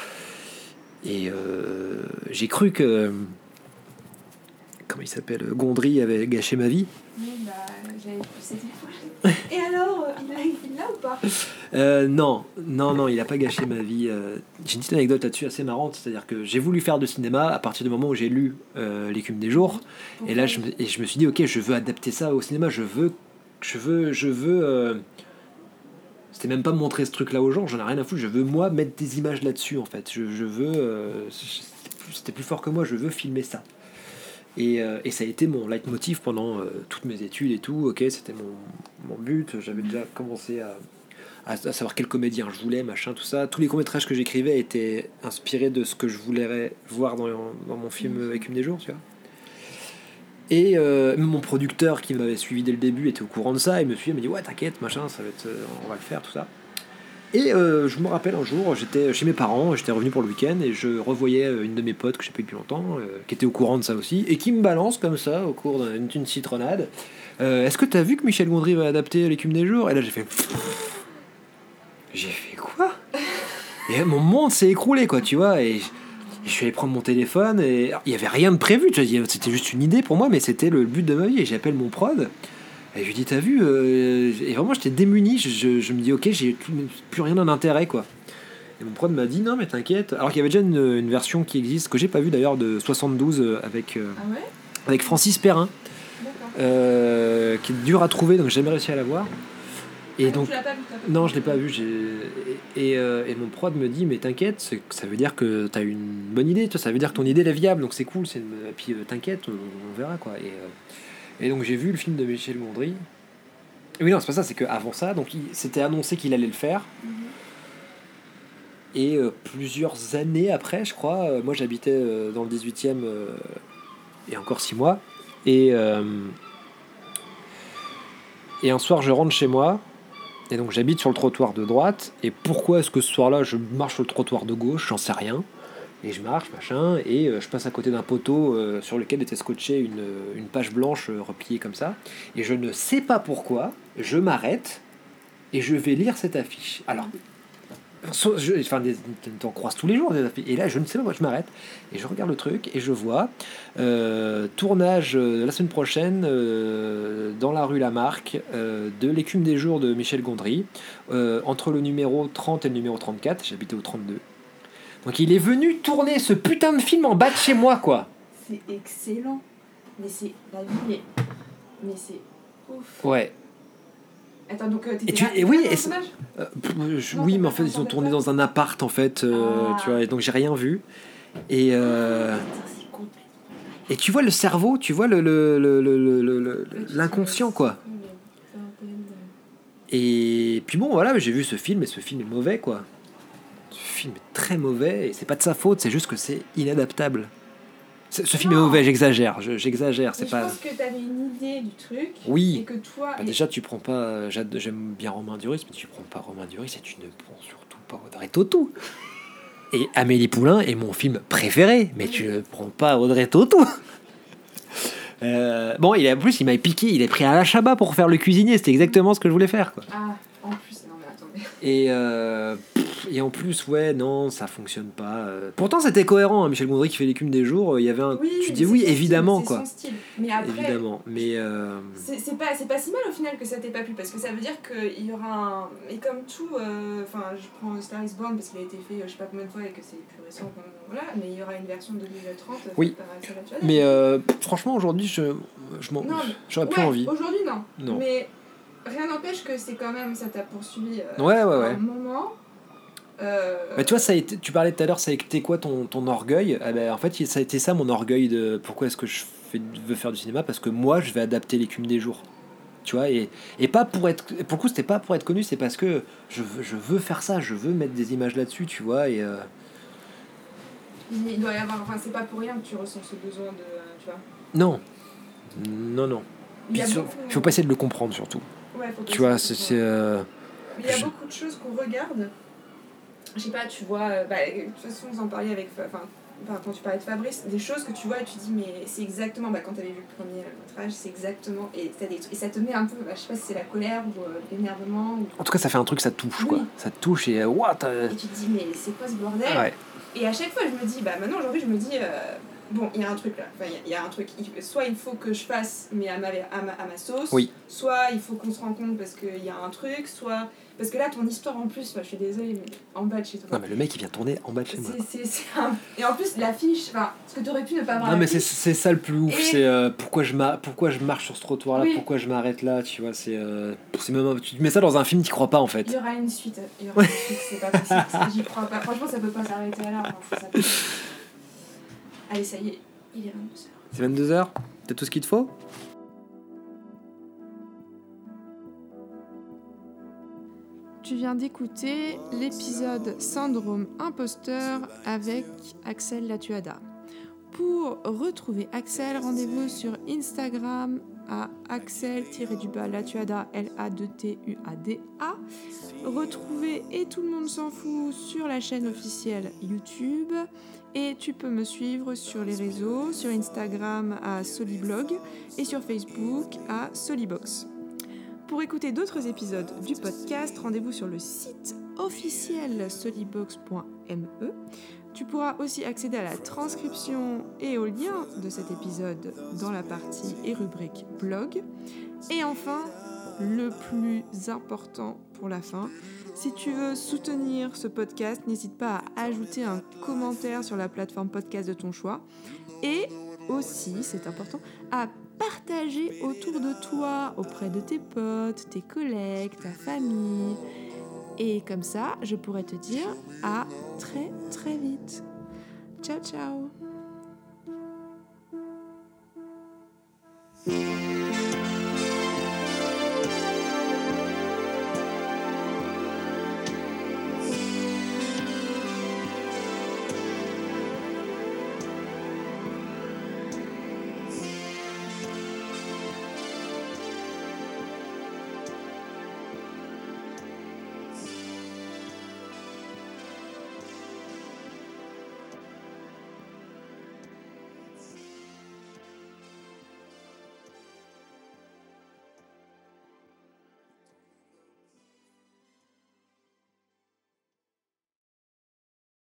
et euh, j'ai cru que... Comment il s'appelle? Gondry avait gâché ma vie. Oui, bah, j'avais plus cette fois. Et alors, euh, il l'a il l'a ou pas? Euh, non, non, non, il a pas gâché ma vie. Euh, j'ai une petite anecdote là-dessus assez marrante, c'est-à-dire que j'ai voulu faire de cinéma à partir du moment où j'ai lu euh, L'écume des jours, et là je me, et je me suis dit ok, je veux adapter ça au cinéma, je veux, je veux, je veux. Euh, c'était même pas montrer ce truc-là aux gens, j'en ai rien à foutre, je veux moi mettre des images là-dessus en fait, je, je veux, euh, c'était plus fort que moi, je veux filmer ça. Et, euh, et ça a été mon leitmotiv pendant euh, toutes mes études et tout. Ok, c'était mon, mon but. J'avais déjà commencé à, à, à savoir quel comédien je voulais, machin, tout ça. Tous les courts-métrages que j'écrivais étaient inspirés de ce que je voulais voir dans, dans mon film Écume des jours, tu vois. Et euh, mon producteur qui m'avait suivi dès le début était au courant de ça. Il me suivait, il me dit ouais, t'inquiète, machin, ça va être, on va le faire, tout ça. Et euh, je me rappelle un jour, j'étais chez mes parents, j'étais revenu pour le week-end et je revoyais une de mes potes que j'ai pas eu depuis longtemps, euh, qui était au courant de ça aussi, et qui me balance comme ça au cours d'une, d'une citronnade. Euh, Est-ce que t'as vu que Michel Gondry va adapter L'écume des jours ? Et là j'ai fait. J'ai fait quoi ? Et mon monde s'est écroulé, quoi, tu vois. Et je suis allé prendre mon téléphone et il y avait rien de prévu, tu vois, c'était juste une idée pour moi, mais c'était le but de ma vie. Et j'appelle mon prod. Et je lui dis, t'as vu euh, et vraiment, j'étais démuni. Je, je, je me dis, ok, j'ai plus rien d'intérêt, quoi. Et mon prod m'a dit, non, mais t'inquiète. Alors qu'il y avait déjà une, une version qui existe, que j'ai pas vue d'ailleurs, de soixante-douze avec, euh, ah ouais avec Francis Perrin, euh, qui est dur à trouver, donc j'ai jamais réussi à la voir. Et ah, donc, tu l'as pas vu, non, je l'ai pas vu. J'ai... Et, euh, et mon prod me dit, mais t'inquiète, ça veut dire que t'as une bonne idée, toi, ça veut dire que ton idée est viable, donc c'est cool. C'est... Et puis euh, t'inquiète, on, on verra, quoi. Et, euh, et donc j'ai vu le film de Michel Gondry. Oui, non, c'est pas ça, c'est qu'avant ça, donc il s'était annoncé qu'il allait le faire. Mm-hmm. Et euh, plusieurs années après, je crois, euh, moi j'habitais euh, dans le dix-huitième euh, il y a encore six mois. Et, euh, et un soir, je rentre chez moi. Et donc j'habite sur le trottoir de droite. Et pourquoi est-ce que ce soir-là, je marche sur le trottoir de gauche ? J'en sais rien. Et je marche, machin, et euh, je passe à côté d'un poteau euh, sur lequel était scotché une, une page blanche euh, repliée comme ça. Et je ne sais pas pourquoi, je m'arrête et je vais lire cette affiche. Alors, je, enfin, tu en croises tous les jours des affiches. Et là, je ne sais pas pourquoi je m'arrête. Et je regarde le truc et je vois euh, tournage euh, la semaine prochaine euh, dans la rue Lamarck euh, de L'écume des jours de Michel Gondry, euh, entre le numéro trente et le numéro trente-quatre. J'habitais au trente-deux. Donc il est venu tourner ce putain de film en bas de chez moi, quoi. C'est excellent. Mais c'est... La vie est... Mais c'est ouf. Ouais. Attends, donc euh, t'étais et tu... là, et oui, et euh, je... non, oui, mais en fait, ils ont tourné dans un appart, en fait. Euh, ah. Tu vois, et donc j'ai rien vu. Et... Euh... Ah, et tu vois le cerveau, tu vois le, le, le, le, le, le, l'inconscient, quoi. Et puis bon, voilà, j'ai vu ce film, et ce film est mauvais, quoi. Ce film est très mauvais et c'est pas de sa faute, c'est juste que c'est inadaptable. C'est, ce film non. est mauvais, j'exagère, je, j'exagère, c'est je pas. Je pense que t'avais une idée du truc. Oui. Et que toi. Bah, déjà, tu prends pas. J'aime bien Romain Duris, mais tu prends pas Romain Duris et tu ne prends surtout pas Audrey Tautou. Et Amélie Poulain est mon film préféré, mais tu ne prends pas Audrey Tautou. euh, bon, il a, en plus, il m'a piqué, il a pris Alain Chabat pour faire le cuisinier, c'était exactement ce que je voulais faire, quoi. Ah, en plus, non mais attendez. Et. Euh, Et en plus, ouais, non, ça fonctionne pas. Pourtant, c'était cohérent, hein, Michel Gondry qui fait L'écume des jours. Il y avait un. Oui, tu dis oui, évidemment, style, quoi. C'est son style. Mais après, évidemment, mais euh... c'est, c'est pas c'est pas si mal au final que ça t'ait pas plu parce que ça veut dire qu'il y aura un. Et comme tout, enfin, euh, je prends Star is Born parce qu'il a été fait, je sais pas combien de fois et que c'est plus récent, voilà. Mais il y aura une version de deux mille trente. Oui. Par, mais euh, franchement, aujourd'hui, je je m'en. Non, j'aurais ouais, plus envie. Aujourd'hui, non. Non. Mais rien n'empêche que c'est quand même ça t'a poursuivi. Euh, ouais, ouais, ouais. Un moment. Euh... Bah, tu vois, ça a été, tu parlais tout à l'heure, ça a été quoi ton, ton orgueil ? Eh ben, en fait, ça a été ça mon orgueil de pourquoi est-ce que je fais, veux faire du cinéma ? Parce que moi, je vais adapter L'écume des jours. Tu vois, et, et pas pour être. Pour le coup, c'était pas pour être connu, c'est parce que je veux, je veux faire ça, je veux mettre des images là-dessus, tu vois. Et euh... Il doit y avoir. Enfin, c'est pas pour rien que tu ressens ce besoin de. Tu vois. Non. Non, non. Il sur, beaucoup... faut pas essayer de le comprendre surtout. Ouais, faut pas tu vois, c'est. c'est euh... Il y a je... beaucoup de choses qu'on regarde. Je sais pas, tu vois, bah, de toute façon, vous en parliez avec, enfin, quand tu parlais de Fabrice, des choses que tu vois et tu dis, mais c'est exactement, bah, quand tu avais vu le premier métrage, c'est exactement, et, des, et ça te met un peu, bah, je sais pas si c'est la colère ou euh, l'énervement. Ou... En tout cas, ça fait un truc, ça touche, oui. quoi. Ça te touche et, euh, what Et tu te dis, mais c'est quoi ce bordel ? Ouais. Et à chaque fois, je me dis, bah, maintenant, aujourd'hui, je me dis, euh, bon, il y a un truc là, enfin, il y, y a un truc, il, soit il faut que je fasse, mais à ma, à ma, à ma sauce, oui. Soit il faut qu'on se rende compte parce qu'il y a un truc, soit. Parce que là, ton histoire en plus, je suis désolée, mais en bas de chez toi. Non, mais le mec, il vient tourner en bas de chez moi. C'est, c'est, c'est un... Et en plus, l'affiche, enfin, parce que t'aurais pu ne pas avoir. Non, mais c'est, c'est ça le plus ouf, et... c'est euh, pourquoi, je ma... pourquoi je marche sur ce trottoir-là, oui. Pourquoi je m'arrête là, tu vois, c'est. Euh... c'est même... Tu mets ça dans un film, t'y crois pas en fait. Il y aura une suite, il y aura une suite, c'est pas possible, j'y crois pas. Franchement, ça peut pas s'arrêter là. Enfin, ça peut... Allez, ça y est. Il est vingt-deux heures. C'est vingt-deux heures ? T'as tout ce qu'il te faut ? Tu viens d'écouter l'épisode Syndrome imposteur avec Axel Latuada. Pour retrouver Axel, rendez-vous sur Instagram à Axel-Latuada, L A deux T U A D A. Retrouvez Et tout le monde s'en fout sur la chaîne officielle YouTube. Et tu peux me suivre sur les réseaux, sur Instagram à Soliblog et sur Facebook à Solibox. Pour écouter d'autres épisodes du podcast, rendez-vous sur le site officiel solibox point m e. Tu pourras aussi accéder à la transcription et au lien de cet épisode dans la partie et rubrique blog. Et enfin, le plus important pour la fin, si tu veux soutenir ce podcast, n'hésite pas à ajouter un commentaire sur la plateforme podcast de ton choix. Et aussi, c'est important, à partager autour de toi, auprès de tes potes, tes collègues, ta famille. Et comme ça, je pourrais te dire à très très vite. Ciao ciao.